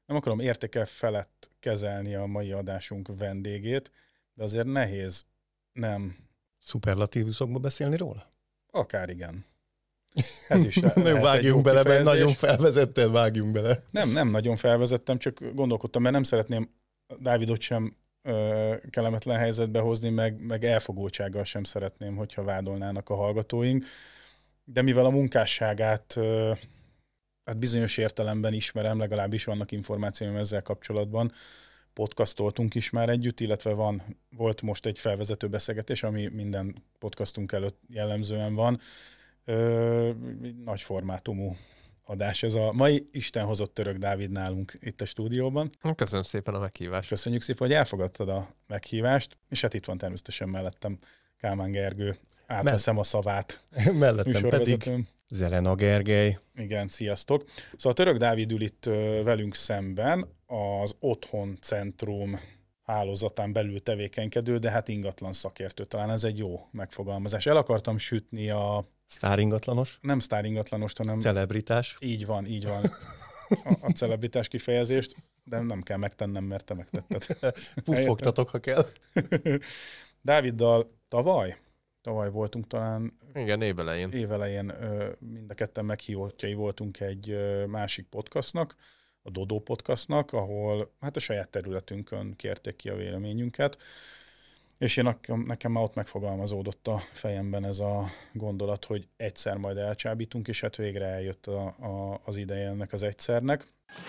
nem akarom értéke felett kezelni a mai adásunk vendégét, de azért nehéz nem... Szuperlatívuszokba beszélni róla? Akár igen. Ez is nem vágjunk bele, mert nagyon felvezetted, vágjunk bele. Nem nagyon felvezettem, csak gondolkodtam, mert nem szeretném Dávidot sem kellemetlen helyzetbe hozni, meg elfogultsággal sem szeretném, hogyha vádolnának a hallgatóink. De mivel a munkásságát hát bizonyos értelemben ismerem, legalábbis vannak információim ezzel kapcsolatban, podcastoltunk is már együtt, illetve volt most egy felvezető beszélgetés, ami minden podcastunk előtt jellemzően van. Nagy formátumú adás. Ez a mai Isten hozott Török Dávid nálunk itt a stúdióban. Köszönöm szépen a meghívást. Köszönjük szépen, hogy elfogadtad a meghívást, és hát itt van természetesen mellettem Kálmán Gergő. Átveszem a szavát. Mellettem pedig Zelena Gergely. Igen, sziasztok. Szóval Török Dávid ül itt velünk szemben, az Otthon Centrum hálózatán belül tevékenykedő, de hát ingatlan szakértő. Talán ez egy jó megfogalmazás. El akartam sütni a... Sztáringatlanos? Nem sztáringatlanost, hanem... Celebritás? Így van. A celebritás kifejezést, de nem kell megtennem, mert te megtetted. Puffogtatok, ha kell. Dáviddal tavaly voltunk talán... Igen, évelején. Évelején mind a ketten meghívottjai voltunk egy másik podcastnak, a Dodó podcastnak, ahol hát a saját területünkön kérték ki a véleményünket, és nekem már ott megfogalmazódott a fejemben ez a gondolat, hogy egyszer majd elcsábítunk, és hát végre eljött az ideje ennek az egyszernek.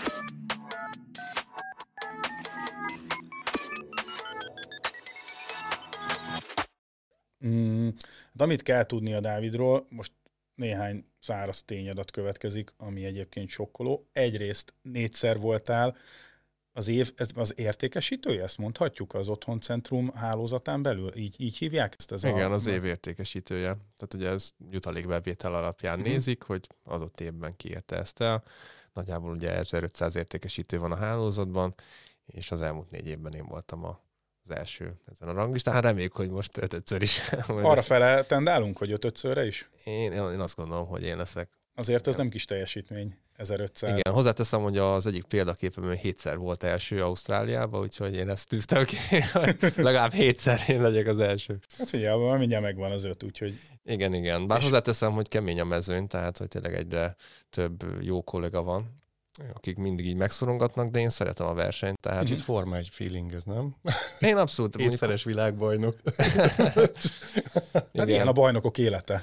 Hát amit kell tudni a Dávidról, most néhány száraz tényadat következik, ami egyébként sokkoló. Egyrészt 4-szer voltál ez az értékesítője, ezt mondhatjuk az Otthon Centrum hálózatán belül? Így hívják ezt? Igen, az év értékesítője. Tehát ugye ez jutalékbevétel alapján nézik, hogy adott évben kiérte ezt el. Nagyjából ugye 1500 értékesítő van a hálózatban, és az elmúlt 4 évben én voltam az első ezen a ranglistán. Hát reméljük, hogy most 5-ször is. Arra fele tendálunk, hogy 5-szörre is? Én azt gondolom, hogy én leszek. Azért ez nem kis teljesítmény, 1500. Igen, hozzáteszem, hogy az egyik példaképemben 7-szer volt első Ausztráliában, úgyhogy én ezt tűztem ki, hogy legalább 7-szer én legyek az első. Hát figyelj, mindjárt megvan az 5, úgyhogy... Igen. Bár hozzáteszem, hogy kemény a mezőny, tehát hogy tényleg egyre több jó kollega van, akik mindig így megszorongatnak, de én szeretem a versenyt. Tehát... Kicsit Forma 1 feeling, ez nem? Én abszolút. 7-szeres világbajnok. Hát ilyen a bajnokok élete.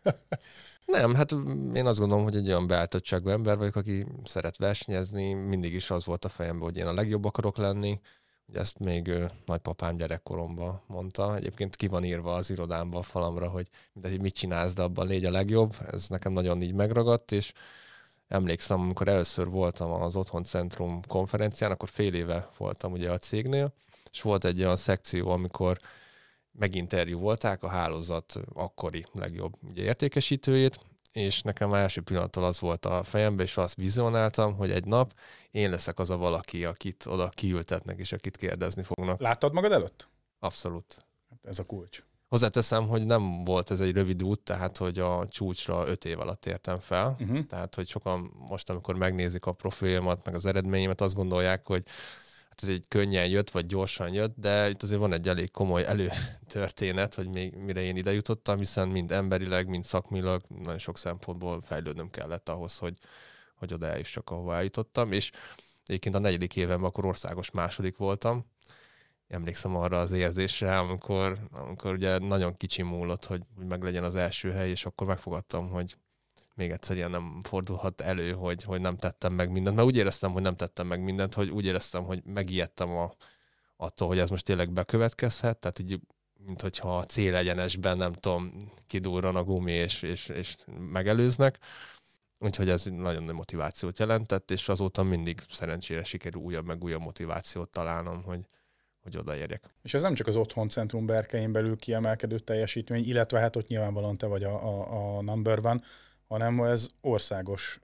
Nem, hát én azt gondolom, hogy egy olyan beállítottságú ember vagyok, aki szeret versenyezni, mindig is az volt a fejemben, hogy én a legjobb akarok lenni. Ugye ezt még nagypapám gyerekkoromban mondta. Egyébként ki van írva az irodámban a falamra, hogy mit csinálsz, de abban légy a legjobb. Ez nekem nagyon így megragadt, és emlékszem, amikor először voltam az Otthon Centrum konferencián, akkor fél éve voltam ugye a cégnél, és volt egy olyan szekció, amikor meginterjú volták a hálózat akkori legjobb ugye, értékesítőjét, és nekem első pillanattól az volt a fejemben, és azt vizionáltam, hogy egy nap én leszek az a valaki, akit oda kiültetnek, és akit kérdezni fognak. Láttad magad előtt? Abszolút. Hát ez a kulcs. Hozzáteszem, hogy nem volt ez egy rövid út, tehát hogy a csúcsra 5 év alatt értem fel. Tehát, hogy sokan most, amikor megnézik a profiljamat, meg az eredményemet, azt gondolják, hogy hát ez egy könnyen jött, vagy gyorsan jött, de itt azért van egy elég komoly előtörténet, hogy még mire én ide jutottam, hiszen mind emberileg, mind szakmilag nagyon sok szempontból fejlődnöm kellett ahhoz, hogy oda eljussak, ahova eljutottam, és egyébként a 4. évemben akkor országos második voltam. Emlékszem arra az érzésre, amikor ugye nagyon kicsi múlott, hogy meglegyen az első hely, és akkor megfogadtam, hogy még egyszer ilyen nem fordulhat elő, hogy nem tettem meg mindent. Mert úgy éreztem, hogy nem tettem meg mindent, hogy úgy éreztem, hogy megijedtem attól, hogy ez most tényleg bekövetkezhet, tehát így, mint hogyha a célegyenesben, nem tudom, kidurran a gumi, és megelőznek. Úgyhogy ez nagyon nagy motivációt jelentett, és azóta mindig szerencsére sikerül újabb meg újabb motivációt találnom, hogy odaérjek. És ez nem csak az Otthon Centrum berkein belül kiemelkedő teljesítmény, illetve hát ott nyilvánvalóan te vagy a number one, hanem ez országos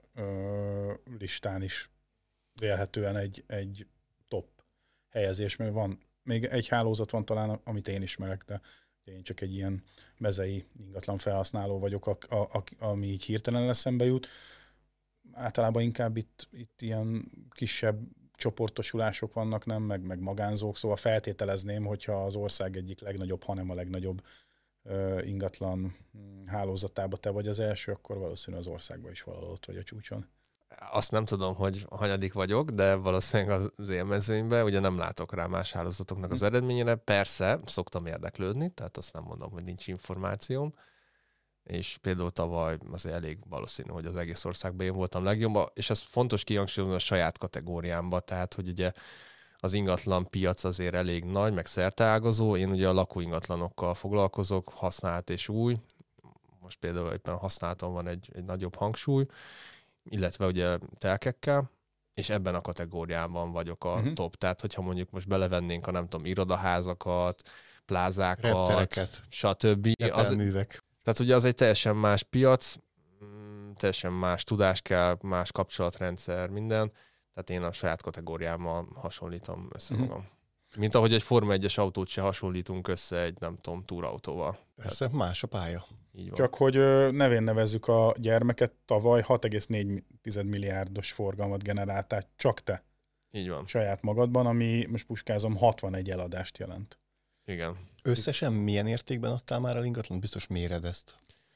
listán is vélhetően egy top helyezés, mert van, még egy hálózat van talán, amit én ismerek, de én csak egy ilyen mezei ingatlan felhasználó vagyok, ami így hirtelen eszembe jut. Általában inkább itt ilyen kisebb csoportosulások vannak, nem, meg magánzók, szóval feltételezném, hogyha az ország egyik legnagyobb, hanem a legnagyobb ingatlan hálózatába te vagy az első, akkor valószínűleg az országban is valahol ott vagy a csúcson. Azt nem tudom, hogy hanyadik vagyok, de valószínűleg az élmezőnyben ugye nem látok rá más hálózatoknak az eredményére. Persze, szoktam érdeklődni, tehát azt nem mondom, hogy nincs információm. És például tavaly azért elég valószínű, hogy az egész országban én voltam legjobb, és ez fontos kihangsúlyozni a saját kategóriámba, tehát hogy ugye az ingatlan piac azért elég nagy, meg szerteágazó, én ugye a lakóingatlanokkal foglalkozok, használt és új, most például éppen a használaton van egy nagyobb hangsúly, illetve ugye telkekkel, és ebben a kategóriában vagyok a top, tehát hogyha mondjuk most belevennénk a nem tudom, irodaházakat, plázákat, reptereket, stb. Tehát ugye az egy teljesen más piac, teljesen más tudás kell, más kapcsolatrendszer, minden. Tehát én a saját kategóriámmal hasonlítom össze magam. Mint ahogy egy Forma 1-es autót se hasonlítunk össze egy, nem tudom, túrautóval. Persze, tehát más a pálya. Így van. Csak hogy nevén nevezzük a gyermeket, tavaly 6,4 milliárdos forgalmat generáltál csak te. Így van. Saját magadban, ami most puskázom 61 eladást jelent. Igen. Összesen milyen értékben adtál már el ingatlan? Biztos méred ezt.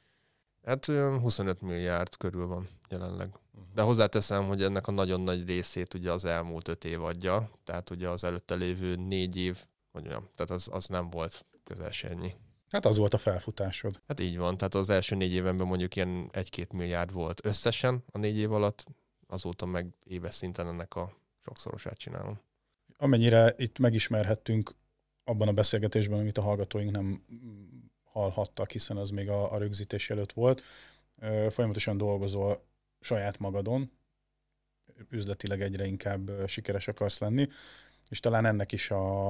Hát 25 milliárd körül van jelenleg. De hozzáteszem, hogy ennek a nagyon nagy részét ugye az elmúlt 5 év adja, tehát ugye az előtte lévő 4 év, vagy olyan, tehát az nem volt közel se ennyi. Hát az volt a felfutásod. Hát így van, tehát az első 4 évenben mondjuk ilyen 1-2 milliárd volt összesen a 4 év alatt, azóta meg éves szinten ennek a sokszorosát csinálom. Amennyire itt megismerhettünk abban a beszélgetésben, amit a hallgatóink nem hallhattak, hiszen az még a rögzítés előtt volt, folyamatosan dolgozol saját magadon, üzletileg egyre inkább sikeres akarsz lenni, és talán ennek is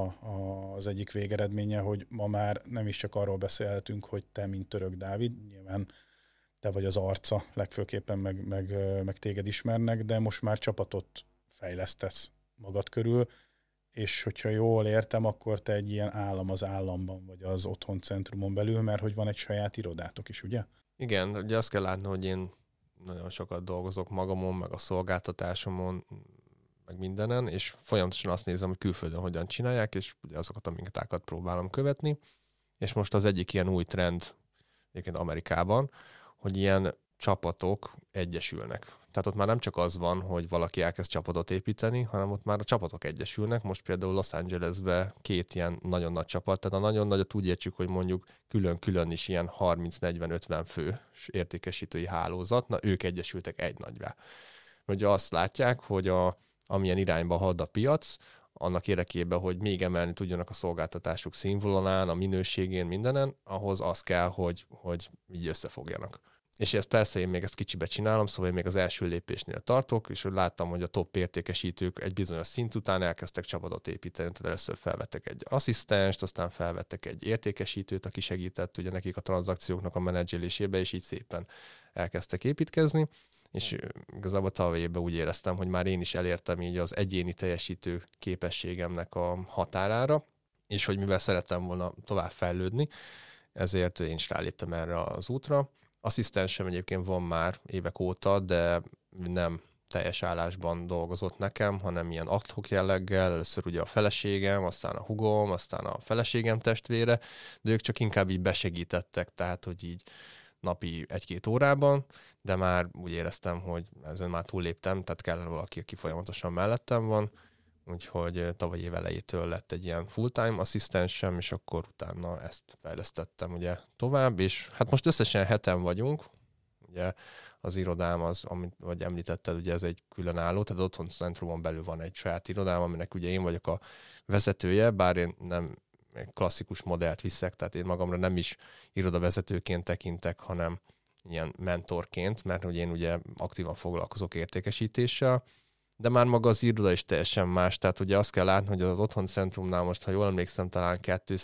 az egyik végeredménye, hogy ma már nem is csak arról beszélhetünk, hogy te, mint Török Dávid, nyilván te vagy az arca, legfőképpen meg téged ismernek, de most már csapatot fejlesztesz magad körül, és hogyha jól értem, akkor te egy ilyen állam az államban, vagy az otthon centrumon belül, mert hogy van egy saját irodátok is, ugye? Igen, ugye azt kell látni, hogy én nagyon sokat dolgozok magamon, meg a szolgáltatásomon, meg mindenen, és folyamatosan azt nézem, hogy külföldön hogyan csinálják, és ugye azokat a mintákat próbálom követni. És most az egyik ilyen új trend, egyébként Amerikában, hogy ilyen csapatok egyesülnek. Tehát ott már nem csak az van, hogy valaki elkezd csapatot építeni, hanem ott már a csapatok egyesülnek. Most például Los Angelesben 2 ilyen nagyon nagy csapat, tehát a nagyon nagyot úgy értsük, hogy mondjuk külön-külön is ilyen 30-40-50 fő értékesítői hálózat, na ők egyesültek egy nagyvá. Ugye azt látják, hogy amilyen irányba halad a piac, annak érdekében, hogy még emelni tudjanak a szolgáltatásuk színvonalán, a minőségén, mindenen, ahhoz az kell, hogy így összefogjanak. És ezt persze én még ezt kicsibe csinálom, szóval én még az első lépésnél tartok, és láttam, hogy a top értékesítők egy bizonyos szint után elkezdtek csapatot építeni, tehát először felvettek egy asszisztenst, aztán felvettek egy értékesítőt, aki segített ugye nekik a tranzakcióknak a menedzselésébe, és így szépen elkezdtek építkezni, és igazából tavaly évben úgy éreztem, hogy már én is elértem így az egyéni teljesítő képességemnek a határára, és hogy mivel szerettem volna tovább fejlődni, ezért én is ráléptem erre az útra. Asszisztensem egyébként van már évek óta, de nem teljes állásban dolgozott nekem, hanem ilyen ad-hoc jelleggel, először ugye a feleségem, aztán a hugom, aztán a feleségem testvére, de ők csak inkább így besegítettek, tehát hogy így napi 1-2 órában, de már úgy éreztem, hogy ezen már túlléptem, tehát kellene valaki, aki folyamatosan mellettem van, úgyhogy tavaly év elejétől lett egy ilyen full-time asszisztensem, és akkor utána ezt fejlesztettem ugye tovább, és hát most összesen 7-en vagyunk, ugye az irodám az, amit vagy említetted, ugye ez egy különálló, tehát otthon centrumon belül van egy saját irodám, aminek ugye én vagyok a vezetője, bár én nem klasszikus modellt viszek, tehát én magamra nem is irodavezetőként tekintek, hanem ilyen mentorként, mert ugye én ugye aktívan foglalkozok értékesítéssel, de már maga az iroda is teljesen más, tehát ugye azt kell látni, hogy az otthon centrumnál most, ha jól emlékszem, talán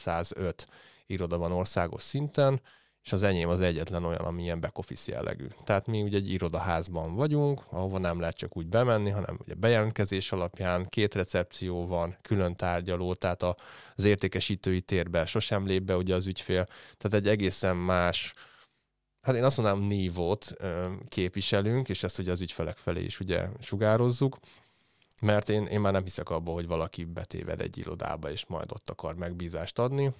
205 iroda van országos szinten, és az enyém az egyetlen olyan, ami ilyen back office jellegű. Tehát mi ugye egy irodaházban vagyunk, ahova nem lehet csak úgy bemenni, hanem ugye bejelentkezés alapján 2 recepció van, külön tárgyaló, tehát az értékesítői térbe sosem lép be ugye az ügyfél, tehát egy egészen más, hát én azt mondanám, nívót képviselünk, és ezt ugye az ügyfelek felé is ugye sugározzuk, Mert én már nem hiszek abba, hogy valaki betéved egy irodába, és majd ott akar megbízást adni,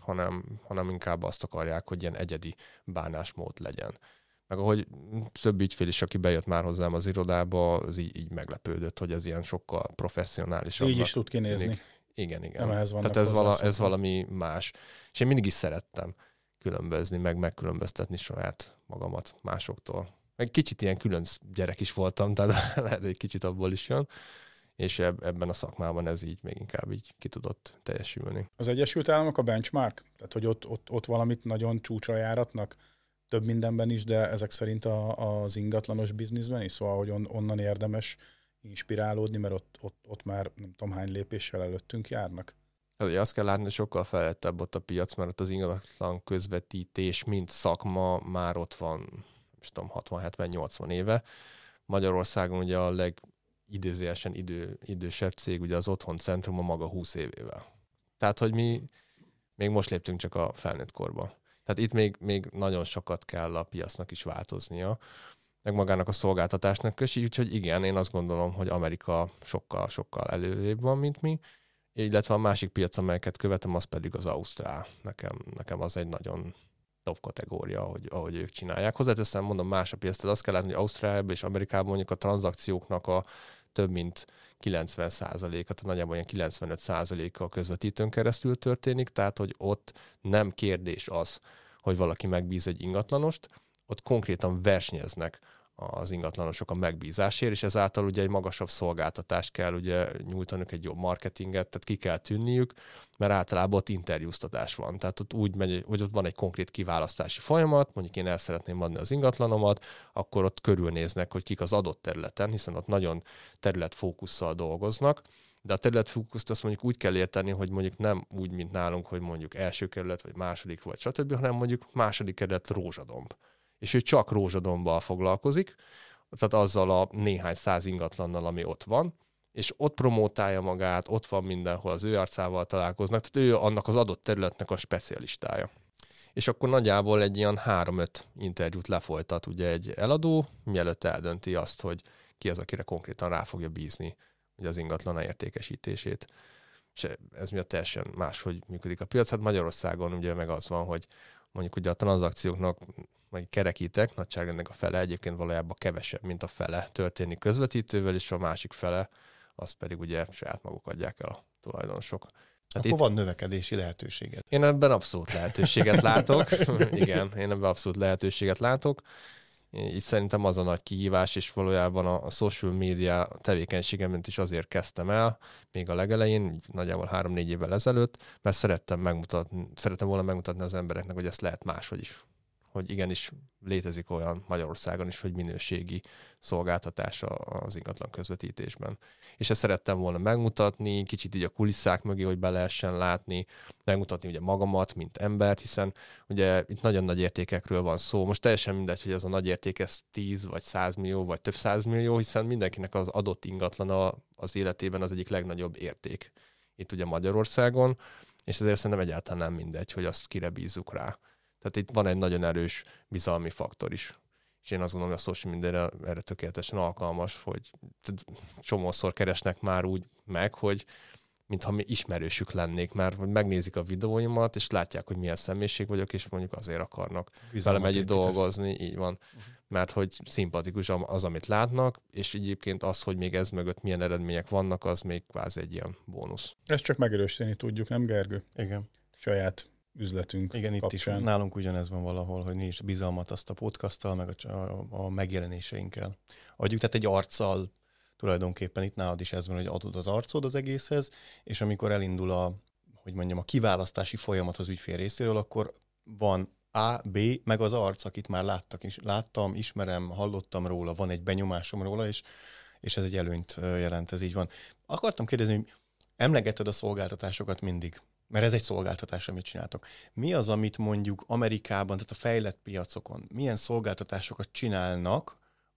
hanem inkább azt akarják, hogy ilyen egyedi bánásmód legyen. Meg ahogy több ügyfél is, aki bejött már hozzám az irodába, az így meglepődött, hogy ez ilyen sokkal professzionálisabb. Így is tud kinézni. Igen. Tehát ez valami más. És én mindig is szerettem különbözni, megkülönböztetni saját magamat másoktól. Meg kicsit ilyen külön gyerek is voltam, tehát lehet, egy kicsit abból is jön. És ebben a szakmában ez így még inkább így ki tudott teljesülni. Az Egyesült Államok a benchmark? Tehát, hogy ott valamit nagyon csúcsra járatnak? Több mindenben is, de ezek szerint az ingatlanos bizniszben is, szóval, hogy onnan érdemes inspirálódni, mert ott már nem tudom hány lépéssel előttünk járnak. Ugye azt kell látni, hogy sokkal fejlettebb ott a piac, mert ott az ingatlan közvetítés, mint szakma már ott van, nem tudom, 60-70-80 éve. Magyarországon ugye a legidézőjelesen idősebb cég, ugye az Otthon Centrum a maga 20 évével. Tehát, hogy mi még most léptünk csak a felnőtt korba. Tehát itt még nagyon sokat kell a piacnak is változnia, meg magának a szolgáltatásnak is, úgyhogy igen, én azt gondolom, hogy Amerika sokkal előrébb van, mint mi, illetve a másik piac, amelyeket követem, az pedig az ausztrál. Nekem az egy nagyon top kategória, ahogy ők csinálják. Hozzáteszem, mondom, más a piac, tehát azt kell látni, hogy Ausztráliában és Amerikában mondjuk a tranzakcióknak a több mint 90%-a, tehát nagyjából ilyen 95%-a a közvetítőn keresztül történik, tehát hogy ott nem kérdés az, hogy valaki megbíz egy ingatlanost, ott konkrétan versenyeznek az ingatlanosok a megbízásért, és ezáltal ugye egy magasabb szolgáltatást kell ugye nyújtanunk, egy jobb marketinget, tehát ki kell tűnniük, mert általában ott interjúztatás van. Tehát ott úgy megy, hogy ott van egy konkrét kiválasztási folyamat, mondjuk én el szeretném adni az ingatlanomat, akkor ott körülnéznek, hogy kik az adott területen, hiszen ott nagyon területfókusszal dolgoznak, de a területfókuszt azt mondjuk úgy kell érteni, hogy mondjuk nem úgy, mint nálunk, hogy mondjuk első kerület, vagy második, vagy stb., hanem mondjuk második kerület Rózsadomb. És ő csak Rózsadombbal foglalkozik, tehát azzal a néhány száz ingatlannal, ami ott van, és ott promótálja magát, ott van mindenhol, az ő arcával találkoznak, tehát ő annak az adott területnek a specialistája. És akkor nagyjából egy ilyen 3-5 interjút lefolytat ugye egy eladó, mielőtt eldönti azt, hogy ki az, akire konkrétan rá fogja bízni ugye az ingatlana értékesítését. És ez miatt teljesen máshogy működik a piac. Hát Magyarországon ugye meg az van, hogy mondjuk ugye a tranzakcióknak meg kerekítek, nagyságrendnek a fele, egyébként valójában kevesebb, mint a fele történik közvetítővel, és a másik fele, azt pedig ugye saját maguk adják el a tulajdonosok. Hát akkor van növekedési lehetőséget. Én ebben abszolút lehetőséget látok. Igen, én ebben abszolút lehetőséget látok. Így szerintem az a nagy kihívás, és valójában a social media tevékenységemet is azért kezdtem el, még a legelején, nagyjából 3-4 évvel ezelőtt, mert szerettem volna megmutatni az embereknek, hogy ezt lehet máshogy is. Hogy igenis létezik olyan Magyarországon is, hogy minőségi szolgáltatás az ingatlan közvetítésben. És ezt szerettem volna megmutatni, kicsit így a kulisszák mögé, hogy be lehessen látni, megmutatni ugye magamat, mint embert, hiszen ugye itt nagyon nagy értékekről van szó. Most teljesen mindegy, hogy ez a nagy érték, ez 10 vagy 100 millió, vagy több 100 millió, hiszen mindenkinek az adott ingatlana az életében az egyik legnagyobb érték itt ugye Magyarországon, és ezért szerintem egyáltalán nem mindegy, hogy azt kire bízzuk rá. Tehát itt van egy nagyon erős bizalmi faktor is. És én azt gondolom, hogy a social media erre tökéletesen alkalmas, hogy csomószor keresnek már úgy meg, hogy mintha mi ismerősük lennék, mert megnézik a videóimat, és látják, hogy milyen személyiség vagyok, és mondjuk azért akarnak velem együtt dolgozni, így van. Mert hogy szimpatikus az, amit látnak, és egyébként az, hogy még ez mögött milyen eredmények vannak, az még kvázi egy ilyen bónusz. Ezt csak megerősíteni tudjuk, nem Gergő? Igen. Saját üzletünk igen, kapcsán. Itt is nálunk ugyanez van valahol, hogy mi is bizalmat azt a podcasttal, meg a megjelenéseinkkel adjuk, tehát egy arccal tulajdonképpen itt nálad is ez van, hogy adod az arcod az egészhez, és amikor elindul a kiválasztási folyamat az ügyfél részéről, akkor van A, B, meg az arc, akit már láttam, ismerem, hallottam róla, van egy benyomásom róla, és ez egy előnyt jelent, ez így van. Akartam kérdezni, hogy emlegeted a szolgáltatásokat mindig, mert ez egy szolgáltatás, amit csináltok. Mi az, amit mondjuk Amerikában, tehát a fejlett piacokon, milyen szolgáltatásokat csinálnak,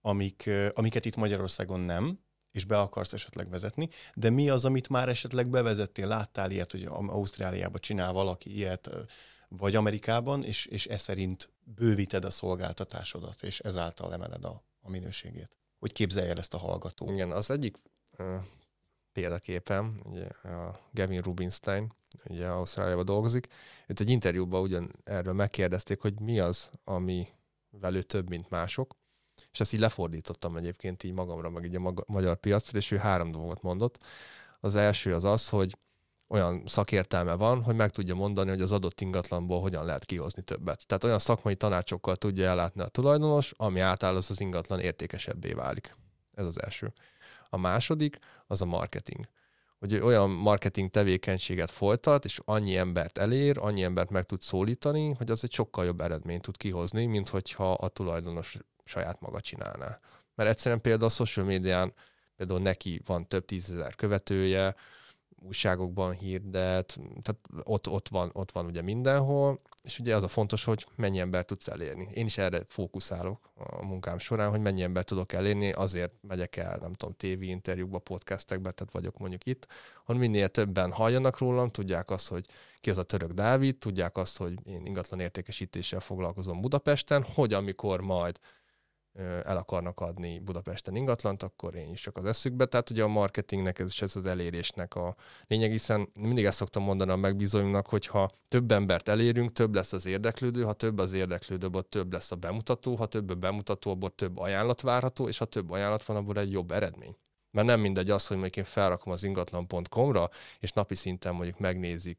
amiket itt Magyarországon nem, és be akarsz esetleg vezetni, de mi az, amit már esetleg bevezettél, láttál ilyet, hogy Ausztráliában csinál valaki ilyet, vagy Amerikában, és ez szerint bővíted a szolgáltatásodat, és ezáltal emeled a minőségét. Hogy képzelje el ezt a hallgató. Igen, az egyik példaképpen, ugye a Gavin Rubinstein, ugye Ausztráliában dolgozik, őt egy interjúban ugyan erről megkérdezték, hogy mi az, ami velő több, mint mások, és ezt így lefordítottam egyébként így magamra, meg így a magyar piacra, és ő 3 dolgot mondott. Az első az az, hogy olyan szakértelme van, hogy meg tudja mondani, hogy az adott ingatlanból hogyan lehet kihozni többet. Tehát olyan szakmai tanácsokkal tudja ellátni a tulajdonos, ami által az ingatlan értékesebbé válik. Ez az első. A második az a marketing. Hogy olyan marketing tevékenységet folytat, és annyi embert elér, annyi embert meg tud szólítani, hogy az egy sokkal jobb eredményt tud kihozni, mint hogyha a tulajdonos saját maga csinálná. Mert egyszerűen például a social médián, például neki van több 10 000 követője, újságokban hirdet, tehát ott van ugye mindenhol, és ugye az a fontos, hogy mennyi embert tudsz elérni. Én is erre fókuszálok a munkám során, hogy mennyi embert tudok elérni, azért megyek el, nem tudom, tévéinterjúkba, podcastekbe, tehát vagyok mondjuk itt, hogy minél többen halljanak rólam, tudják azt, hogy ki az a Török Dávid, tudják azt, hogy én ingatlan értékesítéssel foglalkozom Budapesten, hogy amikor majd el akarnak adni Budapesten ingatlant, akkor én is csak az eszükbe. Tehát ugye a marketingnek ez az elérésnek a lényeg, hiszen mindig ezt szoktam mondani a megbízóimnak, hogy ha több embert elérünk, több lesz az érdeklődő, ha több az érdeklődő, abból több lesz a bemutató, ha több a bemutató, abból több ajánlat várható, és ha több ajánlat van, abból egy jobb eredmény. Mert nem mindegy az, hogy mondjuk én felrakom az ingatlan.com-ra, és napi szinten mondjuk megnézik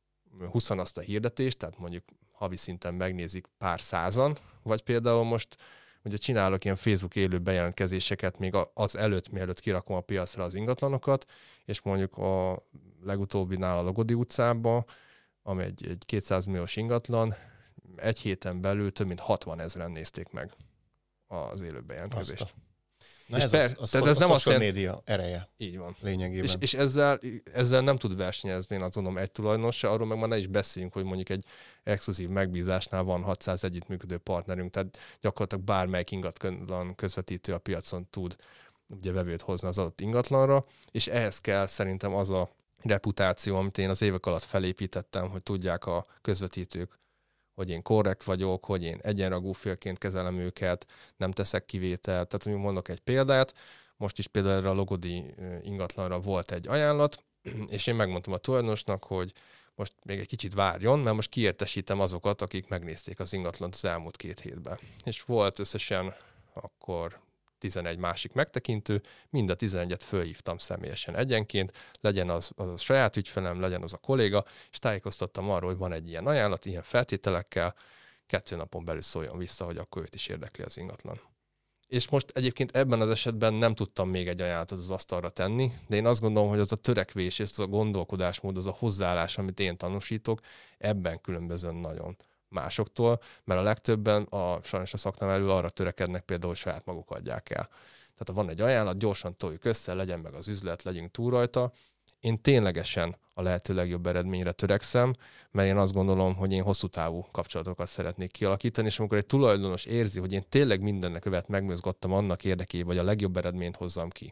20 azt a hirdetést, tehát mondjuk havi szinten megnézik pár százan, vagy például most ugye csinálok ilyen Facebook élő bejelentkezéseket még az előtt, mielőtt kirakom a piacra az ingatlanokat, és mondjuk a legutóbbinál a Logodi utcában, ami egy 200 milliós ingatlan, egy héten belül több mint 60 000 nézték meg az élő bejelentkezést. Na és ez nem a social média ereje. Így van. Lényegében. És ezzel nem tud versenyezni, én azt gondolom, egy tulajdonos se, arról meg már ne is beszéljünk, hogy mondjuk egy exkluzív megbízásnál van 600 együttműködő partnerünk, tehát gyakorlatilag bármelyik ingatlan közvetítő a piacon tud ugye vevőt hozni az adott ingatlanra, és ehhez kell szerintem az a reputáció, amit én az évek alatt felépítettem, hogy tudják a közvetítők, hogy én korrekt vagyok, hogy én egyenrangú félként kezelem őket, nem teszek kivételt. Tehát mondjuk mondok egy példát, most is például erre a Logodi ingatlanra volt egy ajánlat, és én megmondtam a tulajdonosnak, hogy most még egy kicsit várjon, mert most kiértesítem azokat, akik megnézték az ingatlant az elmúlt 2 hétben. És volt összesen akkor 11 másik megtekintő, mind a 11-et fölhívtam személyesen egyenként, legyen az a saját ügyfelem, legyen az a kolléga, és tájékoztattam arról, hogy van egy ilyen ajánlat, ilyen feltételekkel, 2 napon belül szóljon vissza, hogy akkor őt is érdekli az ingatlan. És most egyébként ebben az esetben nem tudtam még egy ajánlatot az asztalra tenni, de én azt gondolom, hogy az a törekvés, és az a gondolkodásmód, az a hozzáállás, amit én tanúsítok, ebben különböző nagyon másoktól, mert a legtöbben sajnos a szakmán belül arra törekednek például, hogy saját maguk adják el. Tehát ha van egy ajánlat, gyorsan toljuk össze, legyen meg az üzlet, legyünk túl rajta. Én ténylegesen a lehető legjobb eredményre törekszem, mert én azt gondolom, hogy én hosszú távú kapcsolatokat szeretnék kialakítani, és amikor egy tulajdonos érzi, hogy én tényleg mindennek övet megmozgattam annak érdekében, hogy a legjobb eredményt hozzam ki,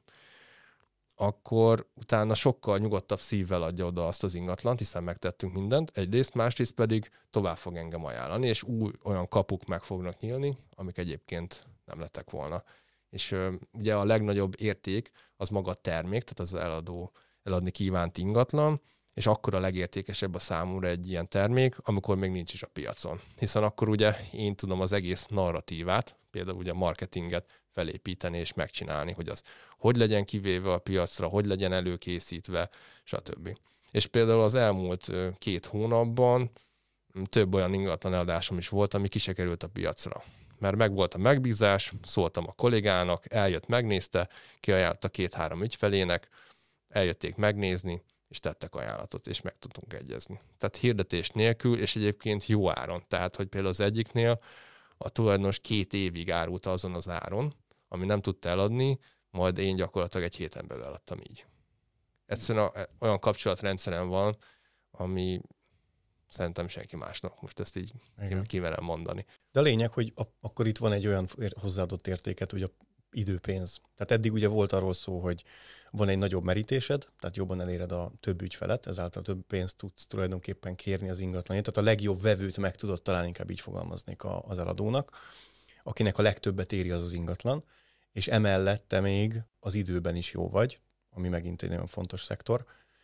akkor utána sokkal nyugodtabb szívvel adja oda azt az ingatlant, hiszen megtettünk mindent, egyrészt, másrészt pedig tovább fog engem ajánlani, és olyan kapuk meg fognak nyílni, amik egyébként nem lettek volna. És ugye a legnagyobb érték az maga a termék, tehát az eladni kívánt ingatlan, és akkor a legértékesebb a számomra egy ilyen termék, amikor még nincs is a piacon. Hiszen akkor ugye én tudom az egész narratívát, például ugye a marketinget felépíteni és megcsinálni, hogy az hogy legyen kivéve a piacra, hogy legyen előkészítve, stb. És például az elmúlt 2 hónapban több olyan ingatlan eladásom is volt, ami ki se került a piacra. Mert megvolt a megbízás, szóltam a kollégának, eljött, megnézte, kiajánlotta 2-3 ügyfelének, eljötték megnézni, és tettek ajánlatot, és meg tudtunk egyezni. Tehát hirdetés nélkül, és egyébként jó áron. Tehát, hogy például az egyiknél a tulajdonos 2 évig árulta azon az áron, ami nem tudta eladni, majd én gyakorlatilag egy héten belül eladtam így. Egyszerűen olyan kapcsolatrendszerem van, ami szerintem senki másnak. Most ezt így kimerem mondani. De a lényeg, hogy akkor itt van egy olyan hozzáadott értéket, hogy a időpénz. Tehát eddig ugye volt arról szó, hogy van egy nagyobb merítésed, tehát jobban eléred a több ügyfelet, ezáltal több pénzt tudsz tulajdonképpen kérni az ingatlanért, tehát a legjobb vevőt meg tudod találni, inkább így fogalmaznék az eladónak, akinek a legtöbbet éri az ingatlan, és emellett te még az időben is jó vagy, ami megint egy nagyon fontos szektor.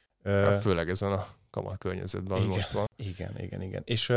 Főleg ezen a kamat környezetben, ami most van. Igen. És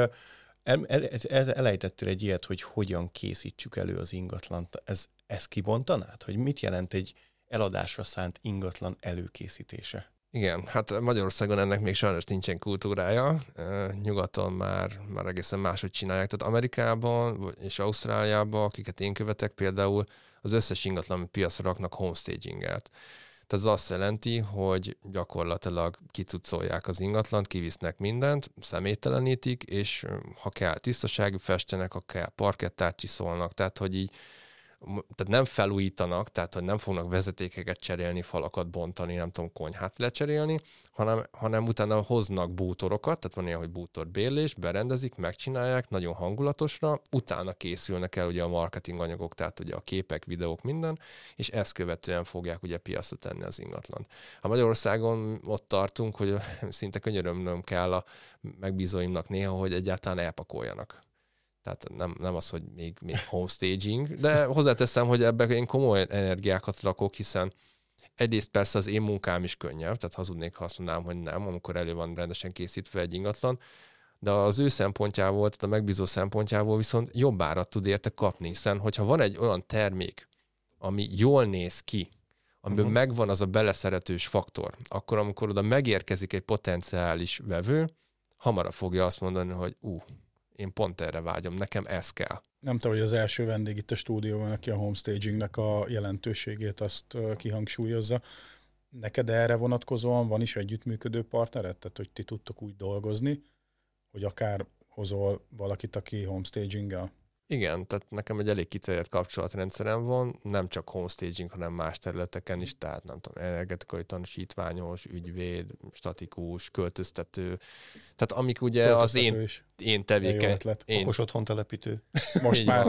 elejtettél egy ilyet, hogy hogyan készítsük elő az ingatlant. Ez kibontanád? Hogy mit jelent egy eladásra szánt ingatlan előkészítése? Igen, hát Magyarországon ennek még sajnos nincsen kultúrája. Nyugaton már egészen máshogy csinálják. Tehát Amerikában és Ausztráliában, akiket én követek, például az összes ingatlan piacra raknak homestaginget. Tehát ez azt jelenti, hogy gyakorlatilag kicucolják az ingatlant, kivisznek mindent, személytelenítik, és ha kell tisztaságú festenek, ha kell parkettát csiszolnak, tehát hogy így tehát nem felújítanak, tehát hogy nem fognak vezetékeket cserélni, falakat bontani, nem tudom, konyhát lecserélni, hanem utána hoznak bútorokat, tehát van ilyen, hogy bútorbérlés, berendezik, megcsinálják, nagyon hangulatosra, utána készülnek el ugye a marketing anyagok, tehát ugye a képek, videók, minden, és ezt követően fogják ugye piacra tenni az ingatlant. A Magyarországon ott tartunk, hogy szinte könyörömnöm kell a megbízóimnak néha, hogy egyáltalán elpakoljanak. Tehát nem az, hogy még homestaging, de hozzáteszem, hogy ebben én komoly energiákat rakok, hiszen egyrészt persze az én munkám is könnyebb, tehát hazudnék, ha azt mondanám, hogy nem, amikor elő van rendesen készítve egy ingatlan, de az ő szempontjából, tehát a megbízó szempontjából viszont jobb árat tud érte kapni, hiszen hogyha van egy olyan termék, ami jól néz ki, amiben megvan az a beleszeretős faktor, akkor amikor oda megérkezik egy potenciális vevő, hamarabb fogja azt mondani, hogy én pont erre vágyom, nekem ez kell. Nem tudom, hogy az első vendég itt a stúdióban, aki a homestagingnek a jelentőségét azt kihangsúlyozza. Neked erre vonatkozóan van is együttműködő partnered? Tehát, hogy ti tudtok úgy dolgozni, hogy akár hozol valakit, aki homestaging-gel? Igen, tehát nekem egy elég kiterjedt kapcsolatrendszerem van, nem csak homestaging, hanem más területeken is, tehát nem tudom, energetikai tanúsítványos, ügyvéd, statikus, költöztető, tehát amik ugye az én tevékeny. Okos otthontelepítő. Most már.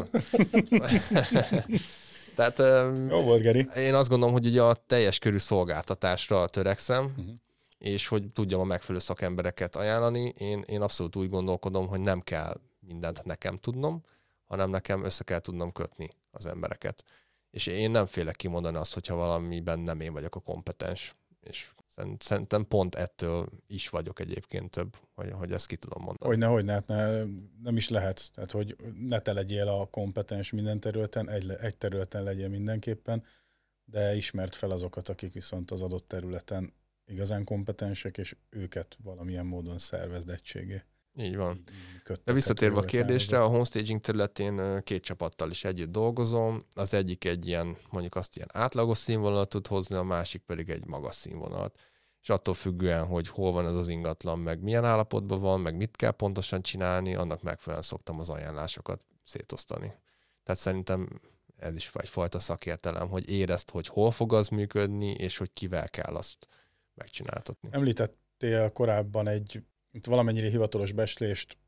Tehát jó volt, Geri. Én azt gondolom, hogy ugye a teljes körű szolgáltatásra törekszem, és hogy tudjam a megfelelő szakembereket ajánlani. Én abszolút úgy gondolkodom, hogy nem kell mindent nekem tudnom, hanem nekem össze kell tudnom kötni az embereket. És én nem félek kimondani azt, hogyha valamiben nem én vagyok a kompetens. És szerintem pont ettől is vagyok egyébként több, hogy ezt ki tudom mondani. Hogyne, nem is lehetsz. Tehát, hogy ne te legyél a kompetens minden területen, egy területen legyél mindenképpen, de ismerd fel azokat, akik viszont az adott területen igazán kompetensek, és őket valamilyen módon szervezd egységé. Így van. De visszatérve a kérdésre, a homestaging területén 2 csapattal is együtt dolgozom. Az egyik egy ilyen, mondjuk azt ilyen átlagos színvonalat tud hozni, a másik pedig egy magas színvonalat. És attól függően, hogy hol van az ingatlan, meg milyen állapotban van, meg mit kell pontosan csinálni, annak megfelelően szoktam az ajánlásokat szétosztani. Tehát szerintem ez is egyfajta szakértelem, hogy érezd, hogy hol fog az működni, és hogy kivel kell azt megcsináltatni. Említettél korábban itt valamennyire hivatalos becslést,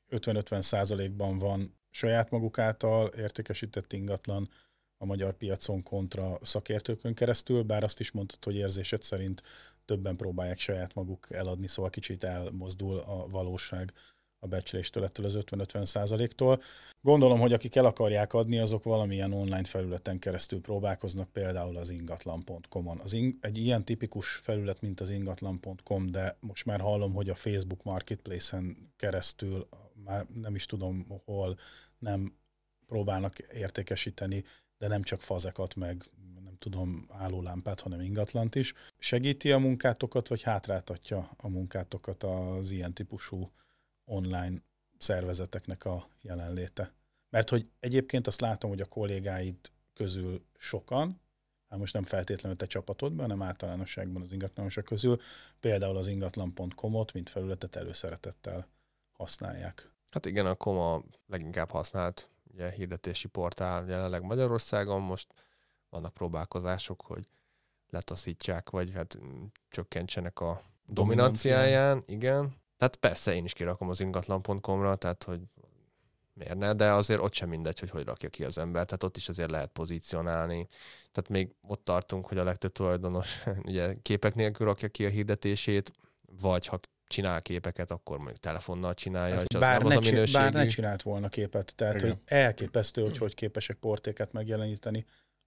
50-50%-ban van saját maguk által értékesített ingatlan a magyar piacon kontra szakértőkön keresztül, bár azt is mondtad, hogy érzésed szerint többen próbálják saját maguk eladni, szóval kicsit elmozdul a valóság a becsléstől, ettől az 50-50%-tól. Gondolom, hogy akik el akarják adni, azok valamilyen online felületen keresztül próbálkoznak, például az ingatlan.com-on. Egy ilyen tipikus felület, mint az ingatlan.com, de most már hallom, hogy a Facebook Marketplace-en keresztül, már nem is tudom hol, nem próbálnak értékesíteni, de nem csak fazekat, meg nem tudom, állólámpát, hanem ingatlant is. Segíti a munkátokat, vagy hátráltatja a munkátokat az ilyen típusú online szervezeteknek a jelenléte? Mert hogy egyébként azt látom, hogy a kollégáid közül sokan, hát most nem feltétlenül te csapatodban, hanem általánosságban az ingatlanosok közül, például az ingatlan.com-ot, mint felületet előszeretettel használják. Hát igen, a Com a leginkább használt ugye, hirdetési portál jelenleg Magyarországon. Most vannak próbálkozások, hogy letaszítsák, vagy hát csökkentsenek a dominanciáján. Igen. Tehát persze én is kirakom az ingatlan.com-ra, tehát hogy miért ne, de azért ott sem mindegy, hogy rakja ki az ember, tehát ott is azért lehet pozícionálni. Tehát még ott tartunk, hogy a legtöbb tulajdonos ugye képek nélkül rakja ki a hirdetését, vagy ha csinál képeket, akkor mondjuk telefonnal csinálja, és az nem az a minőségű. Bár ne csinált volna képet, tehát hogy elképesztő, hogy képesek portéket megjeleníteni,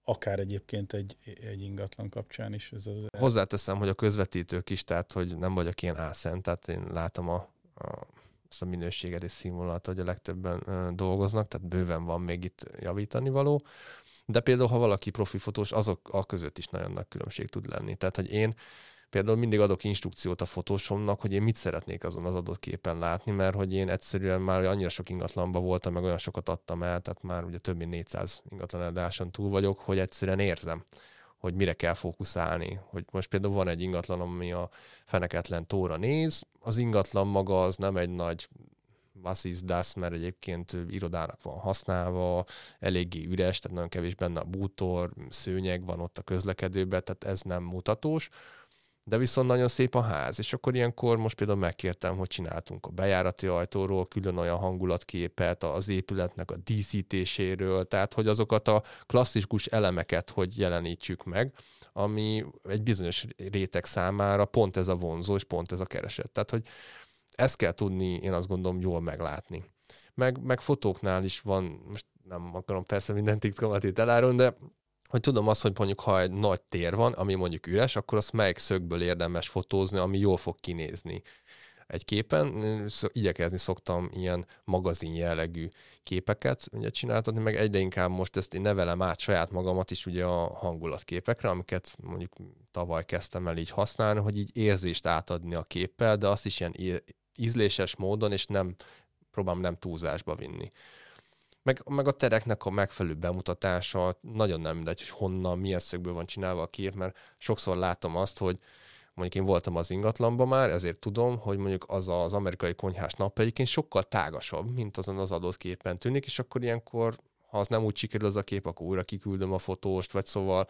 akár egyébként egy ingatlan kapcsán is. Hozzáteszem, hogy a közvetítők is, tehát hogy nem vagyok ilyen álszent, tehát én látom azt a minőséget és színvonalat, hogy a legtöbben dolgoznak, tehát bőven van még itt javítani való. De például, ha valaki profi fotós, azok között is nagyon nagy különbség tud lenni. Tehát, hogy én például mindig adok instrukciót a fotósomnak, hogy én mit szeretnék azon az adott képen látni, mert hogy én egyszerűen már annyira sok ingatlanban voltam, meg olyan sokat adtam el, tehát már ugye több mint 400 ingatlan eladáson túl vagyok, hogy egyszerűen érzem, hogy mire kell fókuszálni. Hogy most például van egy ingatlan, ami a feneketlen tóra néz, az ingatlan maga az nem egy nagy vasszizdász, mert egyébként irodának van használva, eléggé üres, tehát nagyon kevés benne a bútor, szőnyeg van ott a közlekedőben, tehát ez nem mutatós, de viszont nagyon szép a ház, és akkor ilyenkor most például megkértem, hogy csináltunk a bejárati ajtóról külön olyan hangulatképet, az épületnek a díszítéséről, tehát hogy azokat a klasszikus elemeket hogy jelenítsük meg, ami egy bizonyos réteg számára pont ez a vonzó, és pont ez a kereset. Tehát, hogy ezt kell tudni, én azt gondolom, jól meglátni. Meg fotóknál is van, most nem akarom persze minden titkomat itt elárulni, de hogy tudom azt, hogy mondjuk ha egy nagy tér van, ami mondjuk üres, akkor azt melyik szögből érdemes fotózni, ami jól fog kinézni egy képen. Igyekezni szoktam ilyen magazin jellegű képeket ugye csináltatni, meg egyre inkább most ezt én nevelem át saját magamat is ugye a hangulatképekre, amiket mondjuk tavaly kezdtem el így használni, hogy így érzést átadni a képpel, de azt is ilyen ízléses módon, és próbálom nem túlzásba vinni. Meg a tereknek a megfelelő bemutatása, nagyon nem mindegy, hogy honnan, milyen szögből van csinálva a kép, mert sokszor látom azt, hogy mondjuk én voltam az ingatlanban már, ezért tudom, hogy mondjuk az amerikai konyhás nappal egyébként sokkal tágasabb, mint azon az adott képen tűnik, és akkor ilyenkor, ha az nem úgy sikerül az a kép, akkor újra kiküldöm a fotóst, vagy szóval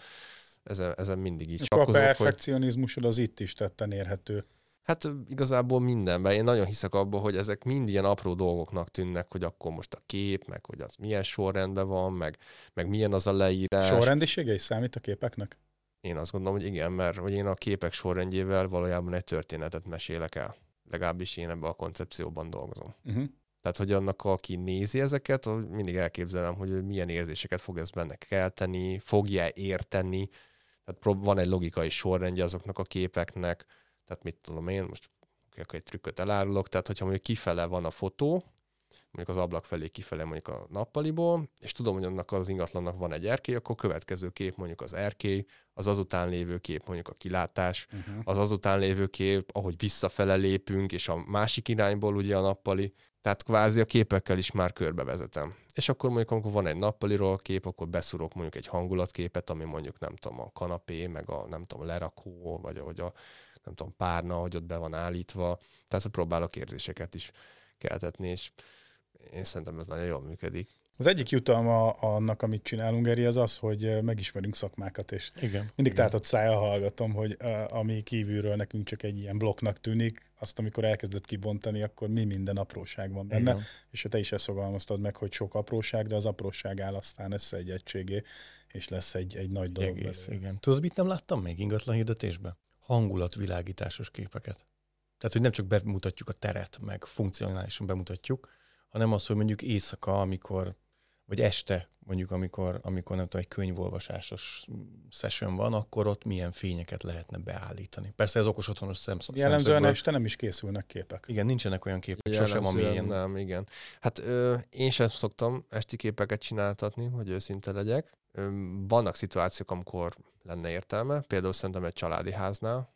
ezen mindig így sakkozok. A perfekcionizmusod az itt is tetten érhető. Hát igazából mindenben. Én nagyon hiszek abban, hogy ezek mind ilyen apró dolgoknak tűnnek, hogy akkor most a kép, meg hogy az milyen sorrendben van, meg milyen az a leírás. Sorrendisége is számít a képeknek? Én azt gondolom, hogy igen, mert hogy én a képek sorrendjével valójában egy történetet mesélek el. Legalábbis én ebben a koncepcióban dolgozom. Tehát, hogy annak, aki nézi ezeket, mindig elképzelem, hogy milyen érzéseket fog ez benne kelteni, fogja érteni. Tehát van egy logikai sorrendje azoknak a képeknek. Tehát mit tudom én, most egy trükköt elárulok, tehát hogyha mondjuk kifele van a fotó, mondjuk az ablak felé kifele mondjuk a nappaliból, és tudom, hogy annak az ingatlannak van egy erkély, akkor következő kép mondjuk az erkély, az azután lévő kép mondjuk a kilátás, az azután lévő kép, ahogy visszafele lépünk, és a másik irányból ugye a nappali, tehát kvázi a képekkel is már körbevezetem. És akkor mondjuk, amikor van egy nappaliról kép, akkor beszúrok mondjuk egy hangulatképet, ami mondjuk nem tudom, a kanapé, meg a nem tudom, lerakó, vagy ahogy a nem tudom, párna, hogy ott be van állítva. Tehát, hogy próbálok érzéseket is keltetni, és én szerintem ez nagyon jól működik. Az egyik jutalma annak, amit csinálunk, Geri, az az, hogy megismerünk szakmákat, és mindig tátott szájjal hallgatom, hogy ami kívülről nekünk csak egy ilyen blokknak tűnik, azt amikor elkezdett kibontani, akkor mi minden apróság van benne, igen. És te is ezt fogalmaztad meg, hogy sok apróság, de az apróság áll aztán össze egy egységé, és lesz egy nagy dolog. Egész, igen. Tudod, mit nem láttam még ingatlan hirdetésben? Hangulatvilágításos képeket. Tehát, hogy nem csak bemutatjuk a teret, meg funkcionálisan bemutatjuk, hanem az, hogy mondjuk éjszaka, vagy este, mondjuk amikor nem tudom, egy könyvolvasásos session van, akkor ott milyen fényeket lehetne beállítani. Persze ez okos otthonos szemszögből. Jellemzően este nem is készülnek képek. Igen, nincsenek olyan képek, sosem a mélyen. Nem, igen. Hát én sem szoktam esti képeket csináltatni, hogy őszinte legyek. Vannak szituációk, amikor lenne értelme, például szerintem egy családi háznál,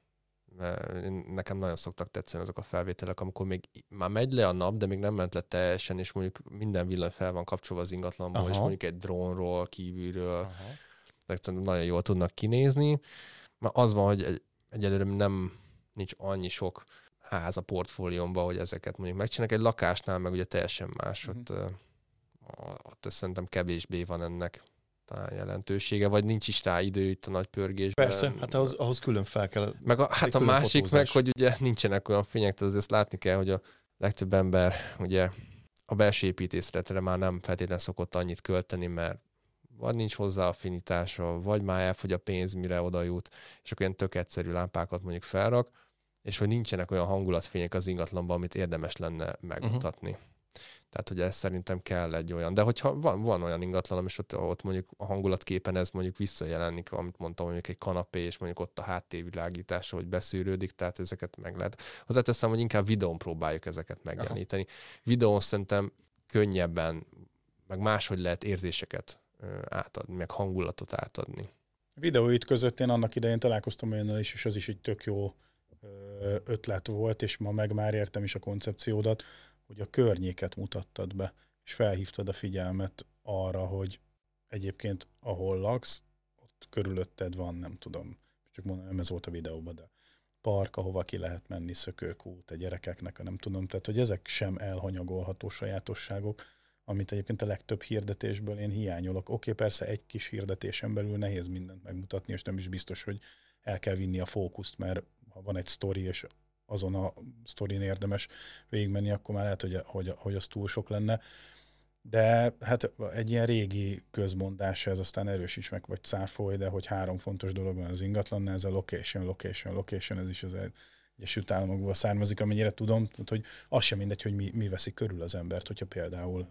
nekem nagyon szoktak tetszeni azok a felvételek, amikor még már megy le a nap, de még nem ment le teljesen, és mondjuk minden villany fel van kapcsolva az ingatlanból, és mondjuk egy drónról, kívülről, de nagyon jól tudnak kinézni. Már az van, hogy egyelőre nincs annyi sok ház a portfóliómban, hogy ezeket mondjuk megcsinálják. Egy lakásnál meg ugye teljesen más, ott szerintem kevésbé van ennek jelentősége, vagy nincs is rá idő itt a nagy pörgésben. Persze, hát ahhoz külön fel kell. Meg a másik fotózás. Meg, hogy ugye nincsenek olyan fények, tehát ezt látni kell, hogy a legtöbb ember ugye a belső építészetre már nem feltétlenül szokott annyit költeni, mert vagy nincs hozzá affinitása, vagy már elfogy a pénz, mire oda jut, és akkor ilyen tök egyszerű lámpákat mondjuk felrak, és hogy nincsenek olyan hangulatfények az ingatlanban, amit érdemes lenne megmutatni. Tehát, hogy ez szerintem kell egy olyan. De hogyha van olyan ingatlan, és ott mondjuk a hangulatképen ez mondjuk visszajelenik, amit mondtam, mondjuk egy kanapé, és mondjuk ott a háttérvilágítása, hogy beszűrődik, tehát ezeket meg lehet. Hozzáteszem, hogy inkább videón próbáljuk ezeket megjeleníteni. Videón szerintem könnyebben, meg máshogy lehet érzéseket átadni, meg hangulatot átadni. A videóid között én annak idején találkoztam olyannal is, és az is egy tök jó ötlet volt, és ma meg már értem is a koncepciódat, hogy a környéket mutattad be, és felhívtad a figyelmet arra, hogy egyébként ahol laksz, ott körülötted van, nem tudom, csak mondom, nem ez volt a videóban, de park, ahova ki lehet menni, szökőkút, a gyerekeknek, nem tudom, tehát hogy ezek sem elhanyagolható sajátosságok, amit egyébként a legtöbb hirdetésből én hiányolok. Oké, persze egy kis hirdetésen belül nehéz mindent megmutatni, és nem is biztos, hogy el kell vinni a fókuszt, mert ha van egy sztori, és azon a sztorin érdemes végigmenni, akkor már lehet, hogy az túl sok lenne. De hát egy ilyen régi közmondás, ez aztán erősíts meg, vagy cáfolj, de hogy 3 fontos dolog van az ingatlannál, ez a location, ez is az Egyesült Államokból származik, amennyire tudom, hogy az sem mindegy, hogy mi veszi körül az embert, hogyha például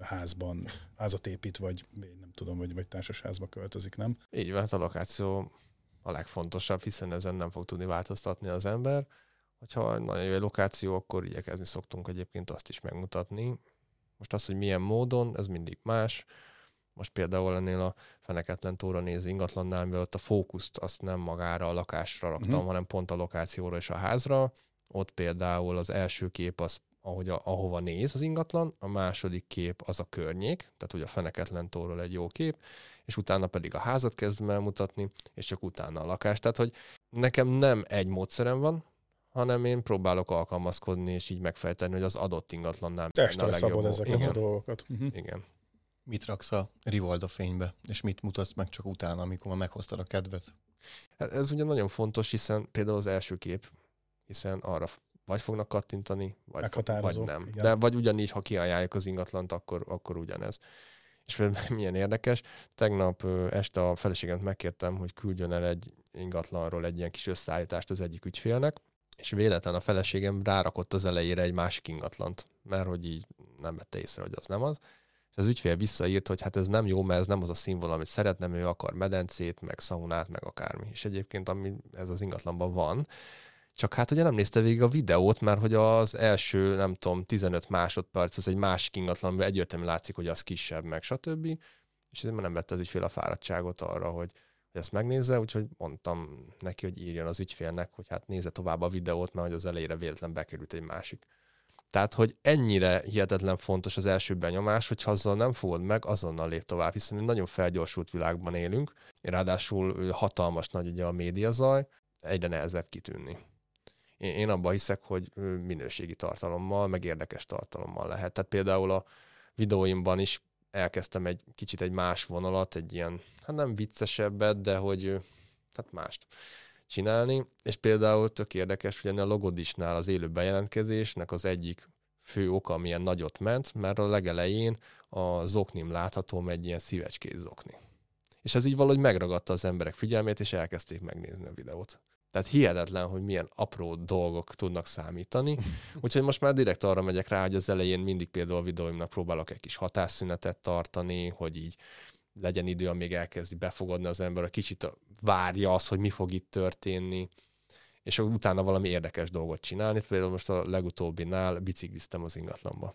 házat épít, vagy nem tudom, vagy társasházba költözik, nem? Így van, a lokáció a legfontosabb, hiszen ezen nem fog tudni változtatni az ember. Hogyha nagyon jó lokáció, akkor igyekezni szoktunk egyébként azt is megmutatni. Most az, hogy milyen módon, ez mindig más. Most például ennél a Feneketlen tóra néző ingatlannál, mivel ott a fókuszt azt nem magára a lakásra raktam, hanem pont a lokációra és a házra. Ott például az első kép az, ahova néz az ingatlan, a második kép az a környék, tehát ugye a Feneketlen tóról egy jó kép, és utána pedig a házat kezdem elmutatni, és csak utána a lakást. Tehát, hogy nekem nem egy módszerem van, hanem én próbálok alkalmazkodni, és így megfejteni, hogy az adott ingatlannál testre szabod ezeket a dolgokat. Igen. Mit raksz a Rivalda fénybe, és mit mutatsz meg csak utána, amikor már meghoztad a kedvet? Ez ugye nagyon fontos, igen, például az első kép, hiszen arra vagy fognak kattintani, vagy nem. Igen. De vagy ugyanígy, ha kiajánljuk az ingatlant, akkor ugyanez. És milyen érdekes, tegnap este a feleségemet megkértem, hogy küldjön el egy ingatlanról egy ilyen kis összeállítást az egyik ügyfélnek, és véletlen a feleségem rárakott az elejére egy másik ingatlant, mert hogy így nem vette észre, hogy az nem az. És az ügyfél visszaírt, hogy hát ez nem jó, mert ez nem az a színvonal, amit szeretnem, ő akar medencét, meg szaunát, meg akármi. És egyébként ami ez az ingatlanban van, csak hát ugye nem nézte végig a videót, mert hogy az első, nem tudom, 15 másodperc, ez egy másik ingatlan, amiben egyértelműen látszik, hogy az kisebb, meg stb. És ezért nem vette az ügyfél a fáradtságot arra, hogy ezt megnézze, úgyhogy mondtam neki, hogy írjon az ügyfélnek, hogy hát nézze tovább a videót, mert hogy az elejére véletlen bekerült egy másik. Tehát, hogy ennyire hihetetlen fontos az első benyomás, hogyha azzal nem fogod meg, azonnal lép tovább, hiszen egy nagyon felgyorsult világban élünk, ráadásul hatalmas nagy ugye a médiazaj, egyre nehezebb kitűnni. Én abban hiszek, hogy minőségi tartalommal, meg érdekes tartalommal lehet. Tehát például a videóimban is elkezdtem egy kicsit egy más vonalat, egy ilyen, hát nem viccesebbet, de hogy hát mást csinálni, és például tök érdekes, hogy ennél a Logodisnál az élő bejelentkezésnek az egyik fő oka, amilyen nagyot ment, mert a legelején a zoknim látható egy ilyen szívecskés zokni. És ez így valahogy megragadta az emberek figyelmét, és elkezdték megnézni a videót. Tehát hihetetlen, hogy milyen apró dolgok tudnak számítani. Úgyhogy most már direkt arra megyek rá, hogy az elején mindig például a videóimnak próbálok egy kis hatásszünetet tartani, hogy így legyen idő, amíg elkezdi befogadni az ember, a kicsit várja azt, hogy mi fog itt történni, és utána valami érdekes dolgot csinálni. Például most a legutóbbinál bicikliztem az ingatlanba.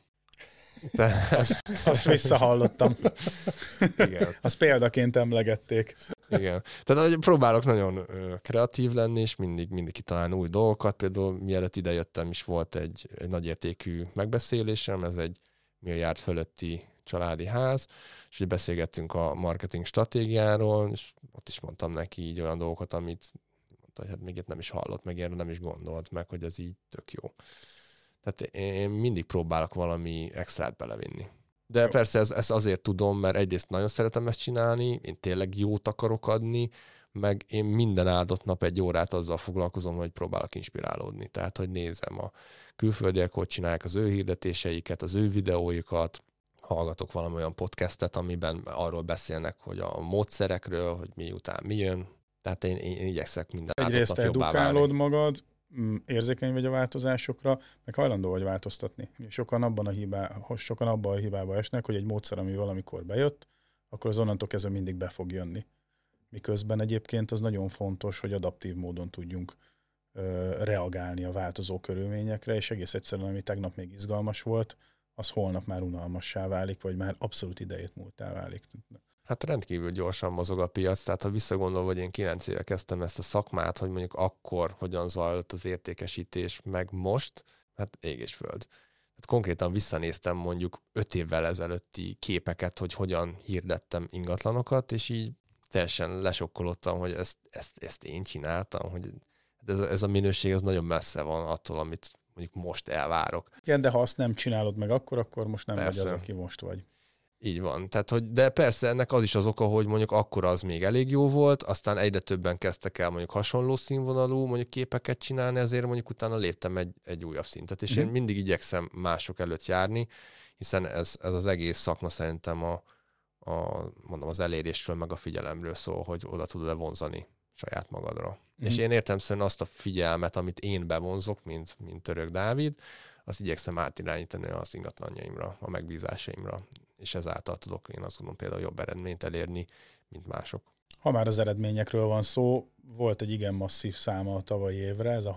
Azt visszahallottam. Igen. Azt példaként emlegették. Igen. Tehát próbálok nagyon kreatív lenni, és mindig kitalálni új dolgokat. Például mielőtt idejöttem is volt egy nagyértékű megbeszélésem, ez egy milliárd fölötti családi ház, és ugye beszélgettünk a marketing stratégiáról, és ott is mondtam neki így olyan dolgokat, amit mondta, hogy hát még itt nem is hallott, meg erről nem is gondolt meg, hogy ez így tök jó. Tehát én mindig próbálok valami extrát belevinni. De persze ezt azért tudom, mert egyrészt nagyon szeretem ezt csinálni, én tényleg jót akarok adni, meg én minden áldott nap egy órát azzal foglalkozom, hogy próbálok inspirálódni. Tehát, hogy nézem a külföldiek, hogy csinálják az ő hirdetéseiket, az ő videóikat, hallgatok valami olyan podcastet, amiben arról beszélnek, hogy a módszerekről, hogy mi után mi jön. Tehát én igyekszek minden áldott nap jobbá válni. Egyrészt edukálod magad, érzékeny vagy a változásokra, meg hajlandó vagy változtatni. Sokan abban a hibába esnek, hogy egy módszer, ami valamikor bejött, akkor az onnantól kezdve mindig be fog jönni. Miközben egyébként az nagyon fontos, hogy adaptív módon tudjunk reagálni a változó körülményekre, és egész egyszerűen, ami tegnap még izgalmas volt, az holnap már unalmassá válik, vagy már abszolút idejét múltá válik. Hát rendkívül gyorsan mozog a piac, tehát ha visszagondolva, hogy én 9 éve kezdtem ezt a szakmát, hogy mondjuk akkor hogyan zajlott az értékesítés, meg most, hát ég és föld. Tehát konkrétan visszanéztem mondjuk 5 évvel ezelőtti képeket, hogy hogyan hirdettem ingatlanokat, és így teljesen lesokkolottam, hogy ezt én csináltam, hogy ez a minőség az nagyon messze van attól, amit mondjuk most elvárok. Igen, de ha azt nem csinálod meg akkor most nem Persze. vagy az, aki most vagy. Így van. Tehát, de persze ennek az is az oka, hogy mondjuk akkor az még elég jó volt, aztán egyre többen kezdtek el mondjuk hasonló színvonalú mondjuk képeket csinálni, ezért mondjuk utána léptem egy újabb szintet. És én mindig igyekszem mások előtt járni, hiszen ez az egész szakma szerintem mondom, az elérésről meg a figyelemről szól, hogy oda tudod-e vonzani saját magadra. És én értelemszerűen azt a figyelmet, amit én bevonzok, mint Török Dávid, azt igyekszem átirányítani az ingatlanjaimra, a megbízásaimra, és ezáltal tudok én azt gondolom például jobb eredményt elérni, mint mások. Ha már az eredményekről van szó, volt egy igen masszív száma a tavalyi évre, ez a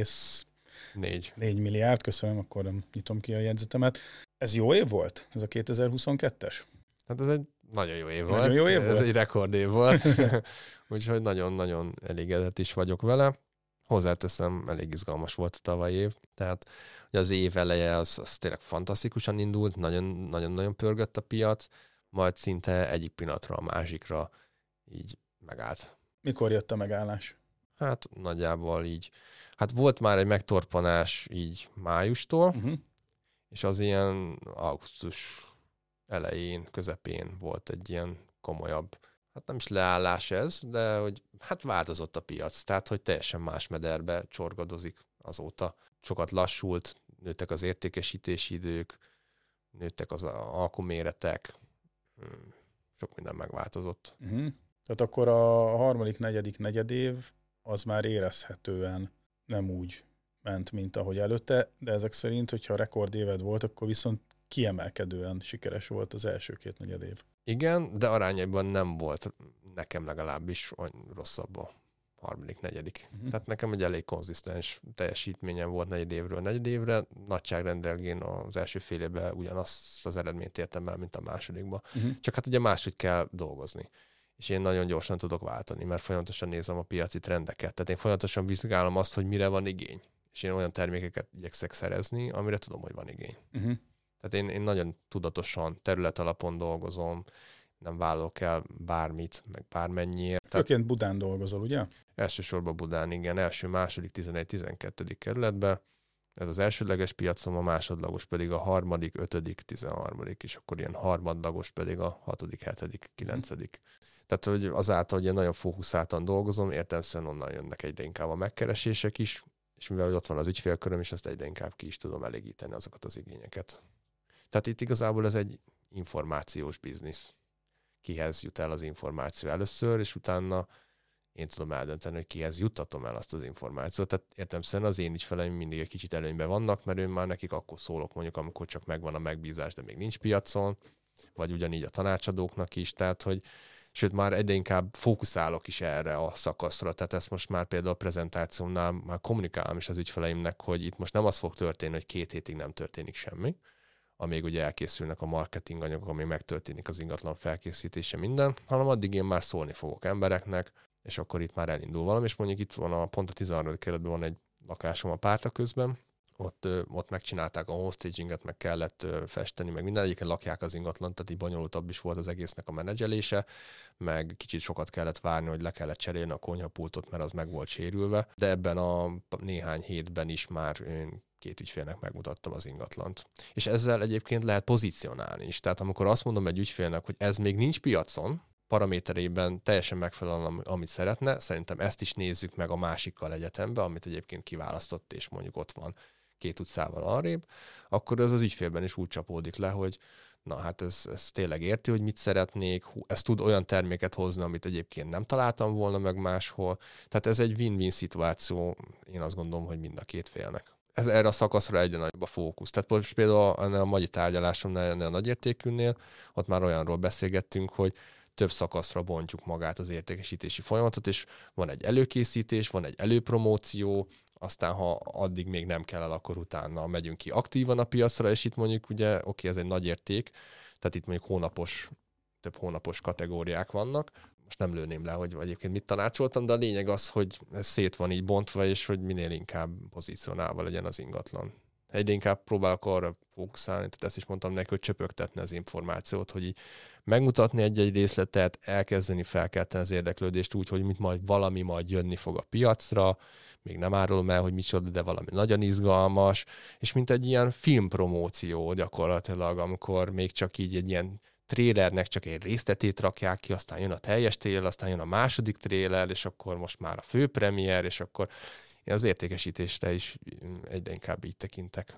6,4 milliárd, köszönöm, akkor nem nyitom ki a jegyzetemet. Ez jó év volt? Ez a 2022-es? Hát ez egy nagyon jó év volt. Nagyon jó év ez volt? egy rekordév volt. Úgyhogy nagyon-nagyon elégedett is vagyok vele. Hozzáteszem, elég izgalmas volt a tavalyi év. Tehát hogy az év eleje az tényleg fantasztikusan indult, nagyon-nagyon pörgött a piac, majd szinte egyik pillanatra a másikra így megállt. Mikor jött a megállás? Hát nagyjából így. Hát volt már egy megtorpanás így májustól, és az ilyen augusztus elején, közepén volt egy ilyen komolyabb, hát nem is leállás ez, de hogy hát változott a piac, tehát hogy teljesen más mederbe csorgadozik azóta. Sokat lassult, nőttek az értékesítési idők, nőttek az alkuméretek, sok minden megváltozott. Tehát akkor a harmadik, negyedik negyedév az már érezhetően nem úgy ment, mint ahogy előtte, de ezek szerint, hogyha rekordéved volt, akkor viszont kiemelkedően sikeres volt az első két negyedév. Igen, de arányaiban nem volt nekem legalábbis rosszabb a harmadik, negyedik. Tehát nekem egy elég konzisztens teljesítményem volt negyedévre. Nagyságrendben az első fél évben ugyanazt az eredményt értem el, mint a másodikban. Csak hát ugye máshogy kell dolgozni. És én nagyon gyorsan tudok váltani, mert folyamatosan nézem a piaci trendeket. Tehát én folyamatosan vizsgálom azt, hogy mire van igény. És én olyan termékeket igyekszek szerezni, amire tudom, hogy van igény. Tehát én nagyon tudatosan terület alapon dolgozom, nem vállalok el bármit, meg bármennyiért. Főként Budán dolgozol, ugye? Elsősorban Budán, igen. Első, második, 11-12. kerületben. Ez az elsődleges piacom, a másodlagos pedig a harmadik, 5., 13., és akkor ilyen harmadlagos pedig a 6., 7., 9. Tehát, hogy azáltal, hogy nagyon fókuszáltan dolgozom, értelemszerűen onnan jönnek egyre inkább a megkeresések is, és mivel hogy ott van az ügyfélköröm, és ezt egyre inkább ki is tudom elégíteni azokat az igényeket. Tehát itt igazából ez egy információs biznisz. Kihez jut el az információ először, és utána én tudom eldönteni, hogy kihez juttatom el azt az információt. Tehát értelemszerűen az én ügyfeleim mindig egy kicsit előnyben vannak, mert én már nekik akkor szólok mondjuk, amikor csak megvan a megbízás, de még nincs piacon, vagy ugyanígy a tanácsadóknak is, tehát hogy sőt, már egyre inkább fókuszálok is erre a szakaszra, tehát ezt most már például a prezentációmnál már kommunikálom is az ügyfeleimnek, hogy itt most nem az fog történni, hogy 2 hétig nem történik semmi, amíg ugye elkészülnek a marketing anyagok, amíg megtörténik az ingatlan felkészítése minden, hanem addig én már szólni fogok embereknek, és akkor itt már elindul valami, és mondjuk itt van pont a 13. kerületben van egy lakásom a Pártaközben, ott megcsinálták a homestaginget, meg kellett festeni, meg minden, egyébként lakják az ingatlan, tehát így bonyolultabb is volt az egésznek a menedzselése, meg kicsit sokat kellett várni, hogy le kellett cserélni a konyhapultot, mert az meg volt sérülve, de ebben a néhány hétben is már én 2 ügyfélnek megmutattam az ingatlant. És ezzel egyébként lehet pozícionálni is. Tehát amikor azt mondom egy ügyfélnek, hogy ez még nincs piacon, paraméterében teljesen megfelelően, amit szeretne, szerintem ezt is nézzük meg a másikkal egyetembe, amit egyébként kiválasztott, és mondjuk ott van 2 utcával arrébb, akkor az ügyfélben is úgy csapódik le, hogy na hát ez tényleg érti, hogy mit szeretnék, ez tud olyan terméket hozni, amit egyébként nem találtam volna meg máshol. Tehát ez egy win-win szituáció, én azt gondolom, hogy mind a két félnek. Ez erre a szakaszra egyre nagyobb a fókusz. Tehát most például a Magyi tárgyalásomnál, a nagyértékűnél, ott már olyanról beszélgettünk, hogy több szakaszra bontjuk magát az értékesítési folyamatot, és van egy előkészítés, van egy előpromóció, aztán ha addig még nem kell el, akkor utána megyünk ki aktívan a piacra, és itt mondjuk ugye, oké, ez egy nagy érték, tehát itt mondjuk több hónapos kategóriák vannak. Most nem lőném le, hogy egyébként mit tanácsoltam, de a lényeg az, hogy ez szét van így bontva, és hogy minél inkább pozícionálva legyen az ingatlan. Egyre inkább próbálok arra fókuszálni, tehát ezt is mondtam neki, hogy csöpögtetni az információt, hogy így megmutatni egy-egy részletet, elkezdeni felkelteni az érdeklődést úgy, hogy valami majd jönni fog a piacra, még nem árulom el, hogy micsoda, de valami nagyon izgalmas, és mint egy ilyen filmpromóció gyakorlatilag, amikor még csak így egy ilyen trélernek csak egy részletét rakják ki, aztán jön a teljes tréler, aztán jön a második tréler, és akkor most már a főpremier, és akkor én az értékesítésre is egyre inkább így tekintek.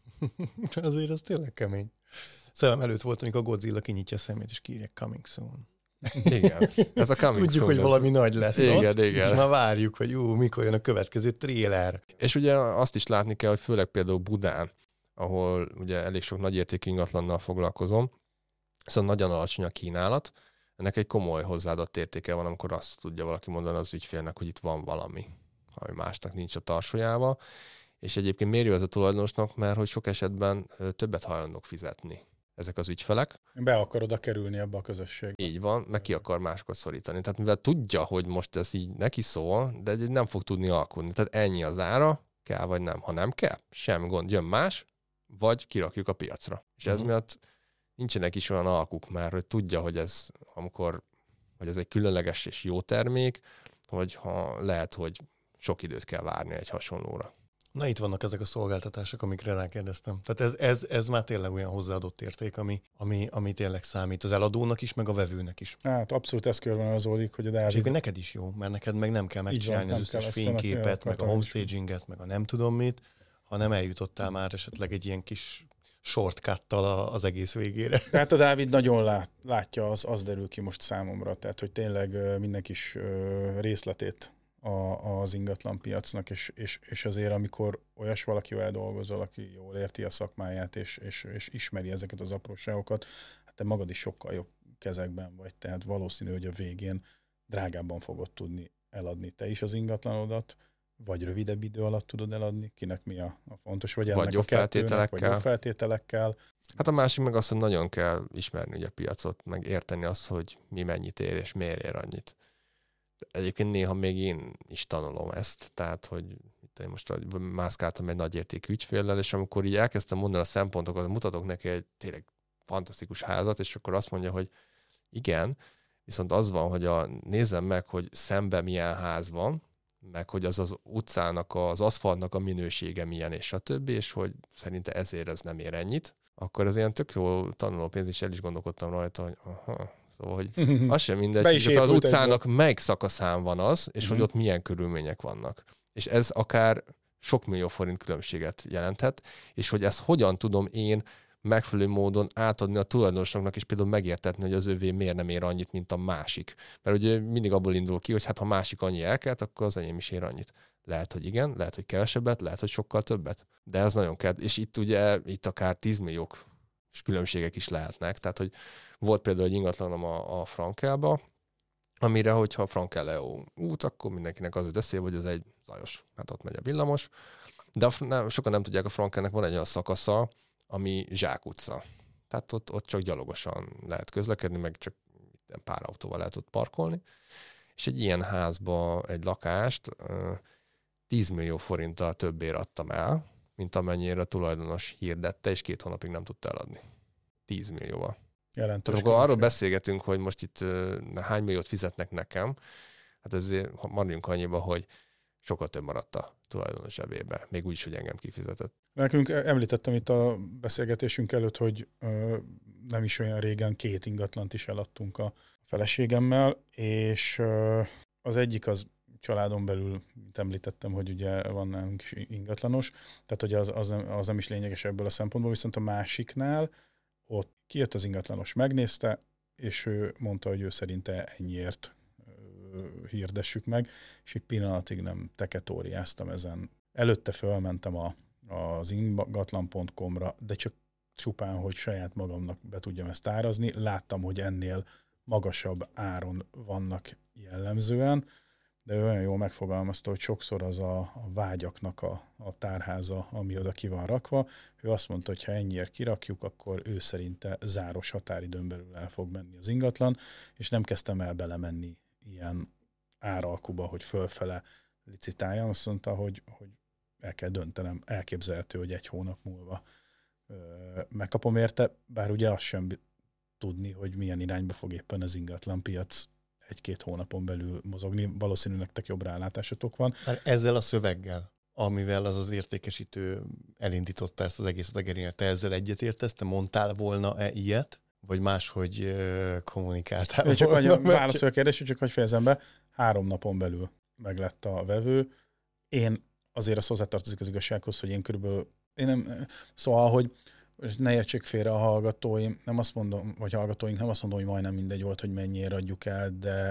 Azért az tényleg kemény. Szemem előtt volt, amikor a Godzilla kinyitja a szemét, és kiírják coming soon. Igen, ez a coming Tudjuk, soon, hogy valami nagy lesz igen, ott, igen. És már várjuk, hogy mikor jön a következő tréler. És ugye azt is látni kell, hogy főleg például Budán, ahol ugye elég sok nagyértékű ingatlannal foglalkozom, szóval nagyon alacsony a kínálat, ennek egy komoly hozzáadott értéke van, amikor azt tudja valaki mondani az ügyfélnek, hogy itt van valami, ami másnak nincs a tarsójában, és egyébként miért jó ez a tulajdonosnak, mert hogy sok esetben többet hajlandók fizetni ezek az ügyfelek. Be akar oda kerülni abba a közösségbe. Így van, meg ki akar másokat szorítani. Tehát mivel tudja, hogy most ez így neki szól, de nem fog tudni alkudni. Tehát ennyi az ára, kell vagy nem. Ha nem kell, semmi gond, jön más, vagy kirakjuk a piacra. És ez miatt nincsenek is olyan alkuk már, hogy tudja, hogy ez hogy ez egy különleges és jó termék, hogy ha lehet, hogy sok időt kell várni egy hasonlóra. Na itt vannak ezek a szolgáltatások, amikre rákérdeztem. Tehát ez már tényleg olyan hozzáadott érték, ami tényleg számít az eladónak is, meg a vevőnek is. Hát abszolút ez körvonalazódik, hogy a Dávid... És egyébként neked is jó, mert neked meg nem kell megcsinálni az összes fényképet, meg a homestaginget, meg a nem tudom mit, hanem eljutottál már esetleg egy ilyen kis shortcut-tal az egész végére. Tehát a Dávid nagyon látja, az derül ki most számomra, tehát hogy tényleg minden kis részletét az ingatlan piacnak, és azért, amikor olyas valakivel dolgozol, aki jól érti a szakmáját, és ismeri ezeket az apróságokat, hát te magad is sokkal jobb kezekben vagy, tehát valószínű, hogy a végén drágábban fogod tudni eladni te is az ingatlanodat, vagy rövidebb idő alatt tudod eladni, kinek mi a fontos, vagy ennek jobb feltételekkel. Vagy jobb feltételekkel. Hát a másik meg azt, hogy nagyon kell ismerni ugye a piacot, meg érteni azt, hogy mi mennyit ér, és miért ér annyit. Egyébként néha még én is tanulom ezt, tehát, hogy most mászkáltam egy nagyértékű ügyféllel, és amikor így elkezdtem mondani a szempontokat, mutatok neki egy tényleg fantasztikus házat, és akkor azt mondja, hogy igen, viszont az van, hogy nézzem meg, hogy szemben milyen ház van, meg hogy az utcának, az aszfaltnak a minősége milyen, és a többi, és hogy szerinte ezért ez nem ér ennyit, akkor ez ilyen tök jó tanulópénz, és el is gondolkodtam rajta, hogy szóval, hogy az sem mindegy, hogy az utcának melyik szakaszán van az, és hogy ott milyen körülmények vannak. És ez akár sok millió forint különbséget jelenthet, és hogy ezt hogyan tudom én megfelelő módon átadni a tulajdonosoknak, és például megértetni, hogy az övé miért nem ér annyit, mint a másik. Mert ugye mindig abból indul ki, hogy hát ha másik annyi elkelt, akkor az enyém is ér annyit. Lehet, hogy igen, lehet, hogy kevesebbet, lehet, hogy sokkal többet. De ez nagyon kell. És itt ugye akár 10 milliók különbségek is lehetnek. Tehát, hogy volt például egy ingatlanom a Frankelba, amire, hogyha a Frankel-Leó út, akkor mindenkinek az jut eszébe, hogy ez egy zajos. Hát ott megy a villamos. De sokan nem tudják, a Frankelnek van egy olyan szakasza, ami zsákutca. Tehát ott csak gyalogosan lehet közlekedni, meg csak pár autóval lehet ott parkolni. És egy ilyen házba egy lakást 10 millió forinttal többért adtam el, mint amennyire a tulajdonos hirdette, és 2 hónapig nem tudta eladni. 10 millióval. Jelentős. Tehát akkor arról beszélgetünk, hogy most itt hány milliót fizetnek nekem, hát ezért maradjunk annyiba, hogy sokkal több maradt a tulajdonos zsebébe, még úgy is, hogy engem kifizetett. Nekünk említettem itt a beszélgetésünk előtt, hogy nem is olyan régen 2 ingatlant is eladtunk a feleségemmel, és az egyik az családon belül, mint említettem, hogy ugye van nálunk is ingatlanos, tehát hogy az nem is lényeges ebből a szempontból, viszont a másiknál ott kijött az ingatlanos, megnézte, és ő mondta, hogy ő szerinte ennyiért hirdessük meg, és egy pillanatig nem teketóriáztam ezen. Előtte fölmentem az ingatlan.com-ra, de csak csupán, hogy saját magamnak be tudjam ezt árazni. Láttam, hogy ennél magasabb áron vannak jellemzően, de ő olyan jól megfogalmazta, hogy sokszor az a vágyaknak a tárháza, ami oda ki van rakva. Ő azt mondta, hogy ha ennyiért kirakjuk, akkor ő szerinte záros határidőn belül el fog menni az ingatlan, és nem kezdtem el belemenni ilyen áralkuba, hogy fölfele licitáljam. Azt mondta, hogy el kell döntenem, elképzelhető, hogy 1 hónap múlva megkapom érte, bár ugye azt sem tudni, hogy milyen irányba fog éppen az ingatlan piac 1-2 hónapon belül mozogni. Valószínűleg nektek jobb rálátásotok van. Már ezzel a szöveggel, amivel az értékesítő elindította ezt az egészet a Gerinél, te ezzel egyetértesz? Te mondtál volna-e ilyet? Vagy máshogy kommunikáltál? Én csak annyi válaszol a kérdésre, csak hogy fejezem be, 3 napon belül meglett a vevő. Én azért az hozzátartozik az igazsághoz, hogy én körülbelül, szóval, hogy ne értsék félre a hallgatóim, nem azt mondom, vagy hallgatóink, nem azt mondom, hogy majdnem mindegy volt, hogy mennyire adjuk el,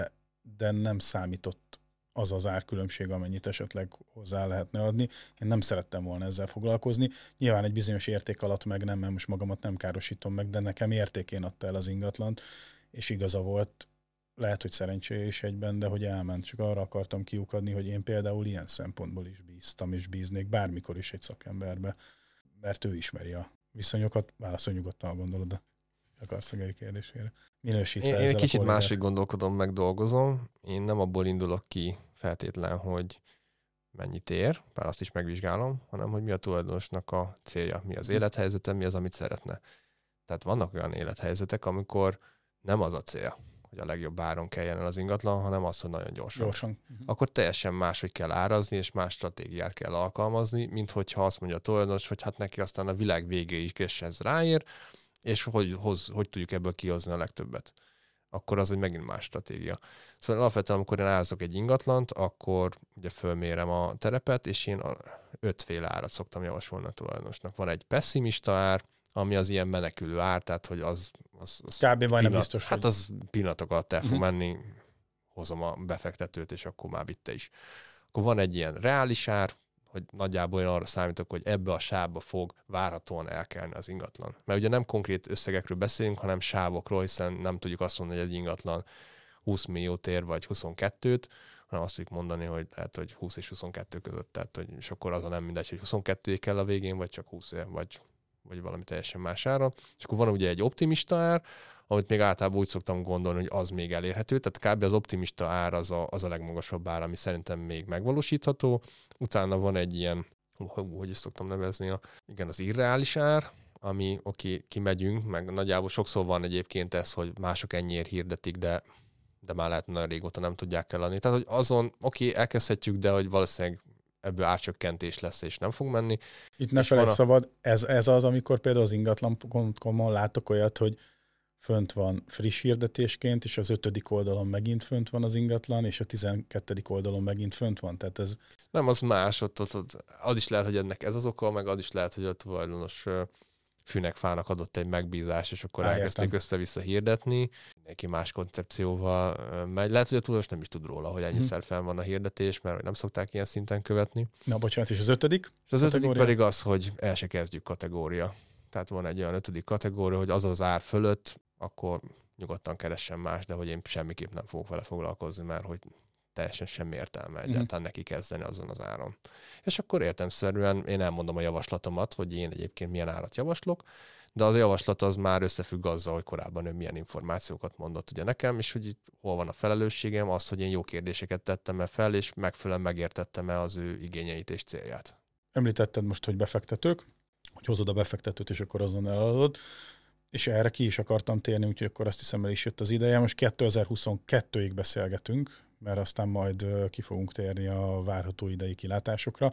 de nem számított az árkülönbség, amennyit esetleg hozzá lehetne adni. Én nem szerettem volna ezzel foglalkozni. Nyilván egy bizonyos érték alatt meg nem, mert most magamat nem károsítom meg, de nekem értékén adta el az ingatlant, és igaza volt, lehet, hogy szerencsé is egyben, de hogy elment. Csak arra akartam kiukadni, hogy én például ilyen szempontból is bíztam, és bíznék bármikor is egy szakemberbe, mert ő ismeri a viszonyokat. Válaszolj nyugodtan, ha gondolod, akarsz a Geri kérdésére. Minősítve én egy kicsit másik gondolkodom, meg dolgozom. Én nem abból indulok ki feltétlen, hogy mennyit ér, bár azt is megvizsgálom, hanem hogy mi a tulajdonosnak a célja, mi az élethelyzete, mi az, amit szeretne. Tehát vannak olyan élethelyzetek, amikor nem az a cél, hogy a legjobb áron kelljen el az ingatlan, hanem az, hogy nagyon gyorsan. Akkor teljesen máshogy kell árazni, és más stratégiát kell alkalmazni, mint hogyha azt mondja a tulajdonos, hogy hát neki aztán a világ végéig is ez ráér, és hogy tudjuk ebből kihozni a legtöbbet. Akkor az egy megint más stratégia. Szóval alapvetően, amikor én árazok egy ingatlant, akkor ugye fölmérem a terepet, és én 5 féle árat szoktam javasolni a tulajdonosnak. Van egy pessimista ár, ami az ilyen menekülő ár, tehát hogy az kb. Majdnem biztos, hát az pillanatok alatt el fog menni, hozom a befektetőt, és akkor már vitte is. Akkor van egy ilyen reális ár, hogy nagyjából én arra számítok, hogy ebbe a sávba fog várhatóan elkelni az ingatlan. Mert ugye nem konkrét összegekről beszélünk, hanem sávokról, hiszen nem tudjuk azt mondani, hogy egy ingatlan 20 milliót ér, vagy 22-t, hanem azt tudjuk mondani, hogy lehet, hogy 20 és 22 között, tehát, hogy, és akkor az a nem mindegy, hogy 22 kell a végén, vagy csak 20 év, vagy valami teljesen más ára. És akkor van ugye egy optimista ár, amit még általában úgy szoktam gondolni, hogy az még elérhető, tehát kb. Az optimista ár az a legmagasabb ár, ami szerintem még megvalósítható. Utána van egy ilyen, hogy is szoktam nevezni, az irreális ár, ami kimegyünk, meg nagyjából sokszor van egyébként ez, hogy mások ennyiért hirdetik, de már lehet nagyon régóta nem tudják eladni. Tehát, hogy azon, elkezdhetjük, de hogy valószínűleg ebből árcsökkentés lesz, és nem fog menni. Itt ne felejtsd szabad, ez az, amikor például az ingatlan.com-on látok olyat, hogy fönt van friss hirdetésként, és az 5. oldalon megint fönt van az ingatlan, és a 12. oldalon megint fönt van. Tehát ez... Nem, az más, ott az is lehet, hogy ennek ez az oka, meg az is lehet, hogy a tulajdonos fűnek-fának adott egy megbízás, és akkor elkezdték össze-vissza hirdetni. Neki más koncepcióval megy. Lehet, hogy a tulajdonos nem is tud róla, hogy ennyiszer fenn van a hirdetés, mert nem szokták ilyen szinten követni. Na, bocsánat, és az 5. És az 5. pedig az, hogy el se kezdjük kategória. Tehát van egy olyan 5. kategória, hogy az ár fölött, akkor nyugodtan keressen más, de hogy én semmiképp nem fogok vele foglalkozni, mert hogy teljesen semmi értelme egyáltalán neki kezdeni azon az áron. És akkor értelemszerűen én elmondom a javaslatomat, hogy én egyébként milyen árat javaslok, de az a javaslat az már összefügg azzal, hogy korábban ő milyen információkat mondott ugye nekem, és hogy itt hol van a felelősségem, az, hogy én jó kérdéseket tettem fel, és megfelelően megértettem az ő igényeit és célját. Említetted most, hogy befektetők, hogy hozod a befektetőt, és akkor azon eladod, és erre ki is akartam térni, úgyhogy akkor azt hiszem el is jött az ideje. Most 2022-ig beszélgetünk, mert aztán majd ki fogunk térni a várható idei kilátásokra.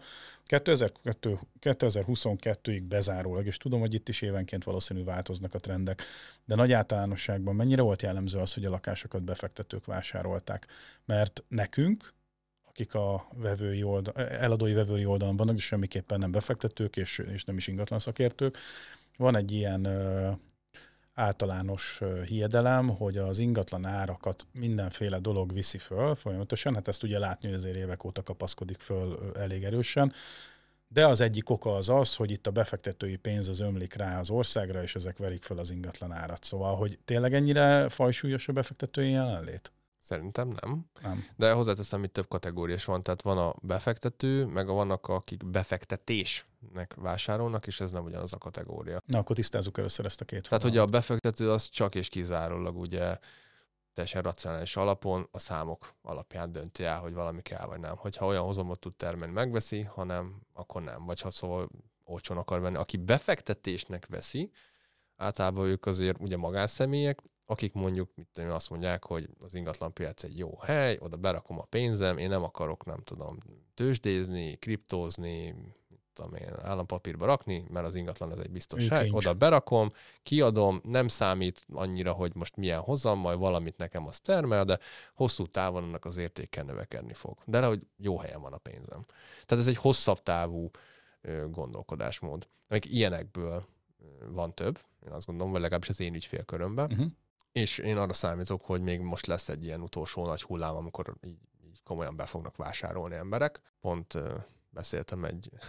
2022-ig bezárólag, és tudom, hogy itt is évenként valószínű változnak a trendek, de nagy általánosságban mennyire volt jellemző az, hogy a lakásokat befektetők vásárolták? Mert nekünk, akik a eladói vevői oldalon vannak, de semmiképpen nem befektetők, és nem is ingatlan szakértők, van egy ilyen általános hiedelem, hogy az ingatlan árakat mindenféle dolog viszi föl folyamatosan, hát ezt ugye látni, hogy azért évek óta kapaszkodik föl elég erősen, de az egyik oka az, hogy itt a befektetői pénz az ömlik rá az országra, és ezek verik föl az ingatlan árat. Szóval, hogy tényleg ennyire fajsúlyos a befektetői jelenlét? Szerintem nem. Nem. De hozzáteszem, hogy több kategóriás van, tehát van a befektető, meg vannak, akik befektetésnek vásárolnak, és ez nem ugyanaz a kategória. Na, akkor tisztázzuk először ezt a két Tehát, fogalmat. hogy a befektető az csak és kizárólag ugye teljesen racionális alapon a számok alapján dönti el, hogy valami kell, vagy nem. Hogyha olyan hozamot tud termelni, megveszi, ha nem, akkor nem. Vagy ha szóval olcsón akar venni. Aki befektetésnek veszi, általában ők azért ugye magánszemélyek, akik mondjuk azt mondják, hogy az ingatlanpiac egy jó hely, oda berakom a pénzem, én nem akarok, nem tudom, tőzsdézni, kriptózni, állampapírba rakni, mert az ingatlan ez egy biztos hely, oda berakom, kiadom, nem számít annyira, hogy most milyen hozam, majd valamit nekem az termel, de hosszú távon annak az értékkel növekedni fog. De hogy jó helyen van a pénzem. Tehát ez egy hosszabb távú gondolkodásmód. Amik ilyenekből van több, én azt gondolom, vagy legalábbis az én ügyfélkörömben. És én arra számítok, hogy még most lesz egy ilyen utolsó nagy hullám, amikor így komolyan be fognak vásárolni emberek. Pont beszéltem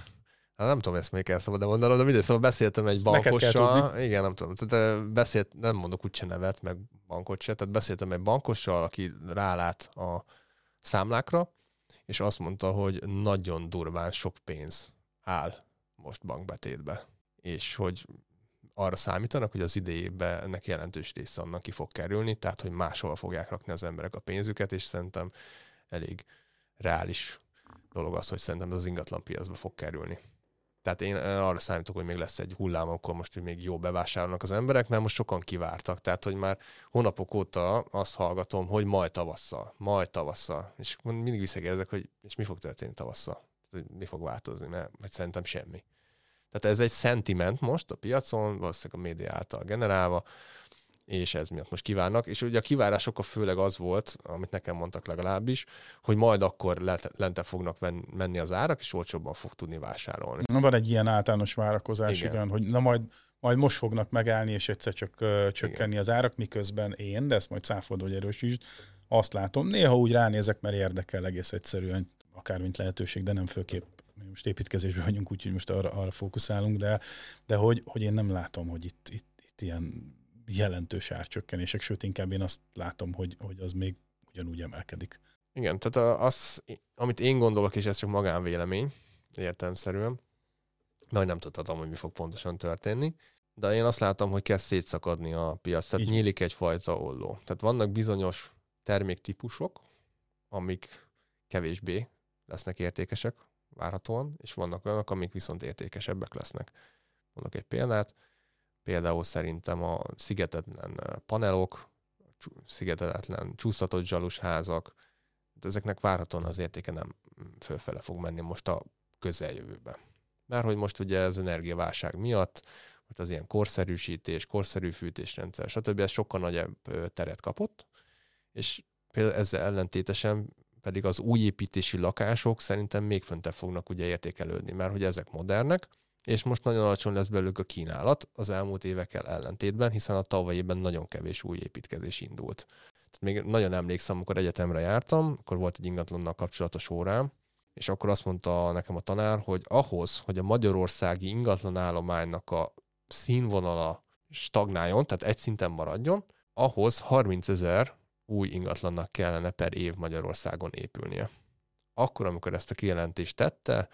nem tudom, ezt még el szabad mondanom, de mindegy, szóval beszéltem egy bankossal. Igen, nem tudom. Tehát nem mondok úgyse nevet, meg bankot se. Tehát beszéltem egy bankossal, aki rálát a számlákra, és azt mondta, hogy nagyon durván sok pénz áll most bankbetétbe. És hogy arra számítanak, hogy az idejében ennek jelentős része annak ki fog kerülni, tehát hogy máshova fogják rakni az emberek a pénzüket, és szerintem elég reális dolog az, hogy szerintem az ingatlan piacba fog kerülni. Tehát én arra számítok, hogy még lesz egy hullám, akkor most még jó bevásárolnak az emberek, mert most sokan kivártak. Tehát, hogy már hónapok óta azt hallgatom, hogy majd tavasszal. És mindig visszakérdezek, hogy és mi fog történni tavasszal? Mi fog változni? Mert szerintem semmi. Tehát ez egy szentiment most a piacon, valószínűleg a média által generálva, és ez miatt most kívánnak. És ugye a kivárások főleg az volt, amit nekem mondtak legalábbis, hogy majd akkor lente fognak menni az árak, és olcsóbban fog tudni vásárolni. Van egy ilyen általános várakozás, igen, hogy na majd most fognak megállni, és egyszer csak csökkenni az árak, miközben én, de ezt majd Száfold vagy erősítsd, azt látom. Néha úgy ránézek, mert érdekel egész egyszerűen, akár mint lehetőség, de nem főképp. Most építkezésben vagyunk, úgyhogy most arra fókuszálunk, de hogy én nem látom, hogy itt ilyen jelentős árcsökkenések, sőt inkább én azt látom, hogy az még ugyanúgy emelkedik. Igen, tehát amit én gondolok, és ez csak magánvélemény, értelemszerűen, majd nem tudhatom, hogy mi fog pontosan történni, de én azt látom, hogy kezd szétszakadni a piac, tehát nyílik egyfajta olló. Tehát vannak bizonyos terméktípusok, amik kevésbé lesznek értékesek, várhatóan, és vannak olyanok, amik viszont értékesebbek lesznek. Mondok egy példát, például szerintem a szigetetlen panelok, szigetetlen csúsztatott zsalus házak, de ezeknek várhatóan az értéke nem fölfele fog menni most a közeljövőben. Mert hogy most ugye az energiaválság miatt, hogy az ilyen korszerűsítés, korszerű fűtésrendszer, stb. Ez sokkal nagyobb teret kapott, és például ezzel ellentétesen pedig az új építési lakások szerintem még föntebb fognak ugye értékelődni, mert hogy ezek modernek, és most nagyon alacsony lesz belőlük a kínálat az elmúlt évekkel ellentétben, hiszen a tavalyi évben nagyon kevés új építkezés indult. Tehát még nagyon emlékszem, amikor egyetemre jártam, akkor volt egy ingatlannal kapcsolatos órám, és akkor azt mondta nekem a tanár, hogy ahhoz, hogy a magyarországi ingatlanállománynak a színvonala stagnáljon, tehát egy szinten maradjon, ahhoz 30 000 új ingatlannak kellene per év Magyarországon épülnie. Akkor, amikor ezt a kijelentést tette,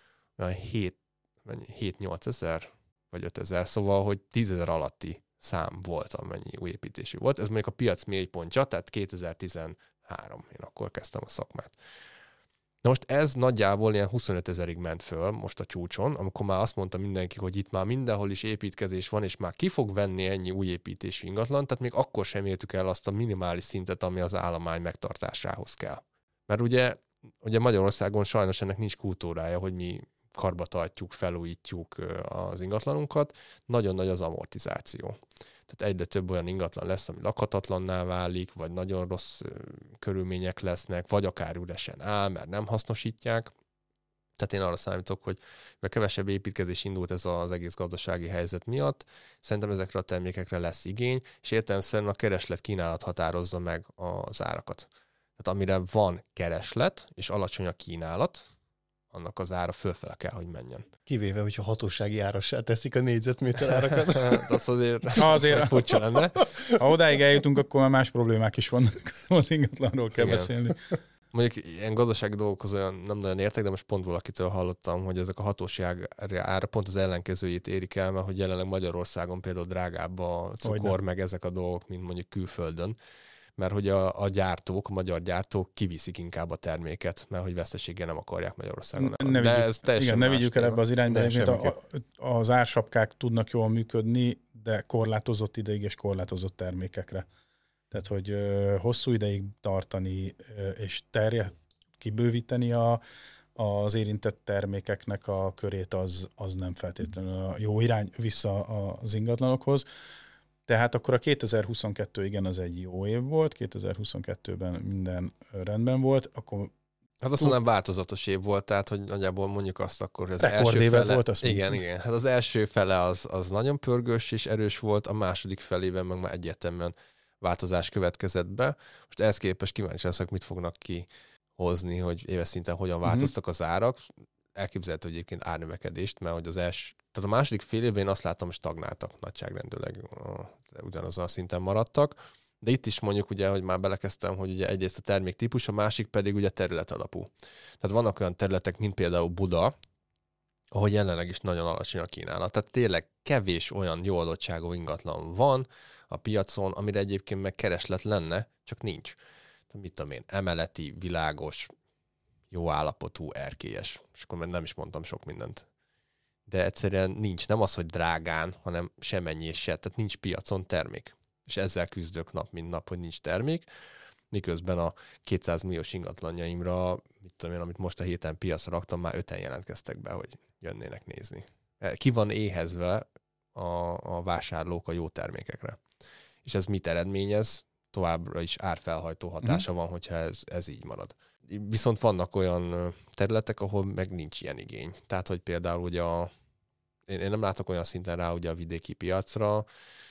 7-8 ezer, vagy 5 ezer, szóval, hogy 10 000 alatti szám volt, amennyi új építésű volt. Ez mondjuk a piac mélypontja, tehát 2013. Én akkor kezdtem a szakmát. Na most ez nagyjából ilyen 25 000-ig ment föl most a csúcson, amikor már azt mondta mindenki, hogy itt már mindenhol is építkezés van, és már ki fog venni ennyi új építésű ingatlan, tehát még akkor sem értük el azt a minimális szintet, ami az állomány megtartásához kell. Mert ugye Magyarországon sajnos ennek nincs kultúrája, hogy mi karba tartjuk, felújítjuk az ingatlanunkat, nagyon nagy az amortizáció. Tehát egyre több olyan ingatlan lesz, ami lakhatatlanná válik, vagy nagyon rossz körülmények lesznek, vagy akár üresen áll, mert nem hasznosítják. Tehát én arra számítok, hogy kevesebb építkezés indult ez az egész gazdasági helyzet miatt, szerintem ezekre a termékekre lesz igény, és értelemszerűen a kereslet kínálat határozza meg az árakat. Tehát amire van kereslet, és alacsony a kínálat, annak az ára fölfele kell, hogy menjen. Kivéve, hogyha hatósági árassá teszik a négyzetméter árakat. Az azért furcsa lenne. Ha odáig eljutunk, akkor már más problémák is vannak. Az ingatlanról kell beszélni. Mondjuk ilyen gazdasági dolgokhoz olyan nem nagyon értek, de most pont valakitől hallottam, hogy ezek a hatóság ára pont az ellenkezőjét érik el, mert hogy jelenleg Magyarországon például drágább a cukor, meg ezek a dolgok, mint mondjuk külföldön. Mert hogy a gyártók, a magyar gyártók kiviszik inkább a terméket, mert hogy veszteséggel nem akarják Magyarországon. Ne vigyük el ebbe az irányba, az ársapkák tudnak jól működni, de korlátozott ideig és korlátozott termékekre. Tehát, hogy hosszú ideig tartani és kibővíteni az érintett termékeknek a körét, az nem feltétlenül a jó irány vissza az ingatlanokhoz. Tehát akkor a 2022 igen, az egy jó év volt, 2022-ben minden rendben volt, akkor... Hát azt mondom, változatos év volt, tehát hogy nagyjából mondjuk azt akkor, hogy az első fele... volt, azt igen. Hát az első fele az nagyon pörgős és erős volt, a második felében meg már egyértelműen változás következett be. Most ehhez képest kíváncsi leszek, mit fognak kihozni, hogy éves szinten hogyan változtak az árak. Elképzelhető, hogy egyébként árnövekedést, mert hogy tehát a második fél évben én azt látom, hogy stagnáltak nagyságrendileg, ugyanazon a szinten maradtak. De itt is mondjuk ugye, hogy már belekezdtem, hogy ugye egyrészt a termék típus, a másik pedig ugye terület alapú. Tehát vannak olyan területek, mint például Buda, ahol jelenleg is nagyon alacsony a kínálat. Tehát tényleg kevés olyan jó adottságú ingatlan van a piacon, amire egyébként meg kereslet lenne, csak nincs. Tehát mit tudom én, emeleti, világos, jó állapotú, erkélyes. És akkor nem is mondtam sok mindent. De egyszerűen nincs, nem az, hogy drágán, hanem semennyi és se, tehát nincs piacon termék. És ezzel küzdök nap, mint nap, hogy nincs termék, miközben a 200 milliós ingatlanjaimra, mit tudom én, amit most a héten piacra raktam, már 5-en jelentkeztek be, hogy jönnének nézni. Ki van éhezve a vásárlók a jó termékekre. És ez mit eredményez? Továbbra is árfelhajtó hatása van, hogyha ez így marad. Viszont vannak olyan területek, ahol meg nincs ilyen igény. Tehát, hogy például ugye én nem látok olyan szinten rá ugye a vidéki piacra,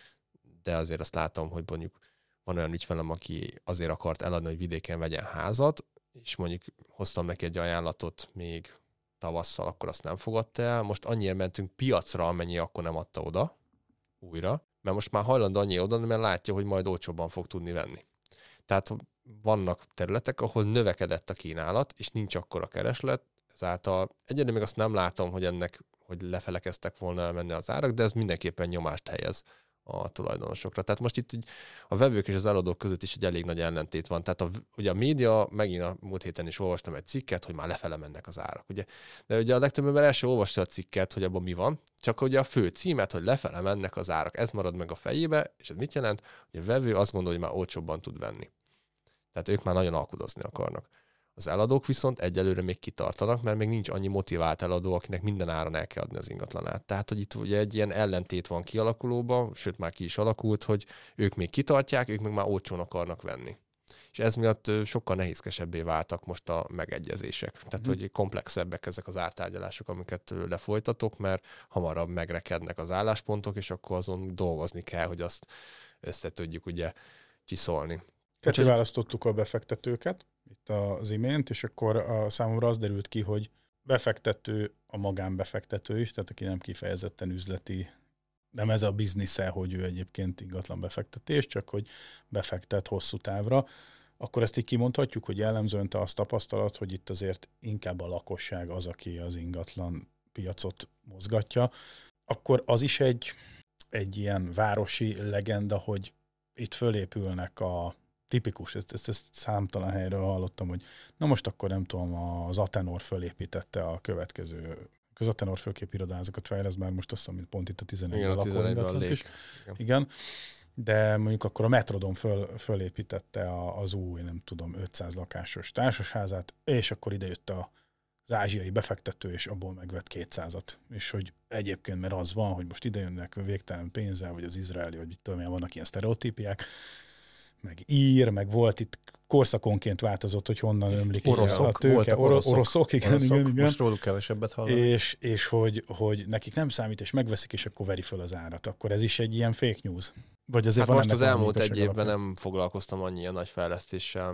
de azért azt látom, hogy mondjuk van olyan ügyfelem, aki azért akart eladni, hogy vidéken vegyen házat, és mondjuk hoztam neki egy ajánlatot még tavasszal, akkor azt nem fogadta el. Most annyira mentünk piacra, amennyi akkor nem adta oda újra, mert most már hajlandó annyi oda, mert látja, hogy majd olcsóbban fog tudni venni. Tehát vannak területek, ahol növekedett a kínálat, és nincs akkora kereslet, ezáltal egyedül még azt nem látom, hogy lefele kezdtek volna elmenni az árak, de ez mindenképpen nyomást helyez a tulajdonosokra. Tehát most itt a vevők és az eladók között is egy elég nagy ellentét van. Tehát ugye a média, megint a múlt héten is olvastam egy cikket, hogy már lefele mennek az árak. Ugye? De ugye a legtöbb ember el sem olvasta a cikket, hogy abban mi van, csak ugye a fő címet, hogy lefele mennek az árak. Ez marad meg a fejébe, és ez mit jelent? Hogy a vevő azt gondolja, hogy már olcsóbban tud venni. Tehát ők már nagyon alkudozni akarnak. Az eladók viszont egyelőre még kitartanak, mert még nincs annyi motivált eladó, akinek minden áron el kell adni az ingatlanát. Tehát, hogy itt ugye egy ilyen ellentét van kialakulóban, sőt már ki is alakult, hogy ők még kitartják, ők még már olcsón akarnak venni. És ez miatt sokkal nehézkesebbé váltak most a megegyezések. Tehát, hogy komplexebbek ezek az ártárgyalások, amiket lefolytatok, mert hamarabb megrekednek az álláspontok, és akkor azon dolgozni kell, hogy azt össze tudjuk ugye csiszolni. Választottuk a befektetőket itt az imént, és akkor számomra az derült ki, hogy befektető a magánbefektető is, tehát aki nem kifejezetten üzleti, nem ez a biznisze, hogy ő egyébként ingatlan befektetés, csak hogy befektet hosszú távra, akkor ezt így kimondhatjuk, hogy jellemzően te azt tapasztalat, hogy itt azért inkább a lakosság az, aki az ingatlan piacot mozgatja. Akkor az is egy ilyen városi legenda, hogy itt fölépülnek a tipikus, ezt számtalan helyről hallottam, hogy na most akkor nem tudom, az Atenor fölépítette a következő, az Atenor fölképirodázokat fejlesz, már most azt mondom, pont itt a 11-ben lakóingatlant is. Igen. De mondjuk akkor a Metrodon fölépítette az új, nem tudom, 500 lakásos társasházát, és akkor ide jött az ázsiai befektető, és abból megvett 200-at. És hogy egyébként, mert az van, hogy most ide jönnek végtelen pénzzel, vagy az izraeli, vagy mit tudom én, vannak ilyen sztereotípiák, meg ír, meg volt itt korszakonként változott, hogy honnan ömlik oroszok, a tőke. Oroszok, igen. Most róluk kevesebbet hallani. És hogy nekik nem számít, és megveszik, és akkor veri föl az árat. Akkor ez is egy ilyen fake news. Vagy azért hát most az elmúlt egy évben nem foglalkoztam annyi nagy fejlesztéssel,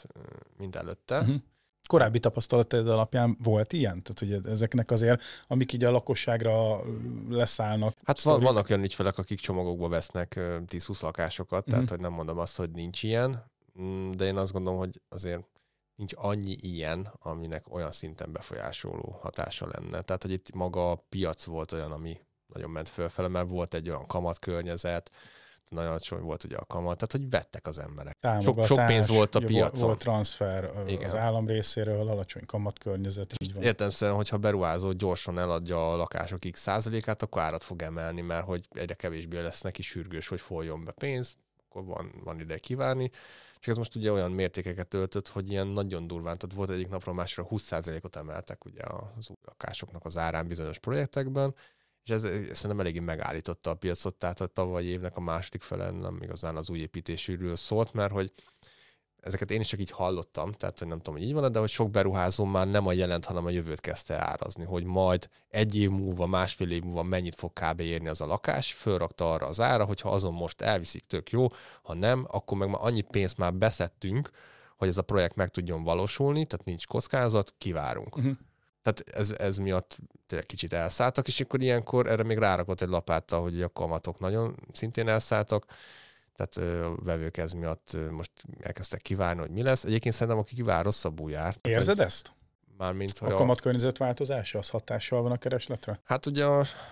mint előtte. Uh-huh. Korábbi tapasztalatod alapján volt ilyen? Tehát, hogy ezeknek azért, amik így a lakosságra leszállnak. Hát vannak olyan ügyfelek, akik csomagokba vesznek 10-20 lakásokat, tehát hogy nem mondom azt, hogy nincs ilyen, de én azt gondolom, hogy azért nincs annyi ilyen, aminek olyan szinten befolyásoló hatása lenne. Tehát, hogy itt maga a piac volt olyan, ami nagyon ment fölfele, mert volt egy olyan kamatkörnyezet, nagyon alacsony volt ugye a kamat, tehát hogy vettek az emberek. Sok pénz volt a piacon. Volt transfer az állam részéről, alacsony kamatkörnyezet. Értelemszerűen, hogyha beruházó gyorsan eladja a lakások x százalékát, akkor árat fog emelni, mert hogy egyre kevésbé lesz neki sürgős, hogy folyjon be pénz, akkor van ide kívánni. Csak ez most ugye olyan mértékeket öltött, hogy ilyen nagyon durván, tehát volt egyik napról másra 20%-ot emeltek ugye az új lakásoknak az árán bizonyos projektekben, és ez szerintem eléggé megállította a piacot, tehát a tavalyi évnek a második fele nem igazán az új építésűről szólt, mert hogy ezeket én is csak így hallottam, tehát hogy nem tudom, hogy így van, de hogy sok beruházó már nem a jelent, hanem a jövőt kezdte árazni, hogy majd egy év múlva, másfél év múlva mennyit fog kb. Érni az a lakás, fölrakta arra az ára, hogyha azon most elviszik, tök jó, ha nem, akkor meg már annyi pénzt már beszedtünk, hogy ez a projekt meg tudjon valósulni, tehát nincs kockázat, kivárunk. Uh-huh. Tehát ez miatt tényleg kicsit elszálltak, és akkor ilyenkor erre még rárakott egy lapáttal, hogy a kamatok nagyon szintén elszálltak, tehát a vevők ez miatt most elkezdtek kivárni, hogy mi lesz. Egyébként szerintem, aki kivár, rosszabbul jár. Érzed ezt? Mármint, hogy a kamatkörnyezet változása, az hatással van a keresletre? Hát ugye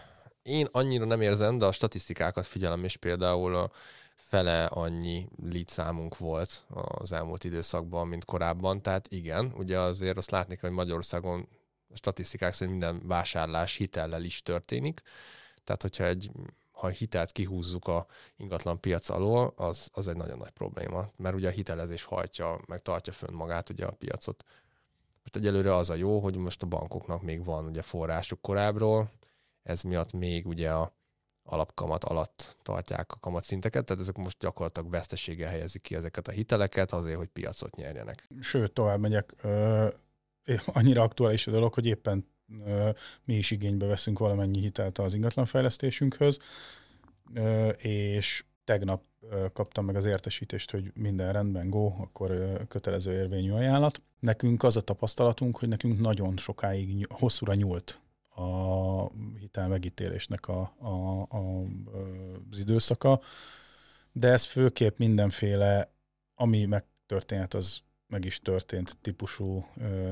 én annyira nem érzem, de a statisztikákat figyelem, és például a fele annyi lead számunk volt az elmúlt időszakban, mint korábban. Tehát igen, ugye azért azt látni kell, hogy Magyarországon a statisztikák szerint minden vásárlás hitellel is történik. Tehát, hogyha ha a hitelt kihúzzuk a ingatlan piac alól, az egy nagyon nagy probléma, mert ugye a hitelezés hajtja, meg tartja fönn magát ugye a piacot. Most egyelőre az a jó, hogy most a bankoknak még van ugye forrásuk korábbról, ez miatt még ugye a alapkamat alatt tartják a kamatszinteket, tehát ezek most gyakorlatilag veszteséggel helyezik ki ezeket a hiteleket azért, hogy piacot nyerjenek. Sőt, tovább megyek, annyira aktuális a dolog, hogy éppen mi is igénybe veszünk valamennyi hitelt az ingatlanfejlesztésünkhöz, és tegnap kaptam meg az értesítést, hogy minden rendben, go, akkor kötelező érvényű ajánlat. Nekünk az a tapasztalatunk, hogy nekünk nagyon sokáig, hosszúra nyúlt a hitel megítélésnek az időszaka, de ez főképp mindenféle, ami megtörténhet, az meg is történt típusú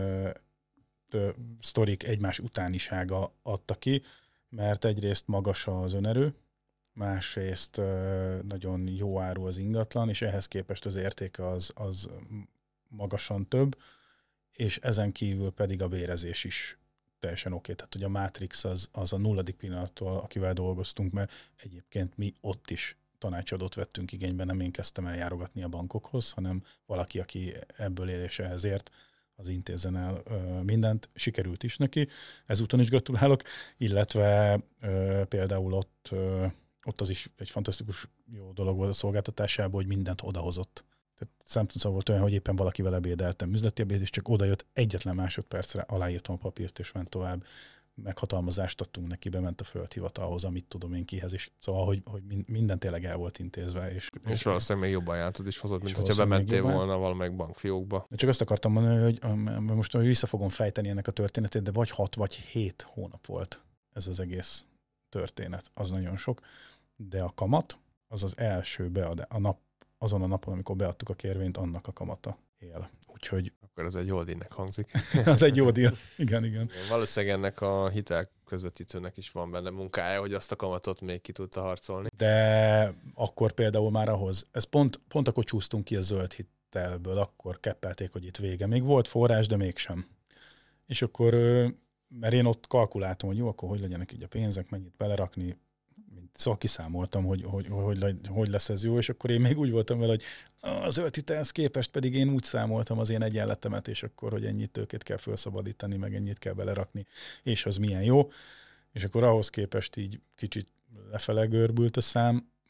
sztorik egymás utánisága adta ki, mert egyrészt magas az önerő, másrészt nagyon jó áru az ingatlan, és ehhez képest az értéke az magasan több, és ezen kívül pedig a bérezés is teljesen oké. Tehát, hogy a Matrix az a nulladik pillanattól, akivel dolgoztunk, mert egyébként mi ott is tanácsadót vettünk igénybe, nem én kezdtem el járogatni a bankokhoz, hanem valaki, aki ebből él és ehhez ért, az intézzen el mindent, sikerült is neki, ezúton is gratulálok, illetve például ott az is egy fantasztikus jó dolog volt a szolgáltatásában, hogy mindent odahozott. Tehát számtalan volt olyan, hogy éppen valakivel ebédeltem, üzleti ebéd, és csak odajött egyetlen másodpercre, aláírtam a papírt, és ment tovább. Meghatalmazást adtunk neki, bement a földhivatalhoz, amit tudom én kihez, és szóval, hogy minden tényleg el volt intézve. És valószínűleg még jobb ajánlatot is hozott, mint hogyha bementél volna valamelyik bankfiókba. Csak azt akartam mondani, hogy most vissza fogom fejteni ennek a történetét, de vagy 6 vagy 7 hónap volt ez az egész történet. Az nagyon sok. De a kamat, az az első azon a napon, amikor beadtuk a kérvényt, annak a kamata él. Úgyhogy... Akkor ez egy jó dílnek hangzik. Az egy jó díl. Igen. Valószínűleg ennek a hitel közvetítőnek is van benne munkája, hogy azt a kamatot még ki tudta harcolni. De akkor például már ahhoz, ez pont akkor csúsztunk ki a zöld hitelből, akkor keppelték, hogy itt vége. Még volt forrás, de mégsem. És akkor, mert én ott kalkuláltam, hogy jó, akkor hogy legyenek így a pénzek, mennyit belerakni, szóval kiszámoltam, hogy lesz ez jó, és akkor én még úgy voltam vele, hogy a zöld hitelhez képest pedig én úgy számoltam az én egyenletemet, és akkor, hogy ennyit tőkét kell felszabadítani, meg ennyit kell belerakni, és az milyen jó. És akkor ahhoz képest így kicsit lefele görbült a szám,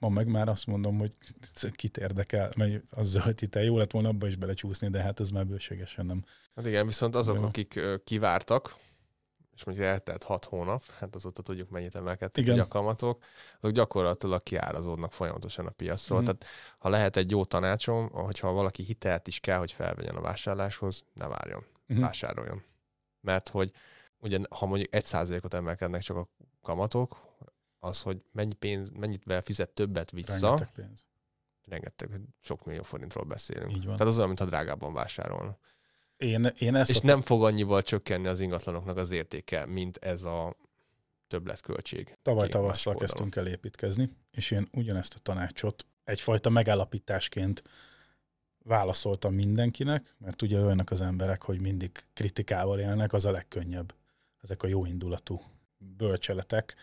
Ma meg már azt mondom, hogy kit érdekel, mert az zöld hitel jó lett volna abba is belecsúszni, de hát ez már bőségesen nem. Hát igen, viszont azok, jó. akik kivártak, és mondjuk eltelt 6 hónap, hát azóta tudjuk, mennyit emelkedtek a kamatok, azok gyakorlatilag kiárazódnak folyamatosan a piacról. Tehát ha lehet egy jó tanácsom, hogyha valaki hitelt is kell, hogy felvegyen a vásárláshoz, ne várjon, vásároljon. Mert hogy ugye, ha mondjuk 1%-ot emelkednek csak a kamatok, az, hogy mennyit fizet többet vissza. Rengeteg pénz. Rengeteg, sok millió forintról beszélünk. Így van. Tehát az olyan, mintha drágábban vásárolna. Én ezt és nem fog annyival csökkenni az ingatlanoknak az értéke, mint ez a többletköltség. Tavaly tavasszal kezdtünk el építkezni, és én ugyanezt a tanácsot egyfajta megállapításként válaszoltam mindenkinek, mert ugye olyanok az emberek, hogy mindig kritikával élnek, az a legkönnyebb. Ezek a jóindulatú bölcseletek,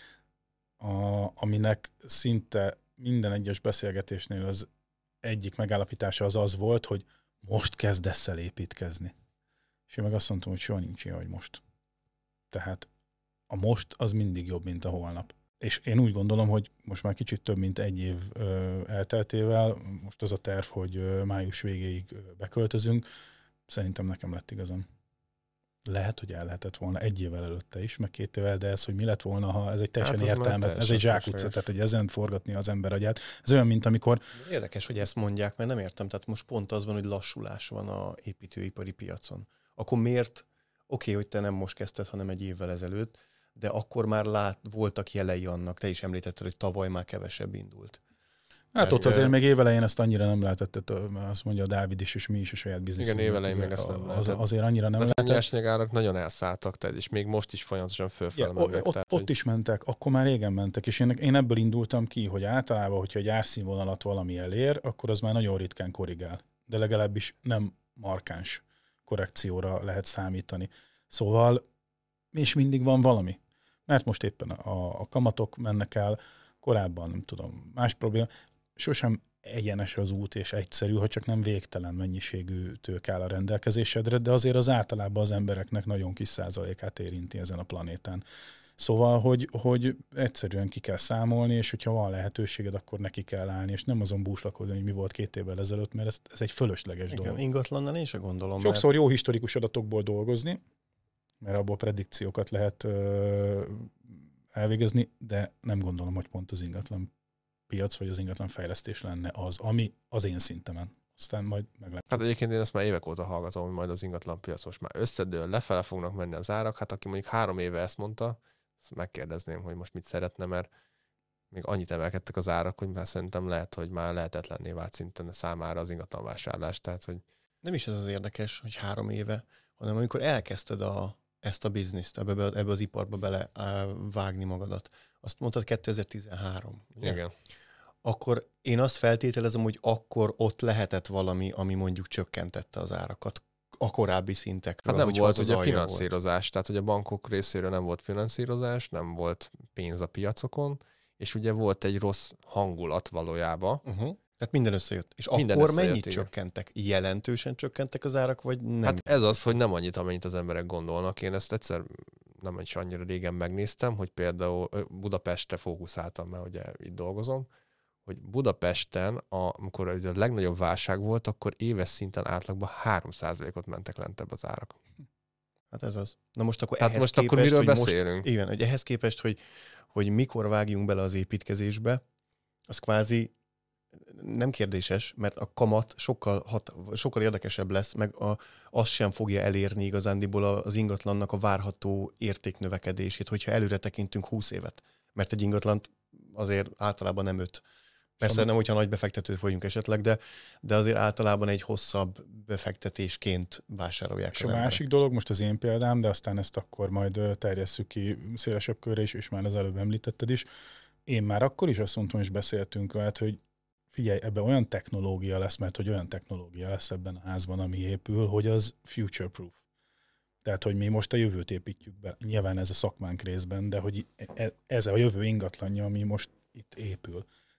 aminek szinte minden egyes beszélgetésnél az egyik megállapítása az volt, hogy most kezdesz el építkezni. És én meg azt mondtam, hogy soha nincs ilyen, hogy most. Tehát a most az mindig jobb, mint a holnap. És én úgy gondolom, hogy most már kicsit több, mint egy év elteltével, most az a terv, hogy május végéig beköltözünk, szerintem nekem lett igazam. Lehet, hogy el lehetett volna egy évvel előtte is, meg 2 évvel, de ez, hogy mi lett volna, ha ez egy teljesen értelmet, ez egy zsákutca, tehát hogy ezen forgatni az ember agyát. Ez olyan, mint amikor... Érdekes, hogy ezt mondják, mert nem értem, tehát most pont az van, hogy lassulás van a építőipari piacon. Akkor miért, oké, hogy te nem most kezdted, hanem egy évvel ezelőtt, de akkor már voltak jelei annak, te is említetted, hogy tavaly már kevesebb indult. Hát ott azért még évelején ezt annyira nem lehetett, azt mondja a Dávid is, és mi is a saját bizniszünk. Igen, évelején még ezt nem lehetett. Azért annyira nem lehetett. A nyersanyagárak nagyon elszálltak, tehát, és még most is folyamatosan fölfele mennek. Ott is mentek, akkor már régen mentek, és én ebből indultam ki, hogy általában, hogyha egy árszínvonalat valami elér, akkor az már nagyon ritkán korrigál. De legalábbis nem markáns korrekcióra lehet számítani. Szóval, és mindig van valami. Mert most éppen a kamatok mennek el, korábban, nem tudom, más probléma. Sosem egyenes az út és egyszerű, ha csak nem végtelen mennyiségű tőke áll a rendelkezésedre, de azért az általában az embereknek nagyon kis százalékát érinti ezen a planétán. Szóval, hogy egyszerűen ki kell számolni, és hogyha van lehetőséged, akkor neki kell állni, és nem azon búslakodni, hogy mi volt 2 évvel ezelőtt, mert ez egy fölösleges dolog. Igen, ingatlannal én sem gondolom. Sokszor jó historikus adatokból dolgozni, mert abból predikciókat lehet elvégezni, de nem gondolom, hogy pont az ingatlan piac vagy az ingatlan fejlesztés lenne az, ami az én szintemen. Aztán majd meglátjuk. Hát egyébként én ezt már évek óta hallgatom, hogy majd az ingatlan piac most már összedől, lefele fognak menni az árak. Hát aki mondjuk 3 éve ezt mondta, azt megkérdezném, hogy most mit szeretne, mert még annyit emelkedtek az árak, hogy már szerintem lehet, hogy már lehetetlenné vált szinten számára az ingatlan vásárlás. Tehát, hogy... Nem is ez az érdekes, hogy 3 éve, hanem amikor elkezdted ezt a bizniszt, ebbe az iparba bele vágni magadat. Azt mondtad 2013. Ugye? Igen. Akkor én azt feltételezem, hogy akkor ott lehetett valami, ami mondjuk csökkentette az árakat a korábbi szintekről. Hát nem volt ugye finanszírozás, volt. Tehát hogy a bankok részéről nem volt finanszírozás, nem volt pénz a piacokon, és ugye volt egy rossz hangulat valójában. Tehát minden összejött. És minden akkor összejött, mennyit csökkentek? Jelentősen csökkentek az árak, vagy nem? Hát ez az, hogy nem annyit, amennyit az emberek gondolnak. Én ezt egyszer nem is annyira régen megnéztem, hogy például Budapestre fókuszáltam, mert ugye itt dolgozom, hogy Budapesten, amikor a legnagyobb válság volt, akkor éves szinten átlagban 3%-ot mentek lentebb az árak. Hát ez az. Na most akkor hát ehhez most képest, akkor miről beszélünk? Igen, hogy ehhez képest, hogy mikor vágjunk bele az építkezésbe, az kvázi nem kérdéses, mert a kamat sokkal érdekesebb lesz, meg azt sem fogja elérni igazándiból az ingatlannak a várható értéknövekedését, hogyha előre tekintünk 20 évet. Mert egy ingatlant azért általában nem 5. Persze nem, hogyha nagy befektetőt vagyunk esetleg, de azért általában egy hosszabb befektetésként vásárolják és az emberek. A másik dolog, most az én példám, de aztán ezt akkor majd terjesszük ki szélesebb körre is, és már az előbb említetted is. Én már akkor is azt mondtam, és beszéltünk veled, hogy figyelj, ebben olyan technológia lesz, mert hogy olyan technológia lesz ebben a házban, ami épül, hogy az future-proof. Tehát, hogy mi most a jövőt építjük be. Nyilván ez a szakmánk részben, de hogy ez a jövő ingatlanja, ami most itt épül.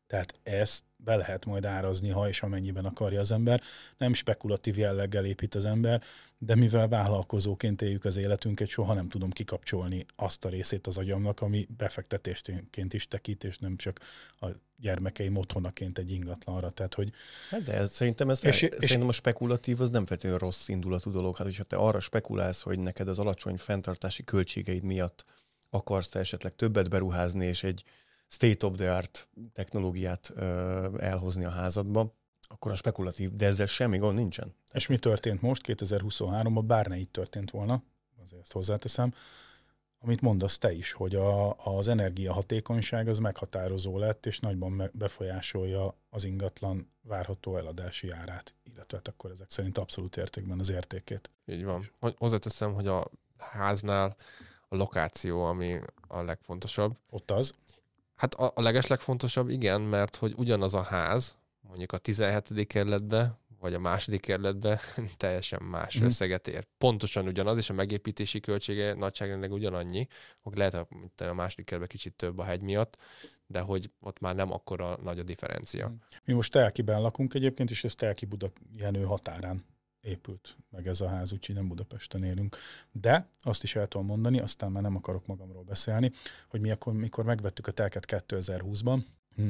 Tehát ezt be lehet majd árazni, ha és amennyiben akarja az ember. Nem spekulatív jelleggel épít az ember, de mivel vállalkozóként éljük az életünket, soha nem tudom kikapcsolni azt a részét az agyamnak, ami befektetésként is tekint, és nem csak a gyermekeim otthonaként egy ingatlanra. Tehát, hogy... Hát de szerintem szerintem a spekulatív az nem feltétlenül rossz indulatú dolog. Hát, hogyha te arra spekulálsz, hogy neked az alacsony fenntartási költségeid miatt akarsz te esetleg többet beruházni, és egy state-of-the-art technológiát elhozni a házadba, akkor a spekulatív, de ezzel semmi gond nincsen. És mi történt most 2023-ban? Bár ne így történt volna, azért ezt hozzáteszem, amit mondasz te is, hogy az energiahatékonyság az meghatározó lett, és nagyban befolyásolja az ingatlan várható eladási árát, illetve akkor ezek szerint abszolút értékben az értékét. Így van. Hozzáteszem, hogy a háznál a lokáció, ami a legfontosabb. Ott az? Hát a legeslegfontosabb, igen, mert hogy ugyanaz a ház, mondjuk a 17. kerületbe, vagy a második kerületbe teljesen más összeget ér. Pontosan ugyanaz, és a megépítési költsége nagyságrendileg ugyanannyi, hogy lehet, hogy a második kerületben kicsit több a hegy miatt, de hogy ott már nem akkora nagy a differencia. Mi most Telkiben lakunk egyébként, és ez Telki-Budajenő határán épült meg ez a ház, úgyhogy nem Budapesten élünk. De azt is el tudom mondani, aztán már nem akarok magamról beszélni, hogy mi akkor, mikor megvettük a Telket 2020-ban,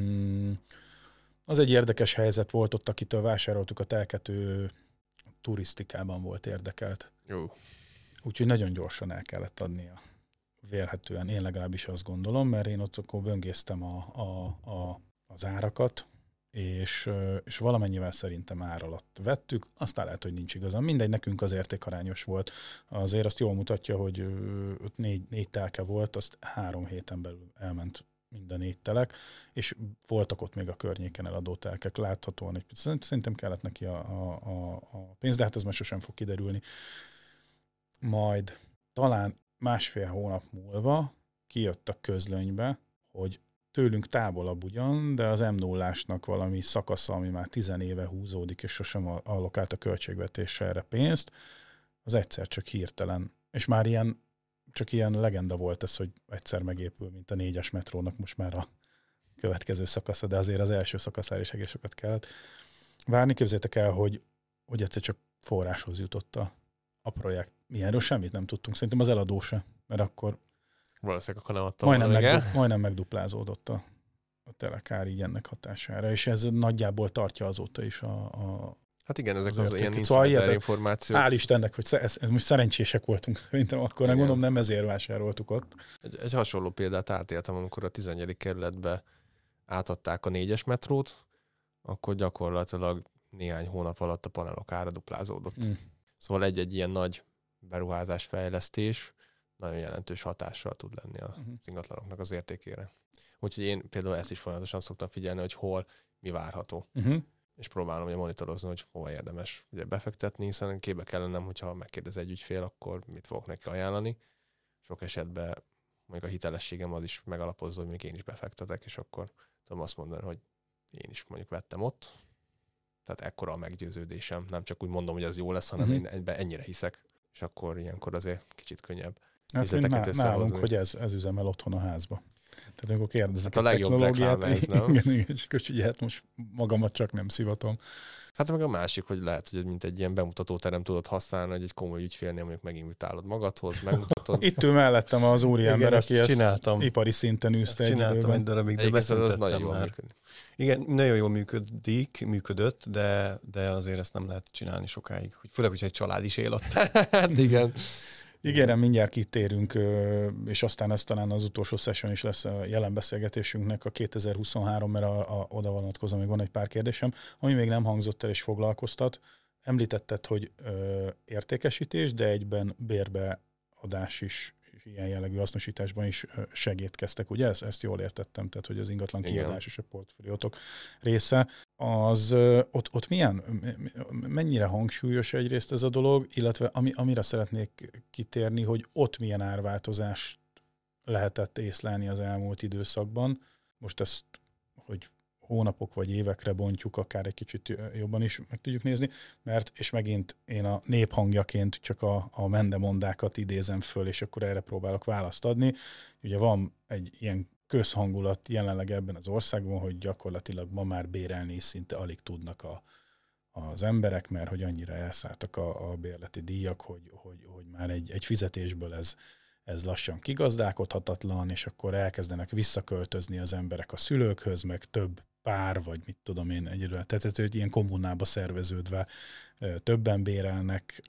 az egy érdekes helyzet volt ott, akitől vásároltuk a Telket, ő turisztikában volt érdekelt. Jó. Úgyhogy nagyon gyorsan el kellett adnia. Vélhetően, én legalábbis azt gondolom, mert én ott akkor böngésztem az árakat, és valamennyivel szerintem ár alatt vettük, aztán lehet, hogy nincs igazán. Mindegy, nekünk az értékarányos volt. Azért azt jól mutatja, hogy ott négy telke volt, azt 3 héten belül elment mind a 4 telek, és voltak ott még a környéken eladó telkek láthatóan. Szerintem kellett neki a pénz, de hát ez már sosem fog kiderülni. Majd talán 1,5 hónap múlva kijött a közlönybe, hogy tőlünk távolabb ugyan, de az M0-ásnak valami szakasza, ami már 10 éve húzódik, és sosem allokált a költségvetésre erre pénzt, az egyszer csak hirtelen, és már csak ilyen legenda volt ez, hogy egyszer megépül, mint a 4-es metrónak most már a következő szakasza, de azért az első szakaszára is egész sokat kellett várni. Képzeljétek el, hogy egyszer csak forráshoz jutott a projekt. Milyenről semmit nem tudtunk. Szerintem az eladó se, mert akkor valószínűleg akkor nem adtam majdnem megduplázódott a telekár így ennek hatására, és ez nagyjából tartja azóta is Hát igen, ezek az ilyen insider információk. Hál' Istennek, hogy ez most szerencsések voltunk szerintem akkor, nem gondolom, nem ezért vásároltuk ott. Egy hasonló példát átéltem, amikor a 11. kerületbe átadták a 4-es metrót, akkor gyakorlatilag néhány hónap alatt a panelok ára duplázódott. Szóval egy ilyen nagy beruházás, fejlesztés nagyon jelentős hatással tud lenni az ingatlanoknak az értékére. Úgyhogy én például ezt is folyamatosan szoktam figyelni, hogy hol mi várható. És próbálom ugye monitorozni, hogy hova érdemes ugye befektetni, hiszen képbe kell lennem, hogyha megkérdez egy ügyfél, akkor mit fogok neki ajánlani. Sok esetben mondjuk a hitelességem az is megalapozza, hogy mondjuk én is befektetek, és akkor tudom azt mondani, hogy én is mondjuk vettem ott. Tehát ekkora a meggyőződésem. Nem csak úgy mondom, hogy az jó lesz, hanem én ennyire hiszek. És akkor ilyenkor azért kicsit könnyebb üzleteket összehozni. Nálunk, hogy ez üzemel otthon a házba. Tehát amikor kérdezek hát a technológiát, igen, és akkor ugye hát most magamat csak nem szivatom. Hát meg a másik, hogy lehet, hogy mint egy ilyen bemutatóterem tudod használni, hogy egy komoly ügyfélnél mondjuk meginvitálod magadhoz, megmutatod. Itt ül mellettem az úriember, aki ezt ipari szinten űzte egy időben. Egy darabig, de beszüntettem már. Igen, nagyon jól működött, de azért ezt nem lehet csinálni sokáig. Főleg, hogyha egy család is él ott. Hát igen. Ígérem, mindjárt kitérünk, és aztán ez talán az utolsó session is lesz a jelen beszélgetésünknek a 2023, mert oda vonatkozom, még van egy pár kérdésem, ami még nem hangzott el és foglalkoztat. Említetted, hogy értékesítés, de egyben bérbeadás is, ilyen jellegű hasznosításban is segítkeztek, ugye? Ezt jól értettem, tehát hogy az ingatlan kiadás és a portfóliótok része. Ott mennyire hangsúlyos egyrészt ez a dolog, illetve amire szeretnék kitérni, hogy ott milyen árváltozást lehetett észlelni az elmúlt időszakban. Most ezt, hogy hónapok vagy évekre bontjuk, akár egy kicsit jobban is meg tudjuk nézni, és megint én a néphangjaként csak a mendemondákat idézem föl, és akkor erre próbálok választ adni. Ugye van egy ilyen közhangulat jelenleg ebben az országban, hogy gyakorlatilag ma már bérelni is szinte alig tudnak az emberek, mert hogy annyira elszálltak a bérleti díjak, hogy már egy fizetésből ez lassan kigazdálkodhatatlan, és akkor elkezdenek visszaköltözni az emberek a szülőkhöz, meg több pár, vagy mit tudom én egyedül. Tehát hogy ilyen kommunába szerveződve többen bérelnek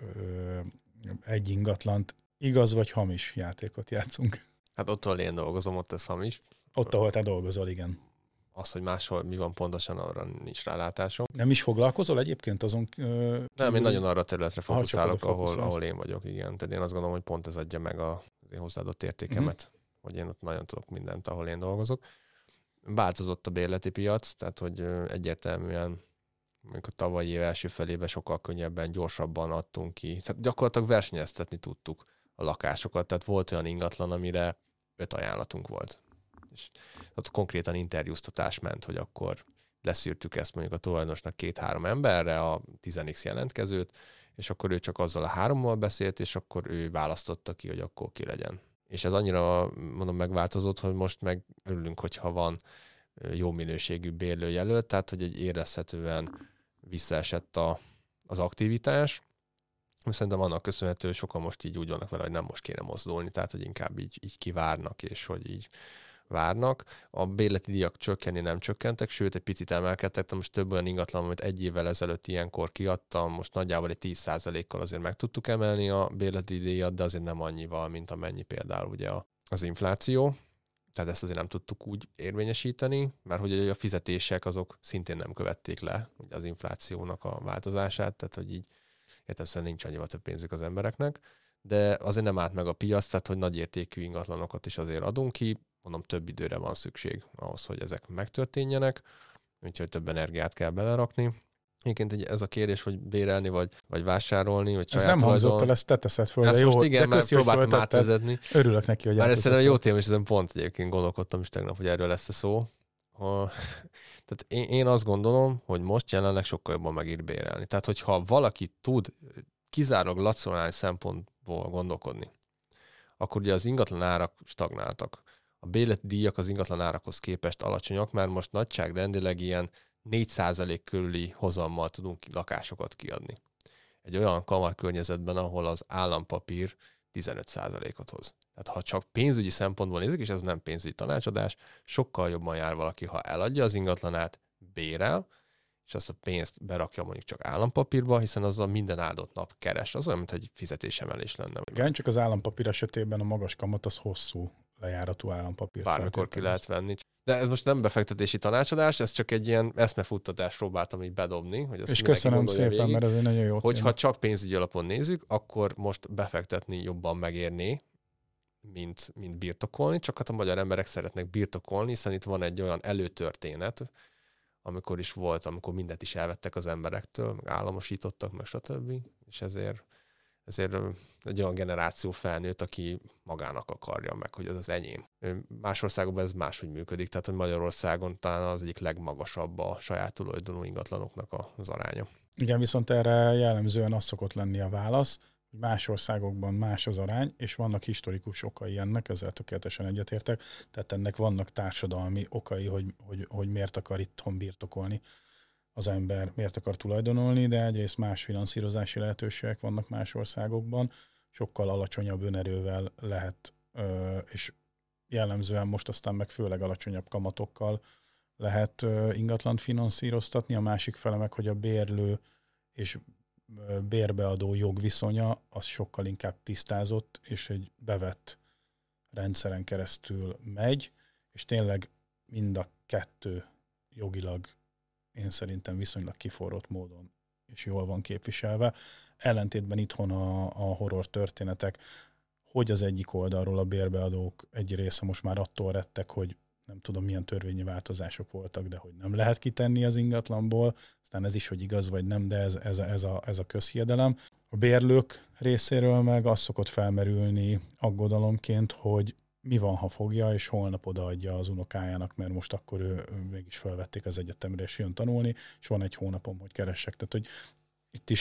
egy ingatlant. Igaz vagy hamis játékot játszunk? Hát ott, ahol én dolgozom, ott ez hamis. Ott, ahol te dolgozol, igen. Az, hogy máshol mi van pontosan, arra nincs rálátásom. Nem is foglalkozol egyébként azon? Nem, én nagyon arra a területre fókuszálok, ahol én vagyok, igen. Tehát én azt gondolom, hogy pont ez adja meg az én hozzáadott értékemet, hogy én ott nagyon tudok mindent, ahol én dolgozok. Változott a bérleti piac, tehát hogy egyértelműen mondjuk a tavalyi év első felében sokkal könnyebben, gyorsabban adtunk ki. Tehát gyakorlatilag versenyeztetni tudtuk a lakásokat, tehát volt olyan ingatlan, amire 5 ajánlatunk volt. És ott konkrétan interjúztatás ment, hogy akkor leszűrtük ezt mondjuk a tulajdonosnak 2-3 emberre, a 10x jelentkezőt, és akkor ő csak azzal a 3-mal beszélt, és akkor ő választotta ki, hogy akkor ki legyen. És ez annyira, mondom, megváltozott, hogy most meg örülünk, hogyha van jó minőségű bérlőjelölt, tehát hogy egy érezhetően visszaesett az aktivitás. Szerintem annak köszönhető, hogy sokan most így úgy vannak vele, hogy nem most kéne mozdulni, tehát hogy inkább így kivárnak, és hogy így várnak. A bérleti díjak csökkenni nem csökkentek, sőt egy picit emelkedtek, most több olyan ingatlan, amit egy évvel ezelőtt ilyenkor kiadtam, most nagyjából egy 10%-kal azért meg tudtuk emelni a bérleti díjat, de azért nem annyival, mint amennyi például ugye az infláció. Tehát ezt azért nem tudtuk úgy érvényesíteni, mert hogy a fizetések azok szintén nem követték le ugye az inflációnak a változását, tehát hogy így értelemszerűen nincs annyival több pénzük az embereknek, de azért nem állt meg a piac, tehát hogy nagy értékű ingatlanokat is azért adunk ki, mondom, több időre van szükség ahhoz, hogy ezek megtörténjenek, úgyhogy több energiát kell belerakni. Egyébként ez a kérdés, hogy bérelni, vagy vásárolni, vagy saját ez nem hangzott el, ezt te teszed föl. Ezt jó, most igen, mert próbáltam átvezetni. Örülök neki, hogy már ez szerintem jó téma, és ezen pont egyébként gondolkodtam is tegnap, hogy erről lesz a szó. Tehát én azt gondolom, hogy most jelenleg sokkal jobban megír bérelni. Tehát, hogyha valaki tud kizárólag racionális szempontból gondolkodni, akkor ugye az ingatlan árak stagnáltak. A bérleti díjak az ingatlan árakhoz képest alacsonyak, mert most nagyságrendileg ilyen 4% körüli hozammal tudunk lakásokat kiadni. Egy olyan kamatkörnyezetben, ahol az állampapír 15%-ot hoz. Tehát ha csak pénzügyi szempontból nézzük, és ez nem pénzügyi tanácsadás, sokkal jobban jár valaki, ha eladja az ingatlanát, bérel, és azt a pénzt berakja mondjuk csak állampapírba, hiszen azzal minden áldott nap keres. Az olyan, mint egy fizetésemelés lenne. Igen, csak az állampapír esetében a magas kamat az hosszú lejáratú állampapír. Bármikor ki lehet venni. De ez most nem befektetési tanácsadás, ez csak egy ilyen eszmefuttatás próbáltam így bedobni. Hogy és köszönöm szépen, végig, mert ez egy nagyon jó hogyha téma. Csak pénzügyi alapon nézzük, akkor most befektetni jobban megérné, mint birtokolni, csak hát a magyar emberek szeretnek birtokolni, hiszen itt van egy olyan előtörténet, amikor is volt, amikor mindent is elvettek az emberektől, meg államosítottak, meg stb. És ezért egy olyan generáció felnőtt, aki magának akarja meg, hogy ez az enyém. Más országokban ez máshogy működik, tehát hogy Magyarországon talán az egyik legmagasabb a saját tulajdonú ingatlanoknak az aránya. Igen, viszont erre jellemzően az szokott lenni a válasz, hogy más országokban más az arány, és vannak historikus okai ennek, ezzel tökéletesen egyetértek, tehát ennek vannak társadalmi okai, hogy miért akar itthon birtokolni az ember, miért akar tulajdonolni, de egyrészt más finanszírozási lehetőségek vannak más országokban, sokkal alacsonyabb önerővel lehet, és jellemzően most aztán meg főleg alacsonyabb kamatokkal lehet ingatlant finanszíroztatni, a másik fele meg, hogy a bérlő és bérbeadó jogviszonya az sokkal inkább tisztázott, és egy bevett rendszeren keresztül megy, és tényleg mind a kettő jogilag én szerintem viszonylag kiforrott módon és jól van képviselve. Ellentétben itthon a horror történetek, hogy az egyik oldalról a bérbeadók egy része most már attól rettek, hogy nem tudom milyen törvényi változások voltak, de hogy nem lehet kitenni az ingatlanból, aztán ez is, hogy igaz vagy nem, de ez a közhiedelem. A bérlők részéről meg az szokott felmerülni aggodalomként, hogy mi van, ha fogja, és holnap odaadja az unokájának, mert most akkor ő mégis felvették az egyetemre, és jön tanulni, és van egy hónapom, hogy keressek. Tehát, hogy itt is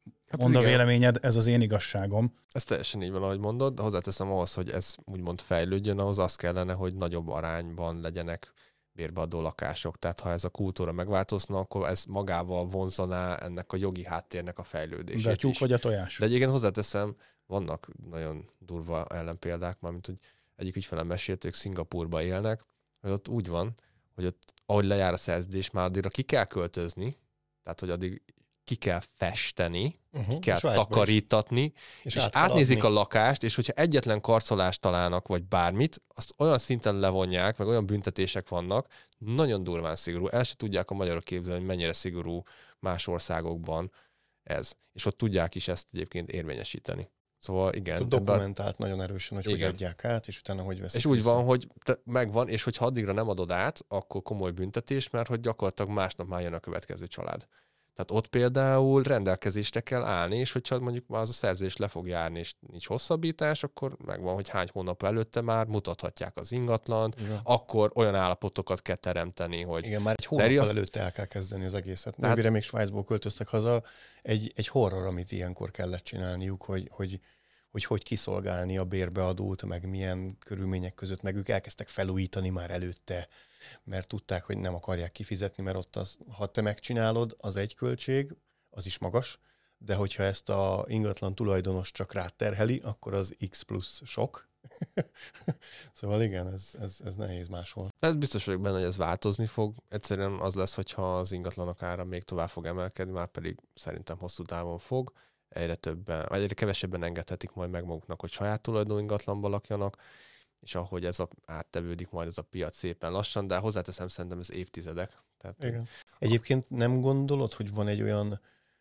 mondd a véleményed, ez az én igazságom. Ez teljesen így van, ahogy mondod, de hozzáteszem ahhoz, hogy ez úgymond fejlődjön, ahhoz az kellene, hogy nagyobb arányban legyenek bérbeadó lakások. Tehát ha ez a kultúra megváltozna, akkor ez magával vonzaná ennek a jogi háttérnek a fejlődését. De a tyúk vagy a tojás? De egyébként hozzáteszem, vannak nagyon durva ellenpéldák, mármint, hogy egyik ügyfelem mesélt, ők Szingapúrba élnek, hogy ott úgy van, hogy ott, ahogy lejár a szerződés, már addigra ki kell költözni, tehát hogy addig ki kell festeni, ki kell takarítatni, és átnézik a lakást, és hogyha egyetlen karcolást találnak, vagy bármit, azt olyan szinten levonják, meg olyan büntetések vannak, nagyon durván szigorú. El se tudják a magyarok képzelni, hogy mennyire szigorú más országokban ez. És ott tudják is ezt egyébként érvényesíteni. Szóval igen. Dokumentált nagyon erősen, hogy adják át, és utána hogy veszik. És úgy van, hogy megvan, és hogyha addigra nem adod át, akkor komoly büntetés, mert hogy gyakorlatilag másnap már jön a következő család. Tehát ott például rendelkezésre kell állni, és hogyha mondjuk már az a szerződés le fog járni, és nincs hosszabbítás, akkor megvan, hogy hány hónap előtte már mutathatják az ingatlant, akkor olyan állapotokat kell teremteni, hogy... Igen, már egy hónappal előtte el kell kezdeni az egészet. Nővére még Svájcból költöztek haza, egy horror, amit ilyenkor kellett csinálniuk, hogy kiszolgálni a bérbeadót, meg milyen körülmények között, meg ők elkezdtek felújítani már előtte, mert tudták, hogy nem akarják kifizetni, mert ott az, ha te megcsinálod, az egy költség, az is magas, de hogyha ezt a ingatlan tulajdonos csak ráterheli, akkor az X plusz sok. Szóval igen, ez nehéz máshol. Ez biztos vagyok benne, hogy ez változni fog. Egyszerűen az lesz, hogyha az ingatlanok ára még tovább fog emelkedni, már pedig szerintem hosszú távon fog. Egyre kevesebben engedhetik majd meg maguknak, hogy saját tulajdonú ingatlanba lakjanak, és ahogy ez áttevődik majd ez a piac szépen lassan, de hozzáteszem, szerintem ez évtizedek. Tehát, igen. Egyébként nem gondolod, hogy van egy olyan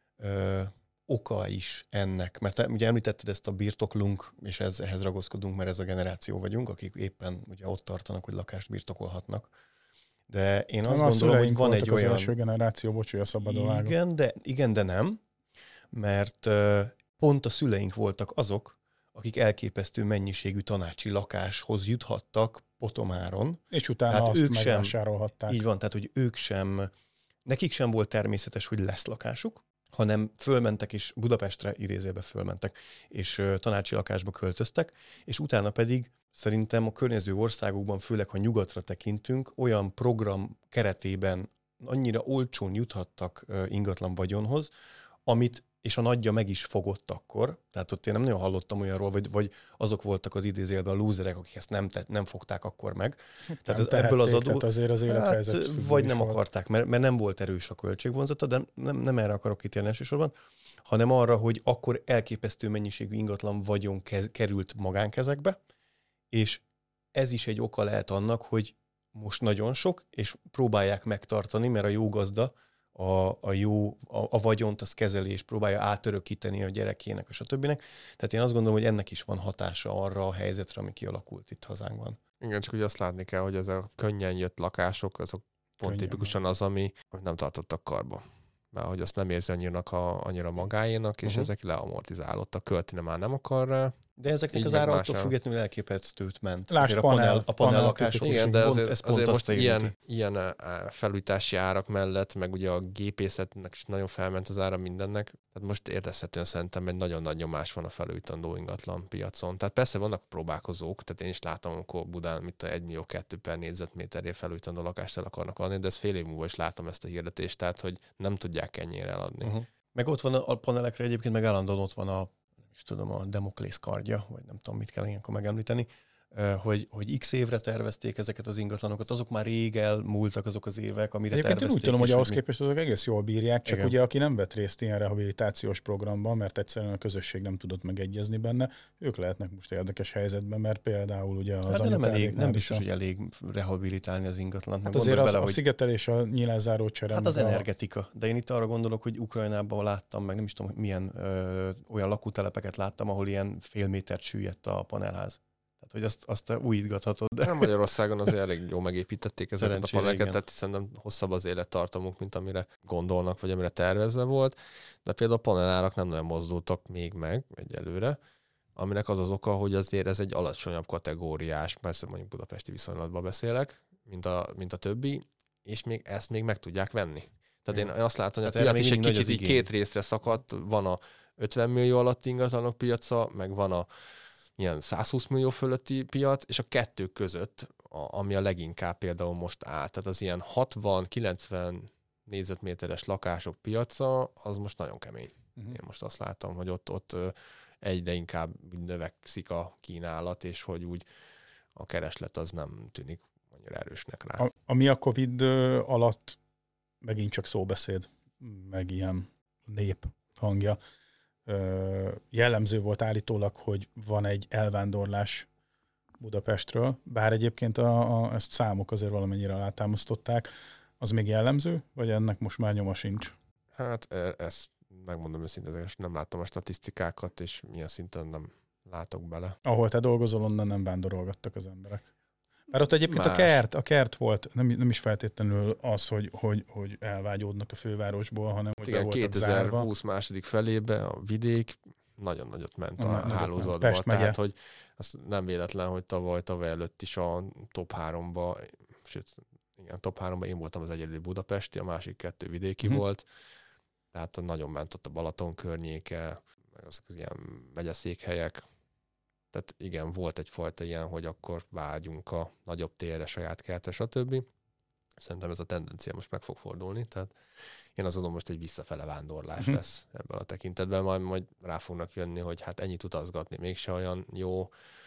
oka is ennek? Mert ugye említetted ezt a birtoklunk, és ehhez ragaszkodunk, mert ez a generáció vagyunk, akik éppen ugye ott tartanak, hogy lakást birtokolhatnak. De én azt gondolom, hogy van egy olyan... Az első generáció, bocs, a szabadon igen, de nem. Mert pont a szüleink voltak azok, akik elképesztő mennyiségű tanácsi lakáshoz juthattak potomáron. És utána tehát azt megvásárolhatták. Így van, tehát hogy ők sem, nekik sem volt természetes, hogy lesz lakásuk, hanem fölmentek, és Budapestre idézőbe fölmentek, és tanácsi lakásba költöztek, és utána pedig szerintem a környező országokban, főleg ha nyugatra tekintünk, olyan program keretében annyira olcsón juthattak ingatlan vagyonhoz, amit és a nagyja meg is fogott akkor, tehát ott én nem nagyon hallottam olyanról, vagy azok voltak az idézőjelben a lúzerek, akik ezt nem fogták akkor meg. Tehát ebből az adó... azért az élethelyzet vagy nem akarták, mert nem volt erős a költségvonzata, de nem erre akarok kitérni elsősorban, hanem arra, hogy akkor elképesztő mennyiségű ingatlan vagyon került magánkezekbe, és ez is egy oka lehet annak, hogy most nagyon sok, és próbálják megtartani, mert a jó gazda a vagyont, az kezelés próbálja átörökíteni a gyerekének, és a többinek. Tehát én azt gondolom, hogy ennek is van hatása arra a helyzetre, ami kialakult itt hazánkban. Igen, csak ugye azt látni kell, hogy ezek a könnyen jött lakások, azok pont tipikusan az, ami nem tartottak karba. Mert hogy azt nem érzi annyira magáénak, és ezek leamortizálódtak, költeni már nem akar rá. De ezeknek az ára attól függetlenül elképesztőt ment. Lásd, a panellakások. Igen, de azért most ilyen felújítási árak mellett, meg ugye a gépészetnek is nagyon felment az ára mindennek. Tehát most érezhetően szerintem egy nagyon nagy nyomás van a felújítandó ingatlan piacon. Tehát persze vannak próbálkozók, tehát én is látom, amikor Budán 1,2 millió per négyzetméterért felújítandó lakást el akarnak adni, de ez fél év múlva is látom ezt a hirdetést, tehát hogy nem tudják ennyire eladni. Meg ott van a panelekre egyébként, meg állandóan ott van a Damoklész kardja, vagy nem tudom, mit kell ilyenkor megemlíteni, hogy x évre tervezték ezeket az ingatlanokat, azok már rég elmúltak azok az évek, amire egyébként tervezték. Úgy tudom, hogy ahhoz képest azok egész jól bírják, csak igen. Ugye aki nem vett részt ilyen rehabilitációs programban, mert egyszerűen a közösség nem tudott megegyezni benne, ők lehetnek most érdekes helyzetben, mert például ugye az nem biztos, hogy elég rehabilitálni az ingatlant. Hát azért a szigetelés, a nyílászáró csere. Hát az energetika. De én itt arra gondolok, hogy Ukrajnában láttam, meg nem is tudom, milyen olyan lakótelepeket láttam, ahol ilyen fél métert süllyedt a panelház. Tehát, hogy azt újítgathatod. De nem, Magyarországon azért elég jól megépítették ezeket a paneleket, tehát szerintem hosszabb az élettartamuk, mint amire gondolnak, vagy amire tervezve volt. De például a panelárak nem nagyon mozdultak még meg egyelőre, aminek az az oka, hogy azért ez egy alacsonyabb kategóriás, persze mondjuk budapesti viszonylatban beszélek, mint a többi, és még ezt még meg tudják venni. Tehát én azt látom, hogy a piac is egy kicsit így két részre szakadt. Van a 50 millió alatti ingatlanok piaca, meg van a ilyen 120 millió fölötti piac, és a kettő között, ami a leginkább például most áll. Tehát az ilyen 60-90 négyzetméteres lakások piaca, az most nagyon kemény. Én most azt látom, hogy ott egyre inkább növekszik a kínálat, és hogy úgy a kereslet az nem tűnik annyira erősnek rá. Ami a Covid alatt megint csak szóbeszéd, meg ilyen nép hangja. Jellemző volt állítólag, hogy van egy elvándorlás Budapestről, bár egyébként ezt számok azért valamennyire alátámasztották. Az még jellemző, vagy ennek most már nyoma sincs? Hát ezt megmondom őszintén, nem láttam a statisztikákat, és milyen szinten nem látok bele. Ahol te dolgozol, onnan nem vándorolgattak az emberek. Mert ott egyébként a kert volt, nem is feltétlenül az, hogy elvágyódnak a fővárosból, hanem hogy igen, be voltak 2020 zárva. Második felébe a vidék nagyon nagyot ment a hálózatba. Tehát, hogy az nem véletlen, hogy tavaly előtt is a top 3-ba, sőt, igen, top 3-ban én voltam az egyedüli budapesti, a másik 2 vidéki volt. Tehát nagyon ment ott a Balaton környéke, meg azok az ilyen megyeszékhelyek. Tehát igen, volt egyfajta ilyen, hogy akkor vágyunk a nagyobb térre, saját kertre, stb. Szerintem ez a tendencia most meg fog fordulni. Tehát én azt gondolom, most egy visszafele vándorlás lesz ebben a tekintetben. Majd rá fognak jönni, hogy hát ennyit utazgatni mégse olyan jó.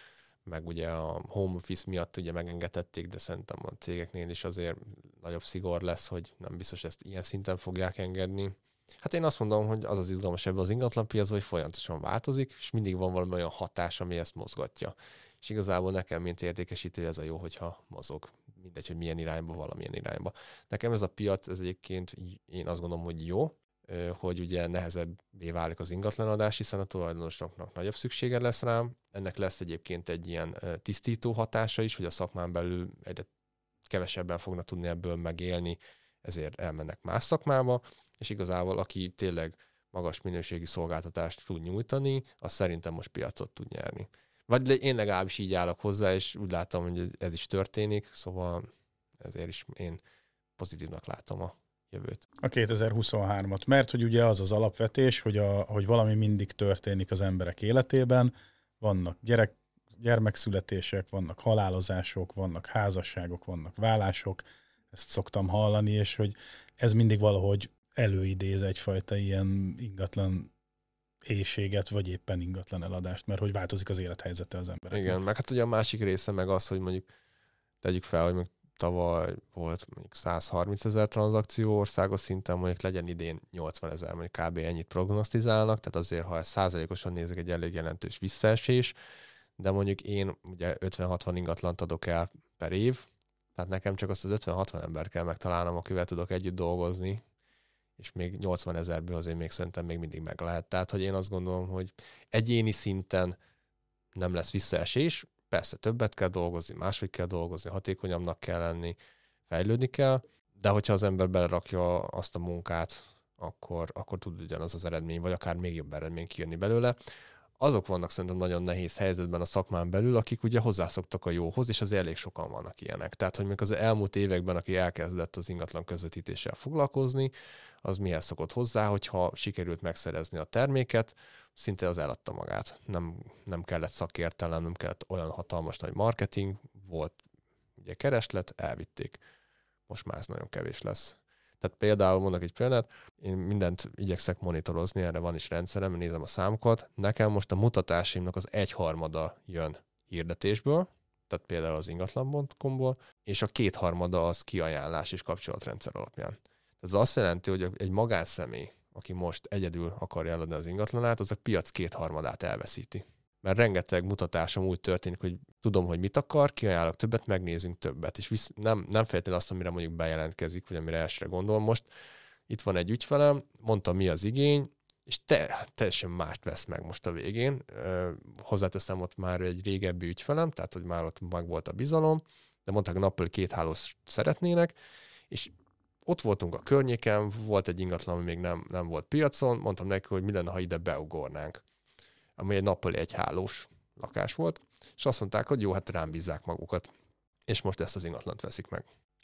Meg ugye a home office miatt ugye megengedhették, de szerintem a cégeknél is azért nagyobb szigor lesz, hogy nem biztos ezt ilyen szinten fogják engedni. Hát én azt mondom, hogy az izgalmas ebben az ingatlanpiac, hogy folyamatosan változik, és mindig van valami olyan hatás, ami ezt mozgatja. És igazából nekem, mint értékesítő, ez a jó, hogyha mozog. Mindegy, hogy milyen irányba, valamilyen irányba. Nekem ez a piac, ez egyébként én azt gondolom, hogy jó, hogy ugye nehezebbé válik az ingatlanadás, hiszen a tulajdonosoknak nagyobb szüksége lesz rám. Ennek lesz egyébként egy ilyen tisztító hatása is, hogy a szakmán belül egyre kevesebben fognak tudni ebből megélni, ezért elmennek más szakmába, és igazából aki tényleg magas minőségi szolgáltatást tud nyújtani, az szerintem most piacot tud nyerni. Vagy én legalábbis így állok hozzá, és úgy látom, hogy ez is történik, szóval ezért is én pozitívnak látom a jövőt. A 2023-at, mert hogy ugye az alapvetés, hogy valami mindig történik az emberek életében, vannak gyermekszületések, vannak halálozások, vannak házasságok, vannak vállások, ezt szoktam hallani, és hogy ez mindig valahogy előidéz egyfajta ilyen ingatlan éhséget, vagy éppen ingatlan eladást, mert hogy változik az élethelyzete az embereknek. Igen, meg hát ugye a másik része meg az, hogy mondjuk tegyük fel, hogy mondjuk tavaly volt mondjuk 130 000 tranzakció országos szinten, mondjuk legyen idén 80 000, mondjuk kb. Ennyit prognosztizálnak, tehát azért, ha ezt százalékosan nézek, egy elég jelentős visszaesés, de mondjuk én ugye 50-60 ingatlant adok el per év, tehát nekem csak azt az 50-60 ember kell megtalálnom, akivel tudok együtt dolgozni, és még 80 000-ből azért még szerintem még mindig meg lehet. Tehát, hogy én azt gondolom, hogy egyéni szinten nem lesz visszaesés, persze többet kell dolgozni, máshogy kell dolgozni, hatékonyabbnak kell lenni, fejlődni kell, de hogyha az ember belerakja azt a munkát, akkor tud ugyanaz az eredmény, vagy akár még jobb eredmény kijönni belőle. Azok vannak szerintem nagyon nehéz helyzetben a szakmán belül, akik ugye hozzászoktak a jóhoz, és azért elég sokan vannak ilyenek. Tehát, hogy még az elmúlt években, aki elkezdett az ingatlan közvetítéssel foglalkozni, az mihez szokott hozzá, hogyha sikerült megszerezni a terméket, szinte az eladta magát. Nem kellett szakértelem, nem kellett olyan hatalmas nagy marketing, volt ugye kereslet, elvitték. Most már ez nagyon kevés lesz. Tehát például mondok egy példát, én mindent igyekszek monitorozni, erre van is rendszerem, nézem a számokat. Nekem most a mutatásaimnak az 1/3 jön hirdetésből, tehát például az ingatlan.com-ból, és a 2/3 az kiajánlás és kapcsolatrendszer alapján. Ez azt jelenti, hogy egy magánszemély, aki most egyedül akarja eladni az ingatlanát, az a piac 2/3 elveszíti. Mert rengeteg mutatásom úgy történik, hogy tudom, hogy mit akar, kiajánlok többet, megnézünk többet. És nem feltétlenül azt, amire mondjuk bejelentkezik, vagy amire elsőre gondol. Most itt van egy ügyfelem, mondta, mi az igény, és teljesen mást vesz meg most a végén. Hozzáteszem, ott már egy régebbi ügyfelem, tehát hogy már ott meg volt a bizalom, de mondták, hogy nappal 2 hálót szeretnének, és ott voltunk a környéken, volt egy ingatlan, ami még nem volt piacon, mondtam neki, hogy mi lenne, ha ide beugornánk, ami egy nappali 1 hálós lakás volt, és azt mondták, hogy jó, hát rám bízzák magukat, és most ezt az ingatlant veszik meg.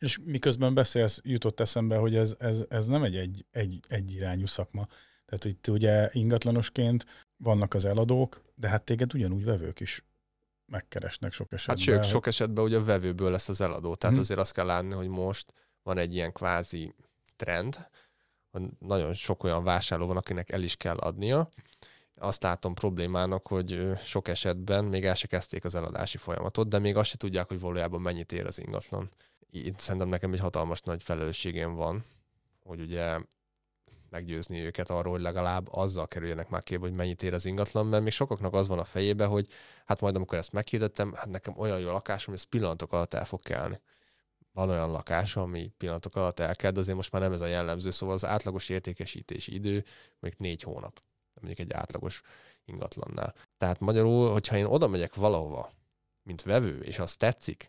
És miközben beszélsz, jutott eszembe, hogy ez nem egy irányú szakma. Tehát, hogy te ugye ingatlanosként vannak az eladók, de hát téged ugyanúgy vevők is megkeresnek sok esetben. Hát sok esetben ugye a vevőből lesz az eladó. Tehát azért azt kell látni, hogy most van egy ilyen kvázi trend, hogy nagyon sok olyan vásárló van, akinek el is kell adnia. Azt látom problémának, hogy sok esetben még el se kezdték az eladási folyamatot, de még azt se tudják, hogy valójában mennyit ér az ingatlan. Itt szerintem nekem egy hatalmas nagy felelősségem van, hogy ugye meggyőzni őket arról, hogy legalább azzal kerüljenek már képbe, hogy mennyit ér az ingatlan, mert még sokaknak az van a fejébe, hogy hát majd amikor ezt meghirdettem, hát nekem olyan jó lakásom, hogy ez pillanatok alatt el fog kelni. Van olyan lakás, ami pillanatok alatt elkel, de azért most már nem ez a jellemző, szóval az átlagos értékesítési idő még 4 hónap, mondjuk egy átlagos ingatlannál. Tehát magyarul, hogyha én oda megyek valahova, mint vevő, és azt tetszik,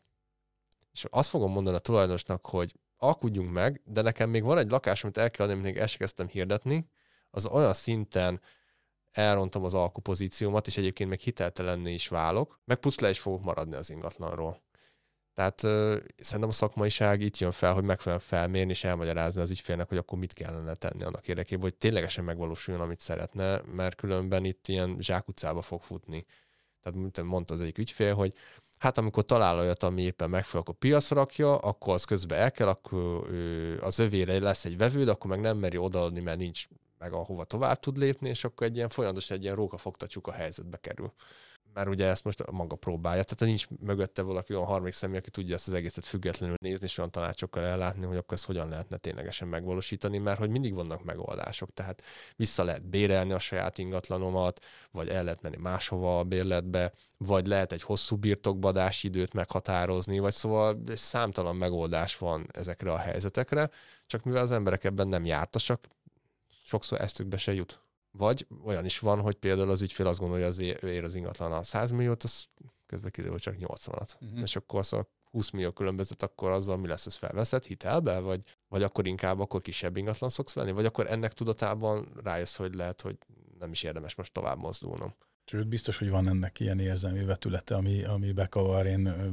és azt fogom mondani a tulajdonosnak, hogy alkudjunk meg, de nekem még van egy lakás, amit el kell adni, amit még el sem kezdtem hirdetni, az olyan szinten elrontom az alkupozíciómat, és egyébként még hiteltelenné is válok, meg plusz le is fogok maradni az ingatlanról. Tehát szerintem a szakmaiság itt jön fel, hogy megfelelően felmérni és elmagyarázni az ügyfélnek, hogy akkor mit kellene tenni annak érdekében, hogy ténylegesen megvalósuljon, amit szeretne, mert különben itt ilyen zsákutcába fog futni. Tehát mint mondta az egyik ügyfél, hogy hát amikor talál olyat, ami éppen megfelel, akkor piacra rakja, akkor az közben el kell, akkor az övére lesz egy vevő, de akkor meg nem meri odaadni, mert nincs meg ahova tovább tud lépni, és akkor egy ilyen folyamatos, egy ilyen rókafogta csuka helyzetbe kerül. Mert ugye ezt most maga próbálja. Tehát nincs mögötte valaki olyan harmadik személy, aki tudja ezt az egészet függetlenül nézni, és olyan tanácsokkal ellátni, hogy akkor ezt hogyan lehetne ténylegesen megvalósítani, mert hogy mindig vannak megoldások. Tehát vissza lehet bérelni a saját ingatlanomat, vagy el lehet menni máshova a bérletbe, vagy lehet egy hosszú birtokbadási időt meghatározni, vagy szóval számtalan megoldás van ezekre a helyzetekre, csak mivel az emberek ebben nem jártasak, sokszor eszükbe se jut. Vagy olyan is van, hogy például az ügyfél azt gondolja, hogy ér az ingatlan a 100 milliót, az közben kiderül csak 80-at. És akkor szóval 20 millió különbözet, akkor azzal mi lesz, ez felveszed hitelbe? Vagy akkor inkább akkor kisebb ingatlan szoksz venni? Vagy akkor ennek tudatában rájössz, hogy lehet, hogy nem is érdemes most tovább mozdulnom. Sőt, biztos, hogy van ennek ilyen érzelmi vetülete, ami bekavar.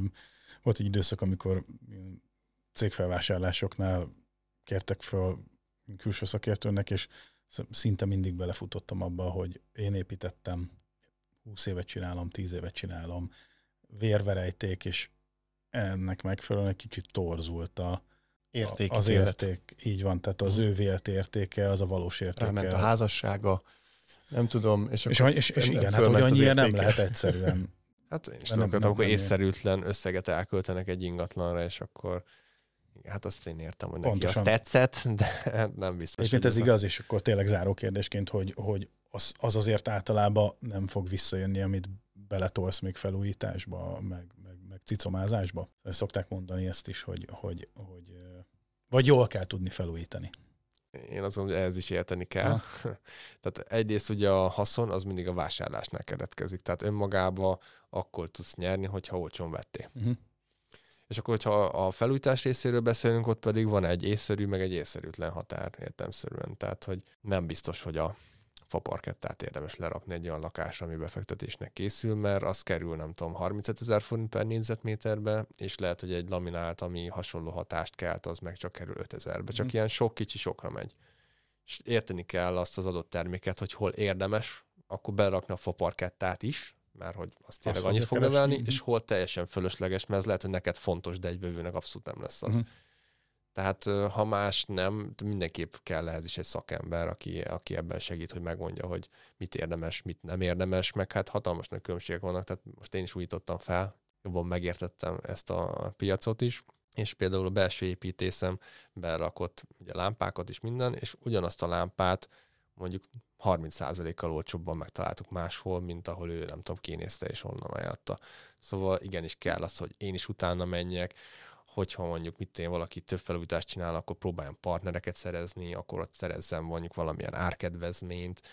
Volt egy időszak, amikor cégfelvásárlásoknál kértek föl külső szakértőnek, és szinte mindig belefutottam abba, hogy én építettem, 20 évet csinálom, 10 évet csinálom, vérverejték, és ennek megfelelően egy kicsit torzult az érték. Így van, tehát az ő vélt értéke, az a valós értéke. Elment a házassága, nem tudom. És igen, hát hogy annyira nem lehet egyszerűen. Hát én is tudom, amikor észszerűtlen összeget elköltenek egy ingatlanra, és akkor hát azt én értem, hogy neki az tetszett, de nem biztos. Egyébként ez igaz, és akkor tényleg záró kérdésként, hogy az azért általában nem fog visszajönni, amit beletolsz még felújításba, meg cicomázásba. Szokták mondani ezt is, hogy vagy jól kell tudni felújítani. Én azt mondom, hogy ehhez is érteni kell. Tehát egyrészt ugye a haszon az mindig a vásárlásnál keletkezik. Tehát önmagába akkor tudsz nyerni, hogyha olcsón vettél. És akkor, hogyha a felújítás részéről beszélünk, ott pedig van egy észszerű, meg egy észszerűtlen határ értelemszerűen. Tehát, hogy nem biztos, hogy a faparkettát érdemes lerakni egy olyan lakásra, ami befektetésnek készül, mert az kerül, nem tudom, 35 000 forint per négyzetméterbe, és lehet, hogy egy laminált, ami hasonló hatást kelt, az meg csak kerül 5000-be. Csak ilyen sok kicsi sokra megy. És érteni kell azt az adott terméket, hogy hol érdemes, akkor berakni a faparkettát is, mert hogy azt tényleg annyit fog növelni, és hol teljesen fölösleges, mert ez lehet, hogy neked fontos, de egy vevőnek abszolút nem lesz az. Tehát ha más nem, mindenképp kell ehhez is egy szakember, aki ebben segít, hogy megmondja, hogy mit érdemes, mit nem érdemes, meg hát hatalmas nagy különbségek vannak, tehát most én is újítottam fel, jobban megértettem ezt a piacot is, és például a belső építészem berakott ugye lámpákat is minden, és ugyanazt a lámpát mondjuk 30%-kal olcsóbban megtaláltuk máshol, mint ahol ő nem tudom, kinézte és onnan ajánlotta. Szóval igenis kell az, hogy én is utána menjek, hogyha mondjuk valaki több felújítást csinál, akkor próbáljon partnereket szerezni, akkor ott szerezzem mondjuk valamilyen árkedvezményt.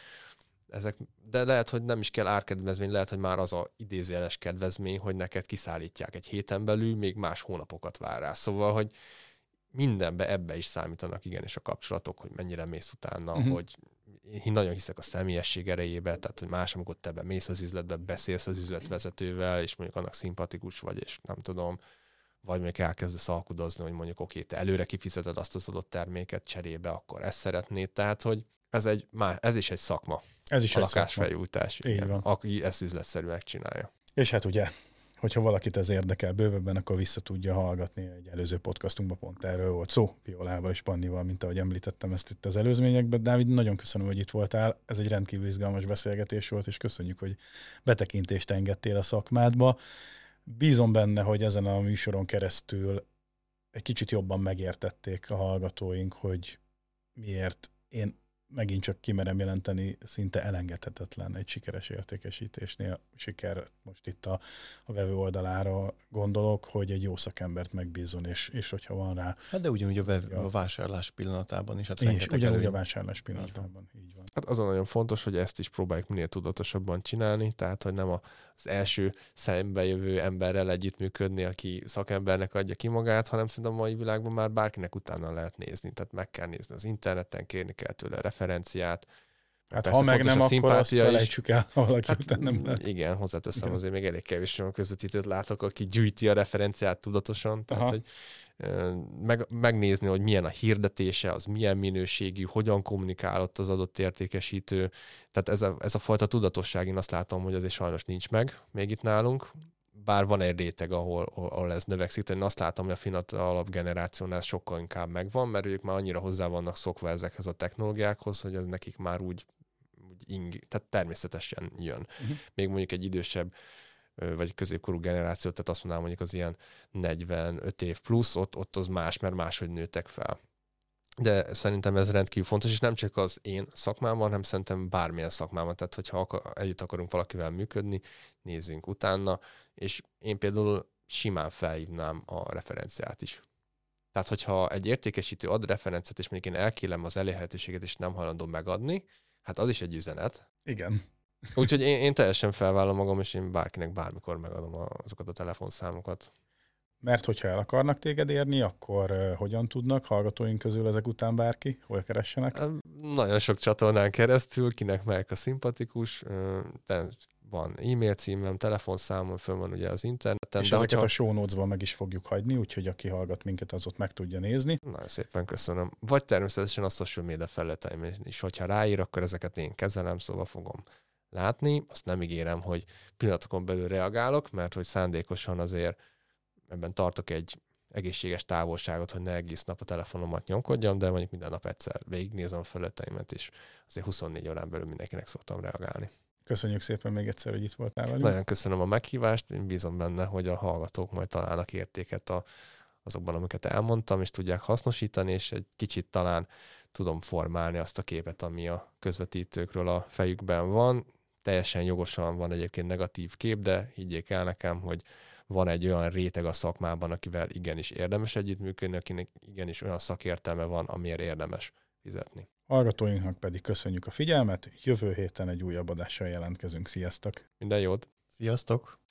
De lehet, hogy nem is kell árkedvezmény, lehet, hogy már az a idézőjeles kedvezmény, hogy neked kiszállítják egy héten belül, még más hónapokat vár rá. Szóval, hogy mindenbe ebbe is számítanak igenis a kapcsolatok, hogy mennyire mész utána, hogy én nagyon hiszek a személyesség erejébe, tehát hogy más, amikor te bemész az üzletbe, beszélsz az üzletvezetővel, és mondjuk annak szimpatikus vagy, és nem tudom, vagy még elkezdesz alkudozni, hogy mondjuk oké, te előre kifizeted azt az adott terméket cserébe, akkor ezt szeretnéd. Tehát, hogy ez is egy szakma. Ez is a egy lakásfelújítás. Így van. Aki ezt üzletszerűen csinálja. És hát ugye, hogyha valakit ez érdekel bővebben, akkor vissza tudja hallgatni. Egy előző podcastunkban pont erről volt szó, Violával és Pannival, mint ahogy említettem ezt itt az előzményekben. Dávid, nagyon köszönöm, hogy itt voltál. Ez egy rendkívül izgalmas beszélgetés volt, és köszönjük, hogy betekintést engedtél a szakmádba. Bízom benne, hogy ezen a műsoron keresztül egy kicsit jobban megértették a hallgatóink, hogy miért én megint csak kimerem jelenteni, szinte elengedhetetlen egy sikeres értékesítésnél. Siker, most itt a vevő oldalára gondolok, hogy egy jó szakembert megbízzon, és hogyha van rá... Hát de ugyanúgy a vásárlás pillanatában is. Hát ugyanúgy a vásárlás pillanatában. Így van. Hát azon nagyon fontos, hogy ezt is próbáljuk minél tudatosabban csinálni, tehát hogy nem az első szembejövő emberrel együttműködni, aki szakembernek adja ki magát, hanem szerintem a mai világban már bárkinek utána lehet nézni. Tehát meg kell nézni az interneten, kérni kell tőle referenciát. Hát ha meg nem, akkor azt felejtsük el, ha valaki után nem lehet. Igen, hozzáteszem, azért még elég kevés olyan közvetítőt látok, aki gyűjti a referenciát tudatosan. Tehát, hogy megnézni, hogy milyen a hirdetése, az milyen minőségű, hogyan kommunikálott az adott értékesítő. Tehát ez a fajta tudatosság, én azt látom, hogy azért sajnos nincs meg még itt nálunk. Bár van egy réteg, ahol ez növekszik, tehát én azt látom, hogy a fiatalabb generációnál sokkal inkább megvan, mert ők már annyira hozzá vannak szokva ezekhez a technológiákhoz, hogy ez nekik már úgy tehát természetesen jön. Még mondjuk egy idősebb vagy középkorú generáció, tehát azt mondanám mondjuk az ilyen 45 év plusz, ott az más, mert máshogy nőttek fel. De szerintem ez rendkívül fontos, és nem csak az én szakmámban, hanem szerintem bármilyen szakmában. Tehát, hogyha együtt akarunk valakivel működni, nézzünk utána, és én például simán felhívnám a referenciát is. Tehát, hogyha egy értékesítő ad referenciát, és mondjuk én elkérem az elérhetőséget, és nem hajlandó megadni, hát az is egy üzenet. Igen. Úgyhogy én teljesen felvállalom magam, és én bárkinek bármikor megadom azokat a telefonszámokat. Mert hogyha el akarnak téged érni, akkor hogyan tudnak hallgatóink közül ezek után bárki? Hol keressenek? Nagyon sok csatornán keresztül, kinek melyik a szimpatikus. Van e-mail címem, telefonszámom, fönn van ugye az interneten. És ezeket a show notes-ban meg is fogjuk hagyni, úgyhogy aki hallgat minket, az ott meg tudja nézni. Nagyon szépen köszönöm. Vagy természetesen a social media felületeim is, hogyha ráír, akkor ezeket én kezelem, szóval fogom látni. Azt nem ígérem, hogy pillanatokon belül reagálok, mert hogy szándékosan azért ebben tartok egy egészséges távolságot, hogy ne egész nap a telefonomat nyomkodjam, de mondjuk minden nap egyszer végignézem a felületeimet, és azért 24 órán belül mindenkinek szoktam reagálni. Köszönjük szépen még egyszer, hogy itt voltál velünk. Nagyon köszönöm a meghívást, én bízom benne, hogy a hallgatók majd találnak értéket azokban, amiket elmondtam, és tudják hasznosítani, és egy kicsit talán tudom formálni azt a képet, ami a közvetítőkről a fejükben van. Teljesen jogosan van egyébként negatív kép, de higgyék el nekem, hogy van egy olyan réteg a szakmában, akivel igenis érdemes együttműködni, akinek igenis olyan szakértelme van, amiért érdemes fizetni. Hallgatóinknak pedig köszönjük a figyelmet, jövő héten egy újabb adással jelentkezünk. Sziasztok! Minden jót! Sziasztok!